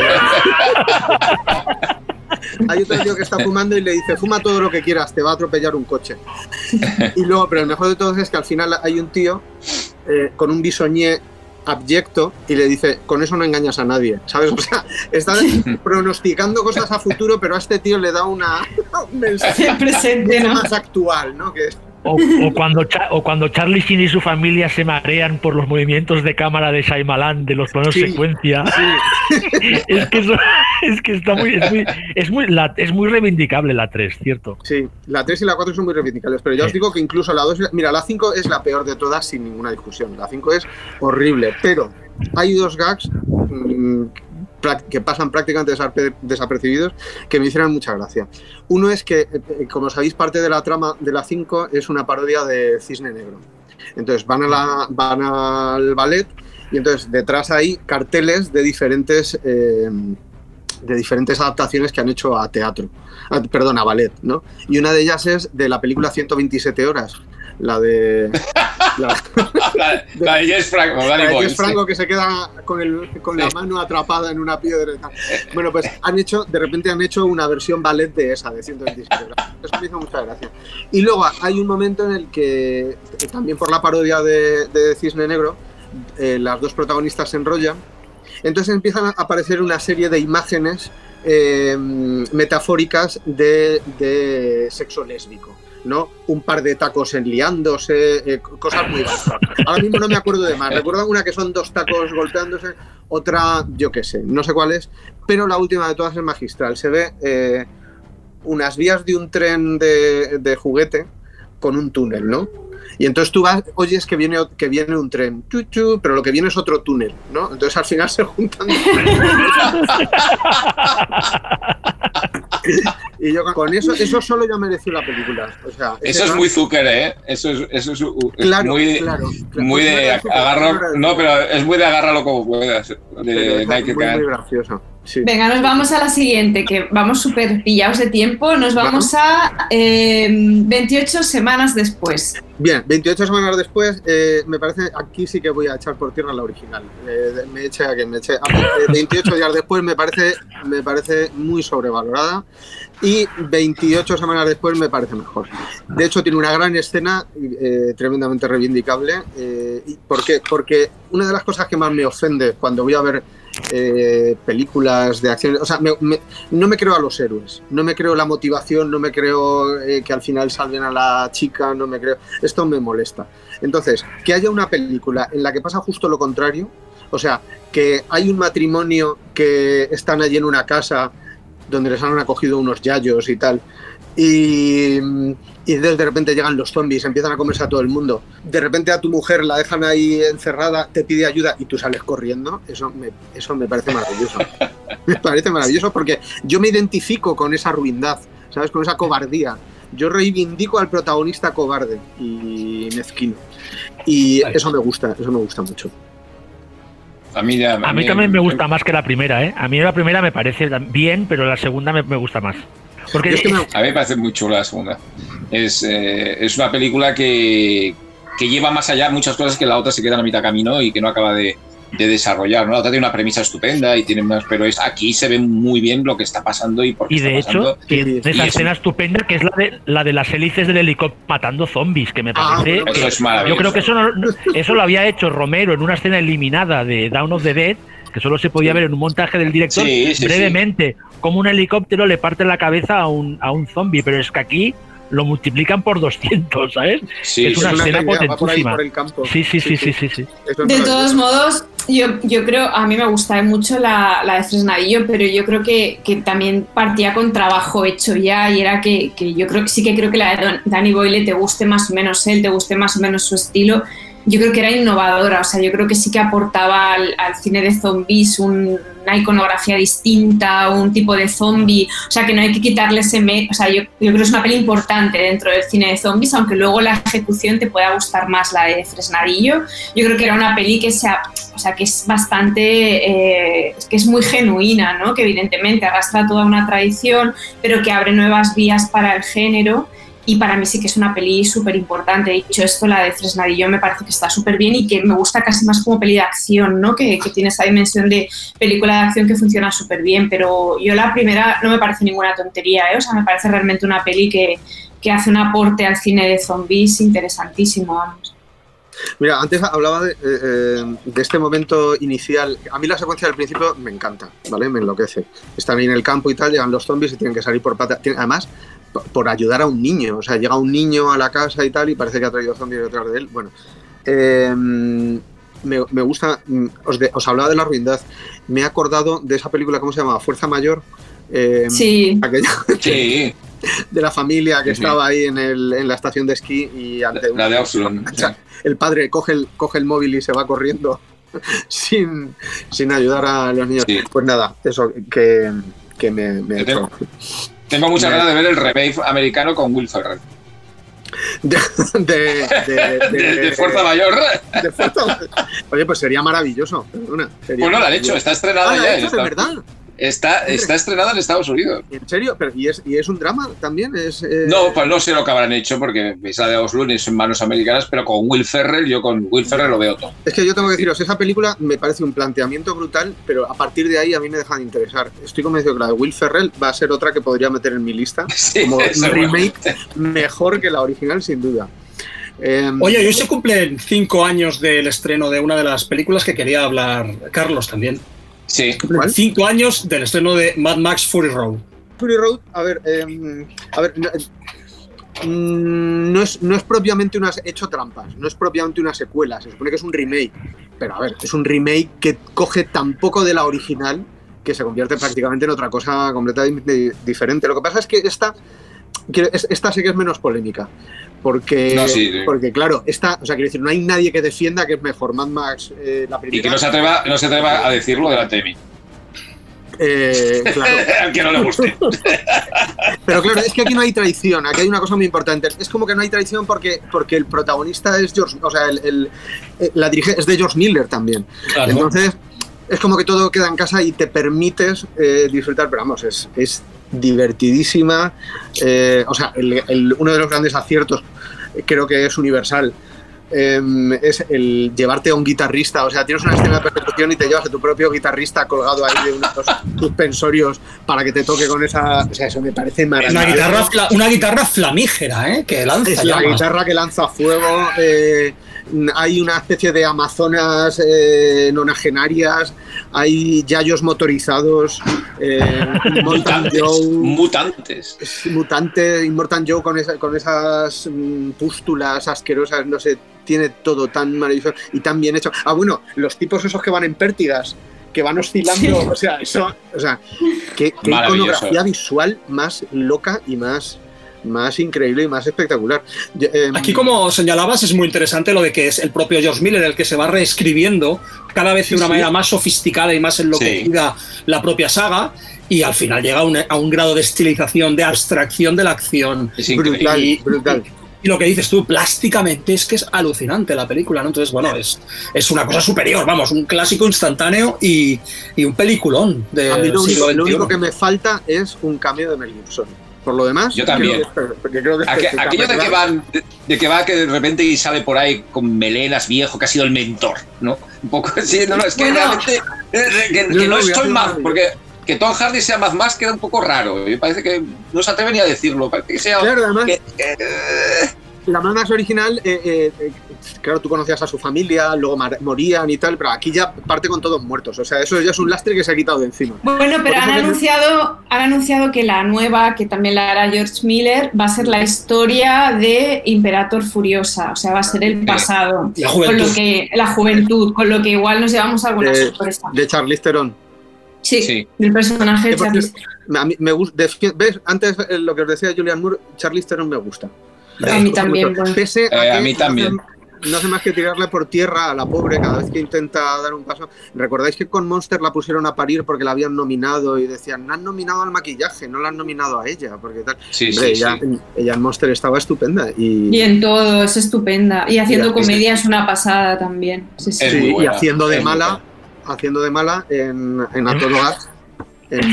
Hay otro tío que está fumando y le dice, fuma todo lo que quieras, te va a atropellar un coche. Y luego, pero el mejor de todo es que al final hay un tío eh, con un bisoñé abyecto y le dice, con eso no engañas a nadie, ¿sabes? O sea, está pronosticando cosas a futuro, pero a este tío le da una, un mensaje presente, ¿no? más actual, ¿no? Que es... O, o, cuando Cha- o cuando Charlie Sheen y su familia se marean por los movimientos de cámara de Shyamalan, de los planos sí, secuencia. Sí. es, que eso, es que está muy es muy es muy, la, es muy reivindicable la tres, ¿cierto? Sí, la tres y la cuatro son muy reivindicables, pero ya sí. os digo que incluso la dos, mira, la cinco es la peor de todas sin ninguna discusión. La cinco es horrible, pero hay dos gags mmm, que pasan prácticamente desapercibidos que me hicieron mucha gracia. Uno es que, como sabéis, parte de la trama de la cinco es una parodia de Cisne Negro. Entonces van, a la, van al ballet Y entonces detrás hay carteles de diferentes eh, de diferentes adaptaciones que han hecho a teatro, a, perdón, a ballet, ¿no? Y una de ellas es de la película ciento veintisiete horas, la de la, la, la de Jess Franco, la de Jess Franco que se queda con, el, con sí. la mano atrapada en una piedra y tal. Bueno, pues han hecho, de repente han hecho una versión ballet de esa, de ciento veintisiete horas. Eso me hizo mucha gracia. Y luego hay un momento en el que, también por la parodia de, de Cisne Negro, eh, las dos protagonistas se enrollan. Entonces empiezan a aparecer una serie de imágenes eh, metafóricas de, de sexo lésbico, ¿no? Un par de tacos enliándose, eh, cosas muy vastas. Ahora mismo no me acuerdo de más. Recuerdo una que son dos tacos golpeándose, otra, yo qué sé, no sé cuál es, pero la última de todas es magistral. Se ve eh, unas vías de un tren de, de juguete con un túnel, ¿no? Y entonces tú vas, oyes que viene, que viene un tren, chu, chu, pero lo que viene es otro túnel, ¿no? Entonces al final se juntan. Y yo con eso, eso solo ya mereció la película. O sea, eso es muy Zucker, ¿eh? Eso es, eso es, claro, muy, claro, claro. muy de agarrar. No, pero es muy de agárralo como puedas. De Nike muy, muy gracioso. Sí. Venga, nos vamos a la siguiente, que vamos súper pillados de tiempo. Nos vamos a eh, veintiocho semanas después. Bien, veintiocho semanas después, eh, me parece, aquí sí que voy a echar por tierra la original. Eh, me eché a que me eché. A, eh, veintiocho días después me parece, me parece muy sobrevalorada. Y veintiocho semanas después me parece mejor. De hecho, tiene una gran escena eh, tremendamente reivindicable. Eh, ¿Por qué? Porque una de las cosas que más me ofende cuando voy a ver eh, películas de acción, o sea, me, me, no me creo a los héroes, no me creo la motivación, no me creo eh, que al final salven a la chica, no me creo. Esto me molesta. Entonces, que haya una película en la que pasa justo lo contrario, o sea, que hay un matrimonio que están allí en una casa donde les han acogido unos yayos y tal, y, y de repente llegan los zombies, empiezan a comerse a todo el mundo, de repente a tu mujer la dejan ahí encerrada, te pide ayuda y tú sales corriendo, eso me, eso me parece maravilloso. Me parece maravilloso porque yo me identifico con esa ruindad, ¿sabes? Con esa cobardía. Yo reivindico al protagonista cobarde y mezquino. Y eso me gusta, eso me gusta mucho. A mí, ya, a mí también me gusta más que la primera, ¿eh? A mí la primera me parece bien, pero la segunda me, me gusta más. Porque es que me... A mí me parece muy chula la segunda. Es, eh, es una película que, que lleva más allá muchas cosas que la otra se queda a mitad camino y que no acaba de, de desarrollar, ¿no? La otra tiene una premisa estupenda y tiene más, pero es, aquí se ve muy bien lo que está pasando y por qué y de está hecho pasando. Tiene esa y escena es... estupenda que es la de la de las hélices del helicóptero matando zombies, que me parece ah, eso que, es maravilloso. Yo creo que eso no, eso lo había hecho Romero en una escena eliminada de Dawn of the Dead, que solo se podía ver en un montaje del director sí, sí, brevemente, sí. Como un helicóptero le parte la cabeza a un, a un zombie, pero es que aquí lo multiplican por doscientos, ¿sabes? Sí, es una es escena una potentísima. Sí, sí, sí, sí, sí, sí. De todos modos, yo, yo creo, a mí me gusta mucho la, la de Fresnadillo, pero yo creo que, que también partía con trabajo hecho ya, y era que, que yo creo que sí que creo que la de Danny Boyle te guste más o menos él, te guste más o menos su estilo. Yo creo que era innovadora, o sea, yo creo que sí que aportaba al, al cine de zombies un, una iconografía distinta, un tipo de zombie, o sea, que no hay que quitarle ese... Me, o sea, yo, yo creo que es una peli importante dentro del cine de zombies, aunque luego la ejecución te pueda gustar más la de Fresnadillo. Yo creo que era una peli que, sea, o sea, que es bastante... Eh, que es muy genuina, ¿no? Que evidentemente arrastra toda una tradición, pero que abre nuevas vías para el género. Y para mí sí que es una peli súper importante. Dicho esto, la de Fresnadillo me parece que está súper bien y que me gusta casi más como peli de acción, ¿no? Que, que tiene esa dimensión de película de acción que funciona súper bien. Pero yo la primera no me parece ninguna tontería, ¿eh? O sea, me parece realmente una peli que, que hace un aporte al cine de zombies interesantísimo, vamos. Mira, antes hablaba de, eh, de este momento inicial. A mí la secuencia del principio me encanta, ¿vale? Me enloquece. Están ahí en el campo y tal, llegan los zombies y tienen que salir por patas. Además, por ayudar a un niño, o sea, llega un niño a la casa y tal y parece que ha traído zombies detrás de él. Bueno, eh, me, me gusta, os, de, os hablaba de la ruindad, me he acordado de esa película, ¿cómo se llama? Fuerza Mayor. Eh, sí. Aquella, sí. De la familia que sí, estaba sí. ahí en, el, en la estación de esquí y ante la, la de Absalom. O sea, el padre coge el, coge el móvil y se va corriendo sin, sin ayudar a los niños. Sí. Pues nada, eso que, que me, me ha hecho... Tengo muchas ganas de ver el remake americano con Will Ferrell. De, de, de, de, de fuerza mayor. De fuerza. Oye, pues sería maravilloso. Perdona, sería bueno, la han hecho, está estrenada ah, ya. La hecho, de verdad. Está, está estrenada en Estados Unidos. ¿En serio? Pero, ¿y, es, ¿Y es un drama también? Es, eh... No, pues no sé lo que habrán hecho porque es la de Oslo y es en manos americanas, pero con Will Ferrell, yo con Will Ferrell lo veo todo. Es que yo tengo que deciros, esa película me parece un planteamiento brutal, pero a partir de ahí a mí me deja de interesar. Estoy convencido que la de Will Ferrell va a ser otra que podría meter en mi lista sí, como un remake mejor que la original, sin duda. Eh, Oye, hoy se cumplen cinco años del estreno de una de las películas que quería hablar Carlos también. Sí. ¿Cuál? Cinco años del estreno de Mad Max Fury Road. Fury Road, a ver, eh, a ver, no, no, es, no es propiamente una, hecho trampas, no es propiamente una secuela, se supone que es un remake, pero a ver, es un remake que coge tan poco de la original que se convierte prácticamente en otra cosa completamente diferente. Lo que pasa es que esta, esta sí que es menos polémica. Porque, no, sí, sí. porque, claro, esta, o sea, quiero decir, no hay nadie que defienda que es mejor Mad Max eh, la primera. Y que no se atreva, no se atreva a decirlo delante de mí. Eh, claro. Al que no le guste. Pero claro, es que aquí no hay traición, aquí hay una cosa muy importante. Es como que no hay traición porque, porque el protagonista es George, o sea, el, el, la dirige es de George Miller también. Claro. Entonces, es como que todo queda en casa y te permites eh, disfrutar, pero vamos, es, es divertidísima. Eh, o sea, el, el, uno de los grandes aciertos creo que es Universal. Eh, es el llevarte a un guitarrista, o sea, tienes una escena de persecución y te llevas a tu propio guitarrista colgado ahí de unos suspensorios para que te toque con esa, o sea, eso me parece maravilloso. Una guitarra, una guitarra flamígera, ¿eh? Que lanza es la guitarra que lanza fuego. Eh, hay una especie de amazonas eh, nonagenarias, hay yayos motorizados, eh, mutantes, Joe, mutantes, mutante, Immortan Joe con, esa, con esas mm, pústulas asquerosas, no sé, tiene todo tan maravilloso y tan bien hecho. Ah, bueno, los tipos esos que van en pértigas, que van oscilando, sí. o sea, eso, o sea, qué, qué iconografía visual más loca y más más increíble y más espectacular. Eh, Aquí, como señalabas, es muy interesante lo de que es el propio George Miller el que se va reescribiendo cada vez de una sí, manera sí. más sofisticada y más enloquecida sí. la propia saga, y al final llega a un, a un grado de estilización, de abstracción de la acción. Es brutal, y, brutal. Y lo que dices tú, plásticamente es que es alucinante la película, ¿no? Entonces, bueno, es, es una cosa superior, vamos, un clásico instantáneo y, y un peliculón de A mí lo único, lo único que me falta es un cameo de Mel Gibson. Por lo demás, yo también. Creo que, creo que Aqu aquello de que, van, de, de que va que de repente y sale por ahí con melenas viejo, que ha sido el mentor, ¿no? Un poco así, no, no, es que bueno, realmente que, que no, no estoy mal, porque que Tom Hardy sea Mad Max queda un poco raro. Me parece que no se atreve ni a decirlo. Parece que sea. Claro, además, que, que, la Mad Max original, eh, eh, claro, tú conocías a su familia, luego morían y tal, pero aquí ya parte con todos muertos. O sea, eso ya es un lastre que se ha quitado de encima. Bueno, pero han anunciado, han anunciado que la nueva, que también la hará George Miller, va a ser la historia de Imperator Furiosa. O sea, va a ser el pasado. La juventud. Con lo que, la juventud, con lo que igual nos llevamos alguna de, sorpresa. De Charlize Theron. Sí, sí, del personaje de Charlize Theron. A mí me gusta. ¿Ves? Antes lo que os decía Julianne Moore, Charlize Theron me gusta. A mí también. Bueno. Pese a, eh, que a mí también. No hace, no hace más que tirarle por tierra a la pobre cada vez que intenta dar un paso. ¿Recordáis que con Monster la pusieron a parir porque la habían nominado y decían, no han nominado al maquillaje, no la han nominado a ella? Porque tal. Sí, Hombre, sí, ella, sí. ella en Monster estaba estupenda. Y, y en todo, es estupenda. Y haciendo y comedia es una pasada también. Sí, sí. sí, y haciendo de mala, haciendo de mala en, en A Todo Gas. En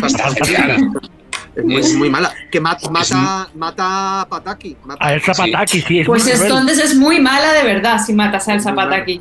Es muy, es muy mala. Que mat, mata, mata a Pataki. Mata a Elsa Pataki, sí. Es pues entonces es muy mala de verdad si matas a Elsa Pataki.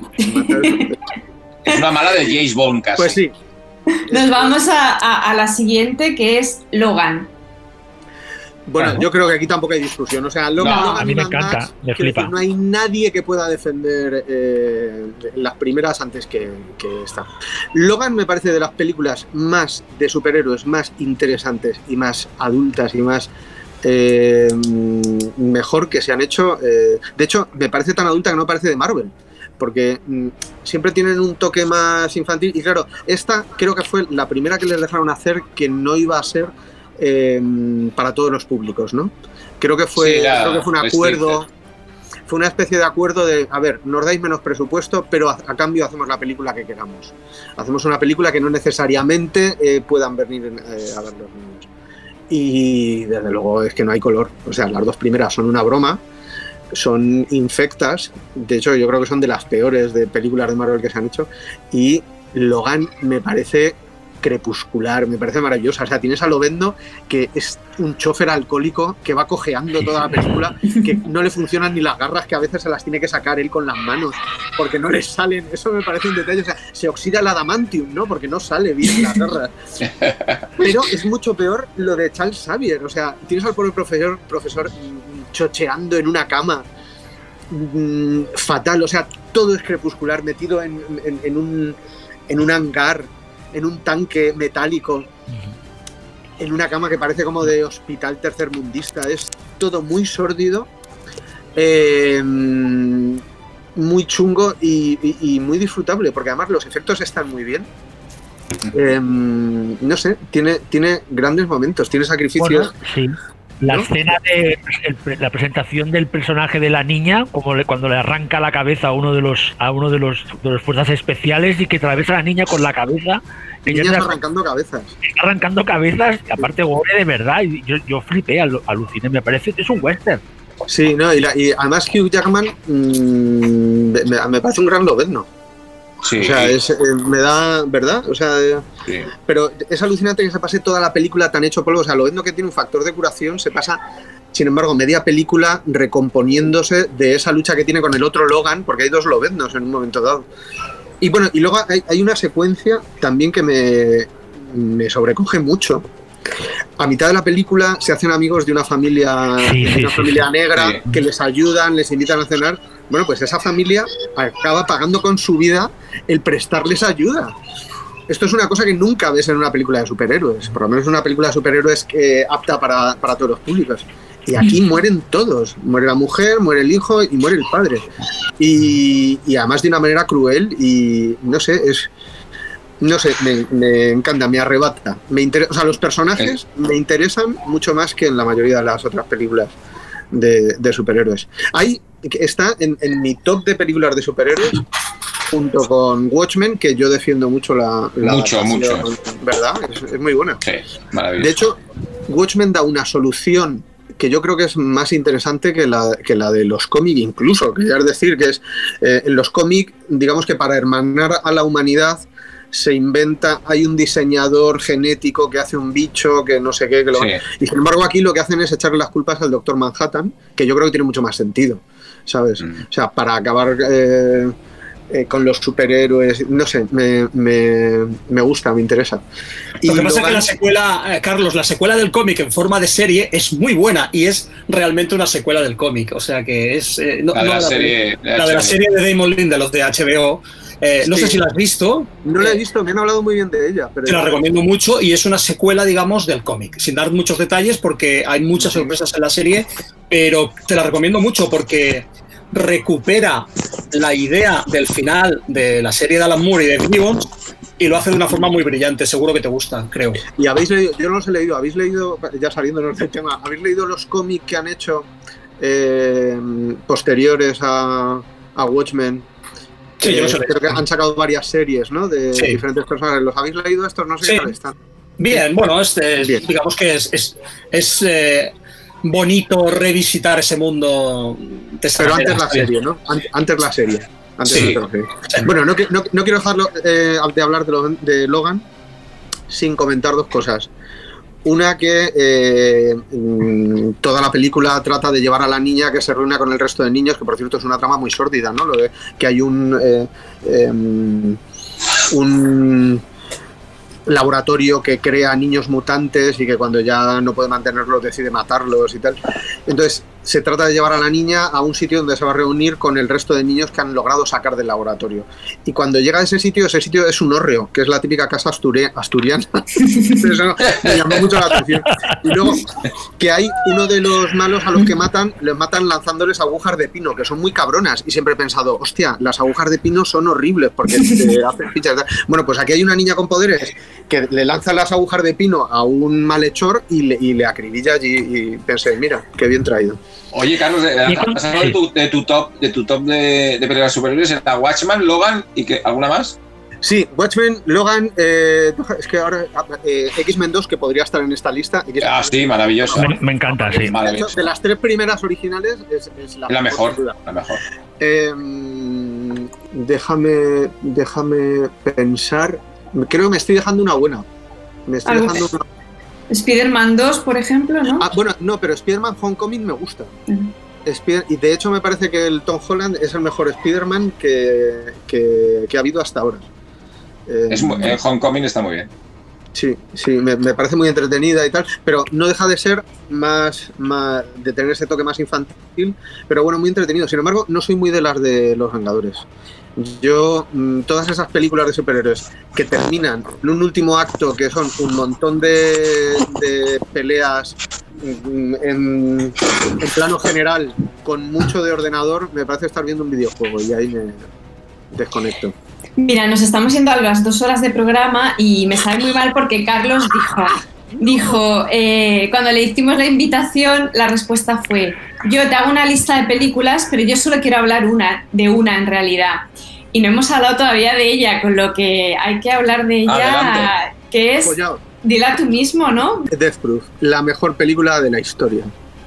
Es una mala de James Bond casi. Pues sí. Nos vamos a, a, a la siguiente, que es Logan. Bueno, claro. Yo creo que aquí tampoco hay discusión. O sea, Logan, no, Logan a mí me encanta, Max, me flipa. Decir, no hay nadie que pueda defender eh, las primeras antes que, que esta. Logan me parece de las películas más de superhéroes, más interesantes y más adultas y más eh, mejor que se han hecho. Eh, de hecho, me parece tan adulta que no parece de Marvel. Porque mm, siempre tienen un toque más infantil. Y claro, esta creo que fue la primera que les dejaron hacer que no iba a ser Eh, para todos los públicos, ¿no? Creo que fue, sí, ya, creo que fue un acuerdo, fue una especie de acuerdo de, a ver, nos dais menos presupuesto, pero a, a cambio hacemos la película que queramos. Hacemos una película que no necesariamente eh, puedan venir eh, a ver los niños. Y desde luego es que no hay color. O sea, las dos primeras son una broma. son infectas. De hecho, yo creo que son de las peores de películas de Marvel que se han hecho. Y Logan me parece crepuscular, me parece maravillosa. O sea, tienes a Lobezno, que es un chofer alcohólico que va cojeando toda la película, que no le funcionan ni las garras, que a veces se las tiene que sacar él con las manos porque no le salen. Eso me parece un detalle. O sea, se oxida el adamantium, ¿no? Porque no sale bien las garras. Pero es mucho peor lo de Charles Xavier. O sea, tienes al pobre profesor, profesor chocheando en una cama. Mmm, fatal. O sea, todo es crepuscular, metido en, en, en un en un hangar, en un tanque metálico, en una cama que parece como de hospital tercermundista. Es todo muy sórdido, eh, muy chungo y, y, y muy disfrutable, porque además los efectos están muy bien. Eh, no sé, tiene, tiene grandes momentos, tiene sacrificios. Bueno, sí. La ¿no? escena de el, la presentación del personaje de la niña, como le, cuando le arranca la cabeza a uno de los a uno de los de las fuerzas especiales y que atraviesa a la niña con la cabeza. Niñas está arrancando cabezas. Está arrancando cabezas, y aparte gore de verdad. Y yo, yo flipé, al, aluciné, me parece que es un western. Sí, no, y, la, y además Hugh Jackman mmm, me, me parece un gran Lobezno. Sí, o sea, es, eh, me da, ¿verdad? O sea, eh, sí. Pero es alucinante que se pase toda la película tan hecho polvo. O sea, Lobezno, que tiene un factor de curación, se pasa, sin embargo, media película recomponiéndose de esa lucha que tiene con el otro Logan, porque hay dos Lobeznos en un momento dado. Y bueno, y luego hay, hay una secuencia también que me, me sobrecoge mucho. A mitad de la película se hacen amigos de una familia, sí, sí, una sí, familia sí, negra sí. que les ayudan, les invitan a cenar. Bueno, pues esa familia acaba pagando con su vida el prestarles ayuda. Esto es una cosa que nunca ves en una película de superhéroes, por lo menos una película de superhéroes que apta para, para todos los públicos. Y aquí mueren todos, muere la mujer, muere el hijo y muere el padre. Y, y además de una manera cruel y no sé, es... No sé, me, me encanta, me arrebata. Me inter... O sea, los personajes me interesan mucho más que en la mayoría de las otras películas de, de superhéroes. Ahí está en, en mi top de películas de superhéroes, junto con Watchmen, que yo defiendo mucho la... la mucho, mucho. ¿Verdad? Es, es muy buena. Sí, maravilloso. De hecho, Watchmen da una solución que yo creo que es más interesante que la, que la de los cómics incluso. Que ya es decir, que es eh, en los cómics, digamos que para hermanar a la humanidad se inventa, hay un diseñador genético que hace un bicho, que no sé qué, que lo... Sí. Y sin embargo aquí lo que hacen es echarle las culpas al Doctor Manhattan, que yo creo que tiene mucho más sentido, ¿sabes? Mm. O sea, para acabar eh, eh, con los superhéroes, no sé, me, me, me gusta, me interesa. Y lo que pasa es que la secuela, eh, Carlos, la secuela del cómic en forma de serie es muy buena y es realmente una secuela del cómic, o sea que es... Eh, no, la, de no, la, la, serie, de, la de la serie de Damon Lindelof de H B O. Eh, no sí. sé si la has visto. No la he visto, me han hablado muy bien de ella. Pero te la recomiendo mucho y es una secuela, digamos, del cómic, sin dar muchos detalles porque hay muchas sorpresas en la serie, pero te la recomiendo mucho porque recupera la idea del final de la serie de Alan Moore y de Gibbons y lo hace de una forma muy brillante, seguro que te gusta, creo. Y habéis leído, yo no los he leído, habéis leído, ya saliéndonos del tema, ¿habéis leído los cómics que han hecho eh, posteriores a, a Watchmen? Sí, yo eh, creo que han sacado varias series, ¿no? De sí. diferentes personajes. ¿Los habéis leído estos? No sé sí. qué tal están. Bien, bueno, este, Bien. digamos que es, es, es eh, bonito revisitar ese mundo. De Pero antes la serie, ¿no? Antes la serie. Antes sí. la serie. Sí. Bueno, no, no, no quiero dejarlo eh, de hablar de, lo, de Logan sin comentar dos cosas. Una que eh, toda la película trata de llevar a la niña que se reúna con el resto de niños, que por cierto es una trama muy sórdida, ¿no? Lo de que hay un eh, eh, un laboratorio que crea niños mutantes y que cuando ya no puede mantenerlos decide matarlos y tal. Entonces se trata de llevar a la niña a un sitio donde se va a reunir con el resto de niños que han logrado sacar del laboratorio. Y cuando llega a ese sitio, ese sitio es un hórreo, que es la típica casa asturi- asturiana. Eso me llamó mucho la atención. Y luego que hay uno de los malos a los que matan, les matan lanzándoles agujas de pino, que son muy cabronas. Y siempre he pensado, hostia, las agujas de pino son horribles porque te hacen fichas. Bueno, pues aquí hay una niña con poderes que le lanza las agujas de pino a un malhechor y le, y le acribilla allí. Y pensé, mira, qué bien traído. Oye, Carlos, ¿has hablado de tu, de tu top de tu top de, de películas superiores? ¿Está Watchmen, Logan y que alguna más? Sí, Watchmen, Logan, eh, es que ahora eh, X-Men dos, que podría estar en esta lista. X-Men ah, sí, maravilloso. Me, me encanta, sí. Maravilloso. De las tres primeras originales es, es la, la mejor. mejor la mejor. Eh, déjame, déjame pensar. Creo que me estoy dejando una buena. Me estoy dejando una... Spider-Man dos, por ejemplo, ¿no? Ah, bueno, no, pero Spider-Man Homecoming me gusta. Uh-huh. Spider- y de hecho me parece que el Tom Holland es el mejor Spider-Man que, que, que ha habido hasta ahora. Eh, es muy, el Homecoming está muy bien. Sí, sí, me, me parece muy entretenida y tal, pero no deja de ser más, más, de tener ese toque más infantil, pero bueno, muy entretenido. Sin embargo, no soy muy de las de los Vengadores. Yo, todas esas películas de superhéroes que terminan en un último acto, que son un montón de, de peleas en, en plano general, con mucho de ordenador, me parece estar viendo un videojuego y ahí me desconecto. Mira, nos estamos yendo a las dos horas de programa y me sabe muy mal porque Carlos dijo, dijo eh, cuando le hicimos la invitación, la respuesta fue: yo te hago una lista de películas, pero yo solo quiero hablar una, de una en realidad. Y no hemos hablado todavía de ella, con lo que hay que hablar de ella, adelante. Que es, Follado. Dila tú mismo, ¿no? Death Proof, la mejor película de la historia.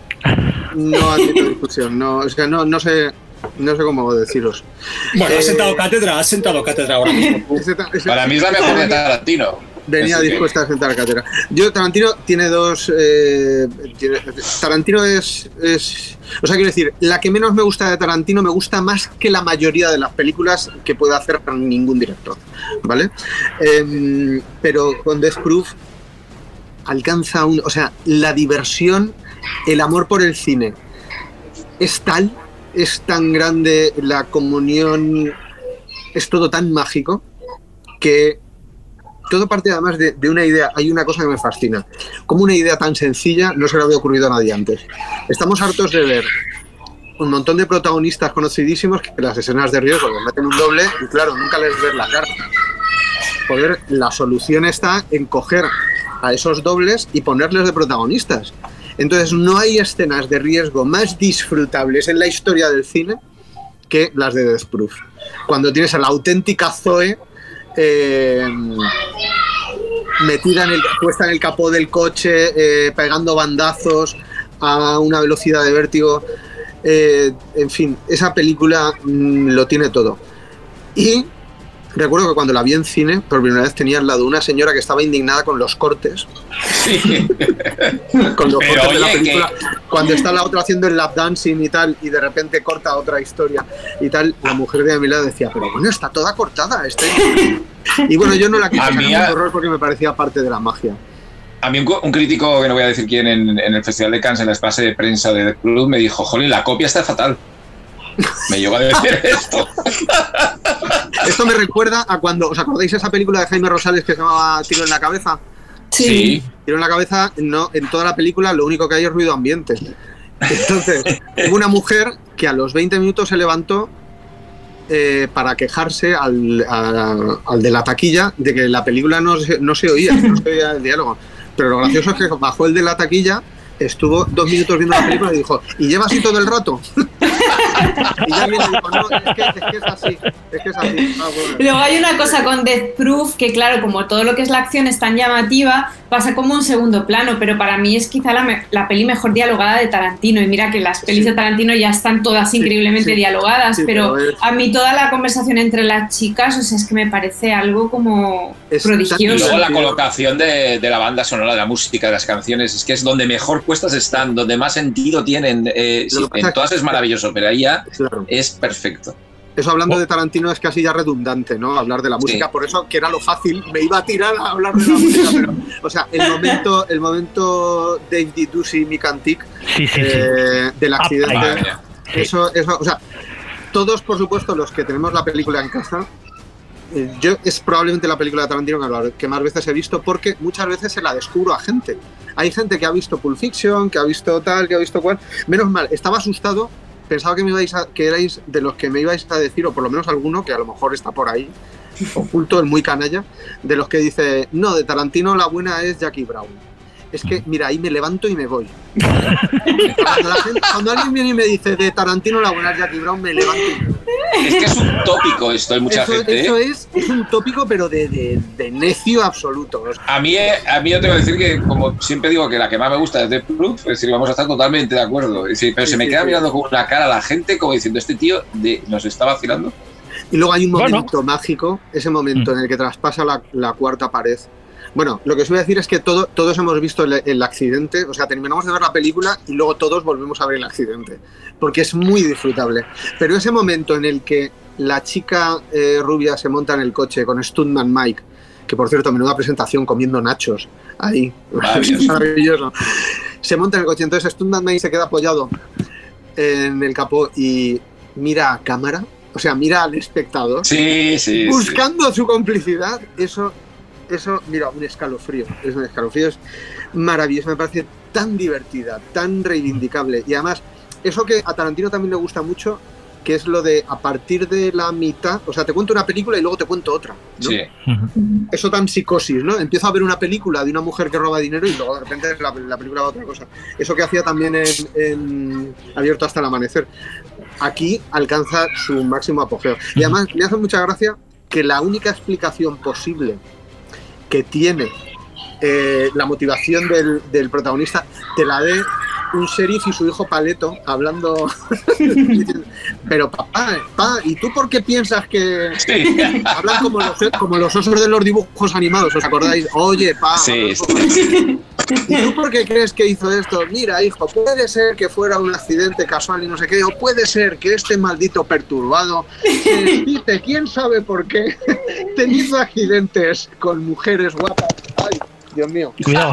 No admito discusión, no, o sea, no, no sé... No sé cómo deciros. Bueno, eh, has sentado cátedra, has sentado cátedra ahora mismo. Ese, ese, Para mí es la mejor de Tarantino. Venía dispuesta que... a sentar cátedra. Yo, Tarantino tiene dos... Eh, tiene, Tarantino es, es... O sea, quiero decir, la que menos me gusta de Tarantino me gusta más que la mayoría de las películas que puede hacer ningún director, ¿vale? Eh, pero con Death Proof alcanza un... O sea, la diversión, el amor por el cine es tal... Es tan grande, la comunión, es todo tan mágico que todo parte además de, de una idea. Hay una cosa que me fascina, como una idea tan sencilla no se le había ocurrido a nadie antes. Estamos hartos de ver un montón de protagonistas conocidísimos que en las escenas de riesgo les meten un doble y claro, nunca les ves la cara. Joder, la solución está en coger a esos dobles y ponerles de protagonistas. Entonces no hay escenas de riesgo más disfrutables en la historia del cine que las de Death Proof. Cuando tienes a la auténtica Zoe eh, metida en el, puesta en el capó del coche, eh, pegando bandazos a una velocidad de vértigo. Eh, en fin, esa película mmm, lo tiene todo. Y recuerdo que cuando la vi en cine, por primera vez tenía al lado una señora que estaba indignada con los cortes. Sí. Con los Pero cortes oye, de la película. Que... Cuando está la otra haciendo el lap dancing y tal, y de repente corta otra historia y tal, la mujer de a mi lado decía, pero bueno, está toda cortada. Este... Y bueno, yo no la quise sacar a... horror porque me parecía parte de la magia. A mí un, un crítico, que no voy a decir quién, en, en el Festival de Cannes, en la fase de prensa de The Club, me dijo, jolín, la copia está fatal. Me llegó a decir esto. Esto me recuerda a cuando, ¿os acordáis esa película de Jaime Rosales que se llamaba Tiro en la cabeza? Sí. Tiro en la cabeza, no, en toda la película lo único que hay es ruido ambiente. Entonces, hubo una mujer que a los veinte minutos se levantó eh, para quejarse al, a, al de la taquilla de que la película no se, no se oía, no se oía el diálogo. Pero lo gracioso es que bajó el de la taquilla, estuvo dos minutos viendo la película y dijo, ¿y lleva así todo el rato? Y ya viene y dijo, no, es que es, que es así, es que es así. Ah, bueno. Luego hay una cosa con Death Proof, que claro, como todo lo que es la acción es tan llamativa, pasa como un segundo plano, pero para mí es quizá la, me- la peli mejor dialogada de Tarantino, y mira que las pelis sí. de Tarantino ya están todas sí, increíblemente sí, dialogadas, sí, pero, pero es... a mí toda la conversación entre las chicas, o sea, es que me parece algo como es prodigioso. Y luego la colocación de, de la banda sonora, de la música, de las canciones, es que es donde mejor puestas están, donde más sentido tienen, eh, sí, en todas es maravilloso, pero ahí ya claro. es perfecto. Eso hablando de Tarantino es casi ya redundante, ¿no? Hablar de la música, sí. Por eso que era lo fácil, me iba a tirar a hablar de la música, pero, o sea, el momento, el momento David Ducey, Mick Antic, sí, sí, eh, sí. del accidente, ah, eso, eso, o sea, todos, por supuesto, los que tenemos la película en casa, eh, yo es probablemente la película de Tarantino que más veces he visto, porque muchas veces se la descubro a gente. Hay gente que ha visto Pulp Fiction, que ha visto tal, que ha visto cual. Menos mal, estaba asustado. Pensaba que me ibais a, que erais de los que me ibais a decir, o por lo menos alguno, que a lo mejor está por ahí, oculto, el muy canalla, de los que dice, no, de Tarantino la buena es Jackie Brown. Es que, mira, ahí me levanto y me voy. Cuando, la gente, cuando alguien viene y me dice, de Tarantino la buena es Jackie Brown, me levanto y me voy. Es que es un tópico esto, hay mucha eso, gente. Eso es, es un tópico, pero de, de, de necio absoluto. A mí, a mí yo tengo que decir que, como siempre digo, que la que más me gusta es Death Proof, es decir, vamos a estar totalmente de acuerdo. Es decir, pero sí, se me sí, queda sí. mirando con una cara a la gente como diciendo, este tío de, nos está vacilando. Y luego hay un momento bueno. mágico, ese momento mm. en el que traspasa la, la cuarta pared. Bueno, lo que os voy a decir es que todo, todos hemos visto el, el accidente, o sea, terminamos de ver la película y luego todos volvemos a ver el accidente, porque es muy disfrutable. Pero ese momento en el que la chica eh, rubia se monta en el coche con Stuntman Mike, que por cierto, menuda presentación comiendo nachos, ahí, maravilloso. maravilloso. Se monta en el coche, entonces Stuntman Mike se queda apoyado en el capó y mira a cámara, o sea, mira al espectador, sí, sí, buscando sí. su complicidad, eso... Eso, mira, un escalofrío, es un escalofrío, es maravilloso, me parece tan divertida, tan reivindicable. Y además, eso que a Tarantino también le gusta mucho, que es lo de a partir de la mitad, o sea, te cuento una película y luego te cuento otra, ¿no? Sí. Eso tan psicosis, ¿no? Empiezo a ver una película de una mujer que roba dinero y luego de repente la, la película va a otra cosa. Eso que hacía también en, en Abierto hasta el amanecer. Aquí alcanza su máximo apogeo. Y además me hace mucha gracia que la única explicación posible que tiene eh, la motivación del, del protagonista te la dé un sheriff y su hijo Paleto hablando pero papá, papá, ¿y tú por qué piensas que sí. hablan como los, como los osos de los dibujos animados? ¿Os acordáis? Oye, pa, sí, sí. ¿y tú por qué crees que hizo esto? Mira, hijo, puede ser que fuera un accidente casual y no sé qué, o puede ser que este maldito perturbado eh, dice, quién sabe por qué, teniendo accidentes con mujeres guapas. Ay, Dios mío. Cuidado.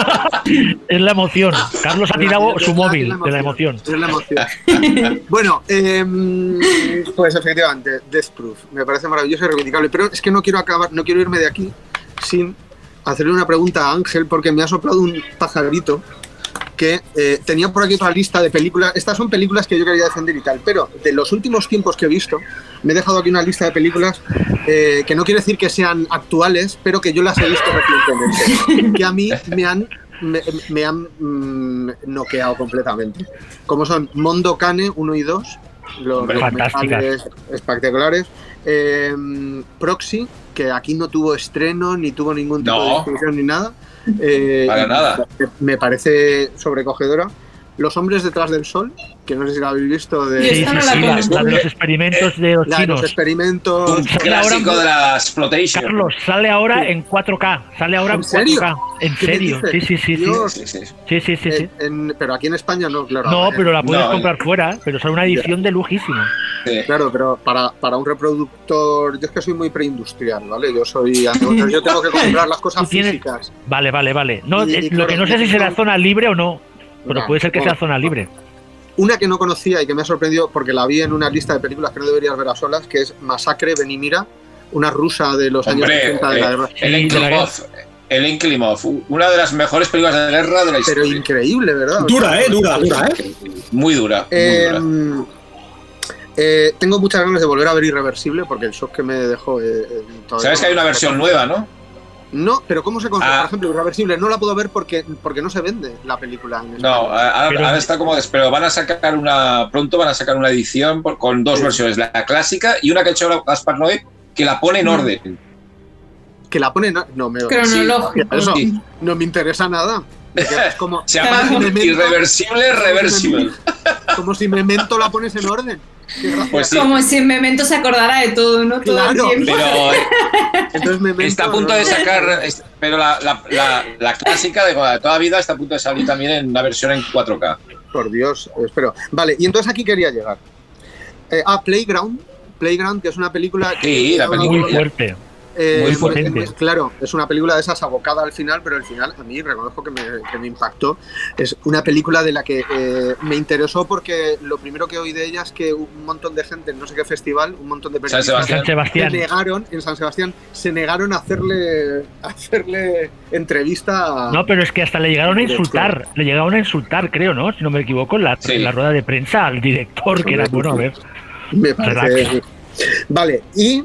Es la emoción. Carlos ha tirado su móvil de la emoción. Es la emoción. Bueno, eh, pues efectivamente, Death Proof. Me parece maravilloso y reivindicable. Pero es que no quiero acabar, no quiero irme de aquí sin hacerle una pregunta a Ángel, porque me ha soplado un pajarito que eh, tenía por aquí otra lista de películas. Estas son películas que yo quería defender y tal, pero de los últimos tiempos que he visto, me he dejado aquí una lista de películas eh, que no quiere decir que sean actuales, pero que yo las he visto recientemente, que a mí me han, me, me han mm, noqueado completamente. Como son Mondo Cane uno y dos, los, los metales espectaculares, eh, Proxy, que aquí no tuvo estreno, ni tuvo ningún tipo no. de distribución ni nada. Eh, Para nada. Me parece sobrecogedora. Los hombres detrás del sol, que no sé si la habéis visto. De... Sí, sí, sí, la, la de los experimentos de los la chinos. De los experimentos. Un clásico de la exploitation. Carlos, sale ahora sí. en cuatro K. Sale ahora en, ¿En serio? cuatro K. ¿En serio? Sí, sí, sí. Dios. Sí, sí, sí. sí, sí, sí. En, en, pero aquí en España no, claro. No, pero la puedes no, comprar eh. fuera, pero sale una edición de lujísimo. Sí. Claro, pero para, para un reproductor, yo es que soy muy preindustrial, ¿vale? Yo soy, yo tengo que comprar las cosas tienes... físicas. Vale, vale, vale. No, y, y, lo claro, que no sé si será zona libre o no, pero no, puede ser que no, sea zona libre. Una que no conocía y que me ha sorprendido porque la vi en una lista de películas que no deberías ver a solas, que es Masacre, ven y mira, una rusa de los Hombre, años sesenta de la guerra. Ellen Klimov, Ellen Klimov, una de las mejores películas de guerra de la historia. Pero increíble, ¿verdad? Dura, ¿eh? Dura, dura, ¿eh? Muy dura, muy eh, dura. Eh, tengo muchas ganas de volver a ver Irreversible porque el shock que me dejó... Eh, ¿Sabes que hay una versión nueva, no? No, pero ¿cómo se consigue? Ah. Por ejemplo, Irreversible no la puedo ver porque, porque no se vende la película. En no, ahora, ahora está como... Pero van a sacar una... Pronto van a sacar una edición por, con dos sí. versiones. La clásica y una que ha hecho Gaspar Noé que la pone en mm. orden. ¿Que la pone en orden? No, me... Cronológico. Eso sí. No me interesa nada. Es como, se llama si Memento, Irreversible, Reversible. Como si Memento la pones en orden. Pues sí. Como si Memento se acordara de todo, ¿no? Todo claro, el tiempo. Pero entonces Memento, está a punto ¿no? de sacar, pero la, la, la, la clásica de toda vida está a punto de salir también en una versión en cuatro K. Por Dios, espero. Vale, y entonces aquí quería llegar. Eh, ah, Playground. Playground, que es una película... Sí, la película. Muy fuerte. Eh, Muy potente. Es, claro, es una película de esas abocada al final, pero al final a mí reconozco que me, que me impactó. Es una película de la que eh, me interesó porque lo primero que oí de ella es que un montón de gente en no sé qué festival, un montón de personas San Sebastián. se negaron, en San Sebastián, se negaron a hacerle, a hacerle entrevista a... No, pero es que hasta le llegaron a insultar, le llegaron a insultar, creo, ¿no? Si no me equivoco, en la, sí. en la rueda de prensa al director, que era bueno, a ver. Me parece... Relax. Vale, y...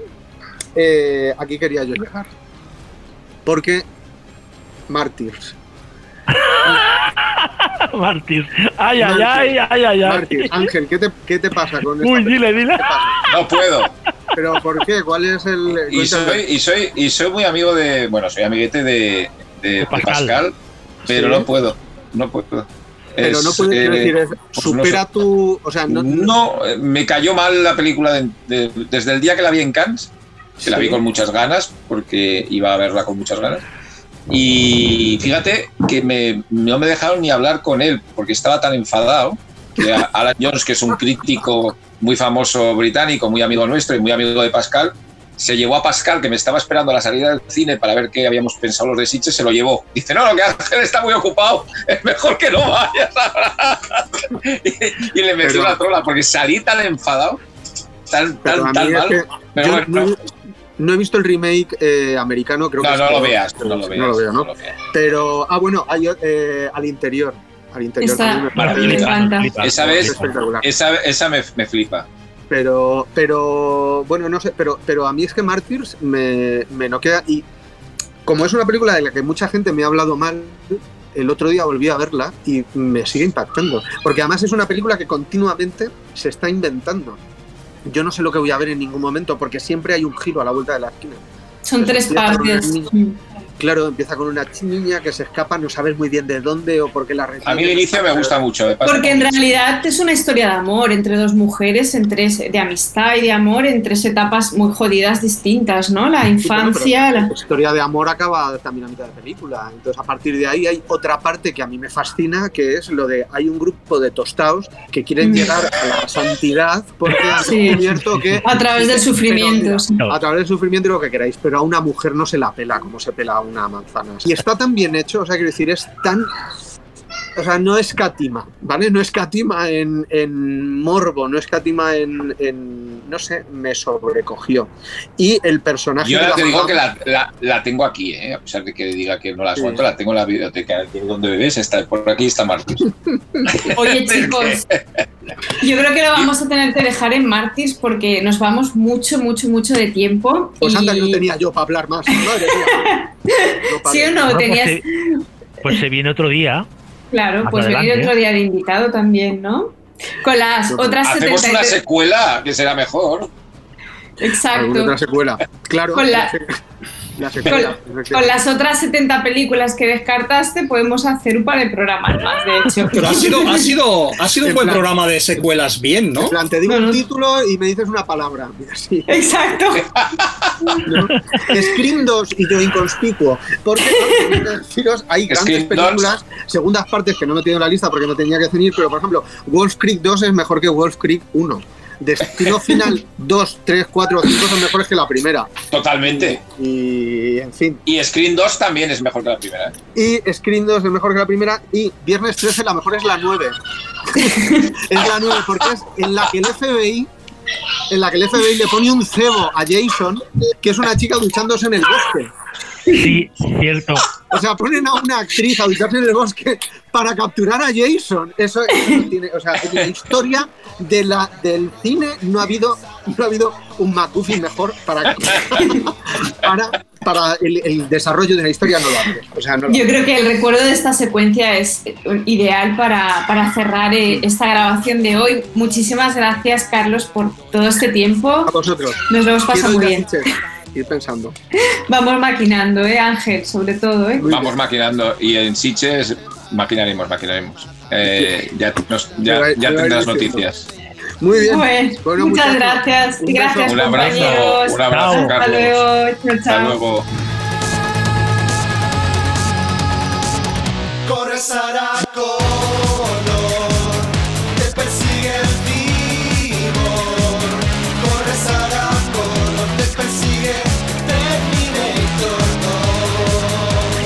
Eh, aquí quería yo llegar porque Martyrs Mártir. Ay, ay, ay, ay, ay, ay. Mártir, Ángel, ¿qué te, ¿qué te pasa con esto? Uy, dile, dile. No puedo. ¿Pero por qué? ¿Cuál es el...? Y soy, y soy, y soy muy amigo de... Bueno, soy amiguete de, de, de Pascal, Pascal, pero ¿sí? no puedo. No puedo. Pero es, no puedes eh, decir, es, supera pues no, tu... O sea, no, no, me cayó mal la película de, de, desde el día que la vi en Cannes, que sí. la vi con muchas ganas, porque iba a verla con muchas ganas. Y fíjate que me, no me dejaron ni hablar con él, porque estaba tan enfadado que Alan Jones, que es un crítico muy famoso británico, muy amigo nuestro y muy amigo de Pascal, se llevó a Pascal, que me estaba esperando a la salida del cine para ver qué habíamos pensado los de Sitges, se lo llevó. Dice, no, no, que Ángel está muy ocupado, es mejor que no vayas. y, y le metió la trola, porque salí tan enfadado, tan, tan, tan mal. Es pero bueno, no, no he visto el remake eh, americano, creo no, que no, es lo todo, veas, no lo veas. No lo veo, ¿no? No lo veas. Pero, ah, bueno, hay, eh, al interior. Al interior Está, me, parece, me encanta. Esa vez, esa, esa me, me flipa. Pero, pero, bueno, no sé, pero, pero a mí es que Martyrs me, me noquea y como es una película de la que mucha gente me ha hablado mal, el otro día volví a verla y me sigue impactando. Porque además es una película que continuamente se está inventando. Yo no sé lo que voy a ver en ningún momento porque siempre hay un giro a la vuelta de la esquina. Son tres partes. Claro, empieza con una niña que se escapa, no sabes muy bien de dónde o por qué la recibe. A mí el inicio me gusta mucho. Me Porque en realidad es una historia de amor entre dos mujeres, entre, de amistad y de amor en tres etapas muy jodidas distintas, ¿no? La infancia... Sí, la... la historia de amor acaba también a mitad de película. Entonces, a partir de ahí hay otra parte que a mí me fascina, que es lo de hay un grupo de tostados que quieren mm. llegar a la santidad porque han sí. descubierto que... A través del sufrimiento. Mira, a través del sufrimiento y lo que queráis, pero a una mujer no se la pela como se pela a una manzana. Y está tan bien hecho, o sea, quiero decir, es tan... O sea, no escatima, ¿vale? No escatima en, en morbo, no escatima en, en... No sé, me sobrecogió. Y el personaje... Yo ya te digo que la, la, la tengo aquí, ¿eh? A pesar de que diga que no la suelto, sí. la tengo en la biblioteca. Donde bebés está, por aquí está Martyrs. Oye, chicos, yo creo que lo vamos a tener que dejar en Martyrs porque nos vamos mucho, mucho, mucho de tiempo. Pues y... anda que no tenía yo para hablar más. Madre mía. No ¿Sí o no? no Tenías... pues, se, pues se viene otro día. Claro, pues adelante. Venir otro día de invitado también, ¿no? Con las no, otras hacemos setenta y tres... una secuela que será mejor. Exacto. Otra secuela, claro. Con, la... la secuela, con, con las otras setenta películas que descartaste podemos hacer un par de programas más, de hecho. Pero ha sido, ha sido, ha sido un buen plan, programa de secuelas bien, ¿no? En plan, te digo no, no. un título y me dices una palabra. Mira, sí. Exacto. ¿No? Scream dos y yo inconspicuo. Porque ¿no? hay grandes Scream películas, dos. Segundas partes que no me he tenido en la lista porque no tenía que ceñir, pero por ejemplo, Wolf Creek dos es mejor que Wolf Creek uno. Destino Final dos, tres, cuatro, cinco son mejores que la primera. Totalmente. Y, y en fin. Y Scream dos también es mejor que la primera. Y Scream dos es mejor que la primera. Y Viernes trece la mejor es la nueve. Es la nueve porque es en la que el F B I en la que el F B I le pone un cebo a Jason, que es una chica duchándose en el bosque. Sí, cierto. O sea, ponen a una actriz a ducharse en el bosque para capturar a Jason. Eso, eso no tiene, o sea, en la historia de la, del cine no ha habido, no ha habido un MacGuffin mejor para, para, para el, el desarrollo de la historia, no lo hace. O sea, no lo Yo hace. creo que el recuerdo de esta secuencia es ideal para, para cerrar esta grabación de hoy. Muchísimas gracias, Carlos, por todo este tiempo. A vosotros. Nos lo hemos pasado muy bien. Ir pensando. Vamos maquinando, ¿eh, Ángel? Sobre todo, ¿eh? Vamos maquinando y en Sitges maquinaremos, maquinaremos. Eh, ya nos, ya, ya tendrás noticias. Muy bien. Bueno, bueno, muchas gracias. Un gracias, un abrazo, compañeros. Un abrazo, Hasta Carlos. luego. Chao, chao. Hasta luego. Corres a color, te persigue el timor. Corres a color, te persigue Terminator dos.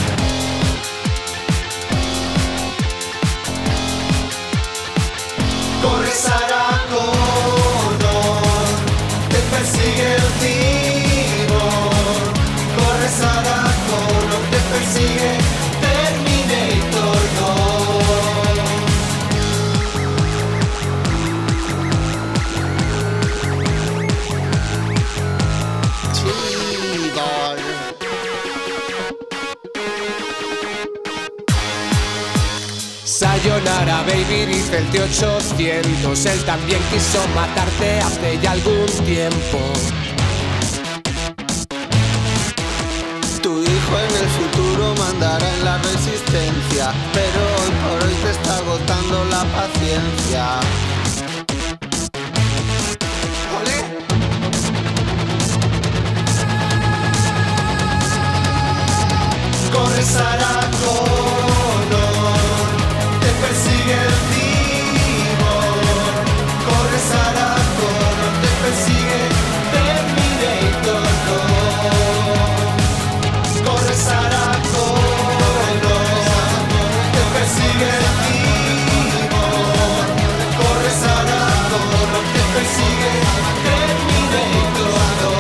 Corres a color, te persigue el timor. Corres a color, te persigue Terminator dos. Sayonara baby, dice el T ochocientos. Él también quiso matarte hace ya algún tiempo. Tu hijo en el futuro mandará en la resistencia, pero hoy por hoy te está agotando la paciencia. ¡Olé! Corre Sarah Connor, te persigue el timón. Corre Sarah Connor, te persigue Terminator dos. Corre Sarah Connor, te persigue el timón. Corre Sarah Connor, te persigue Terminator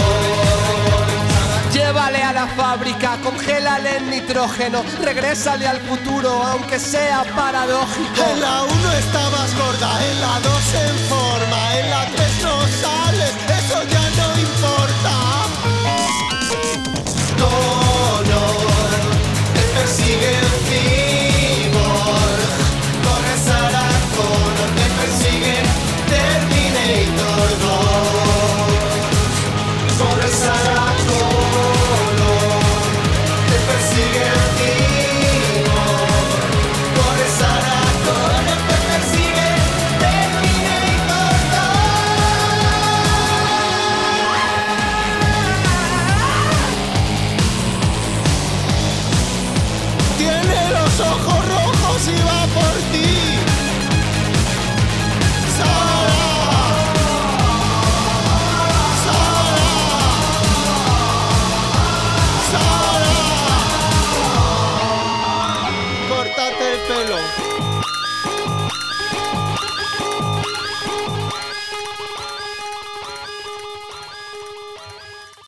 dos. Llévale a la fábrica, congélale en nitrógeno, regrésale al futuro, aunque sea paradójico. En la uno estabas gorda, en la dos en forma, en la tres no sales, eso ya no importa.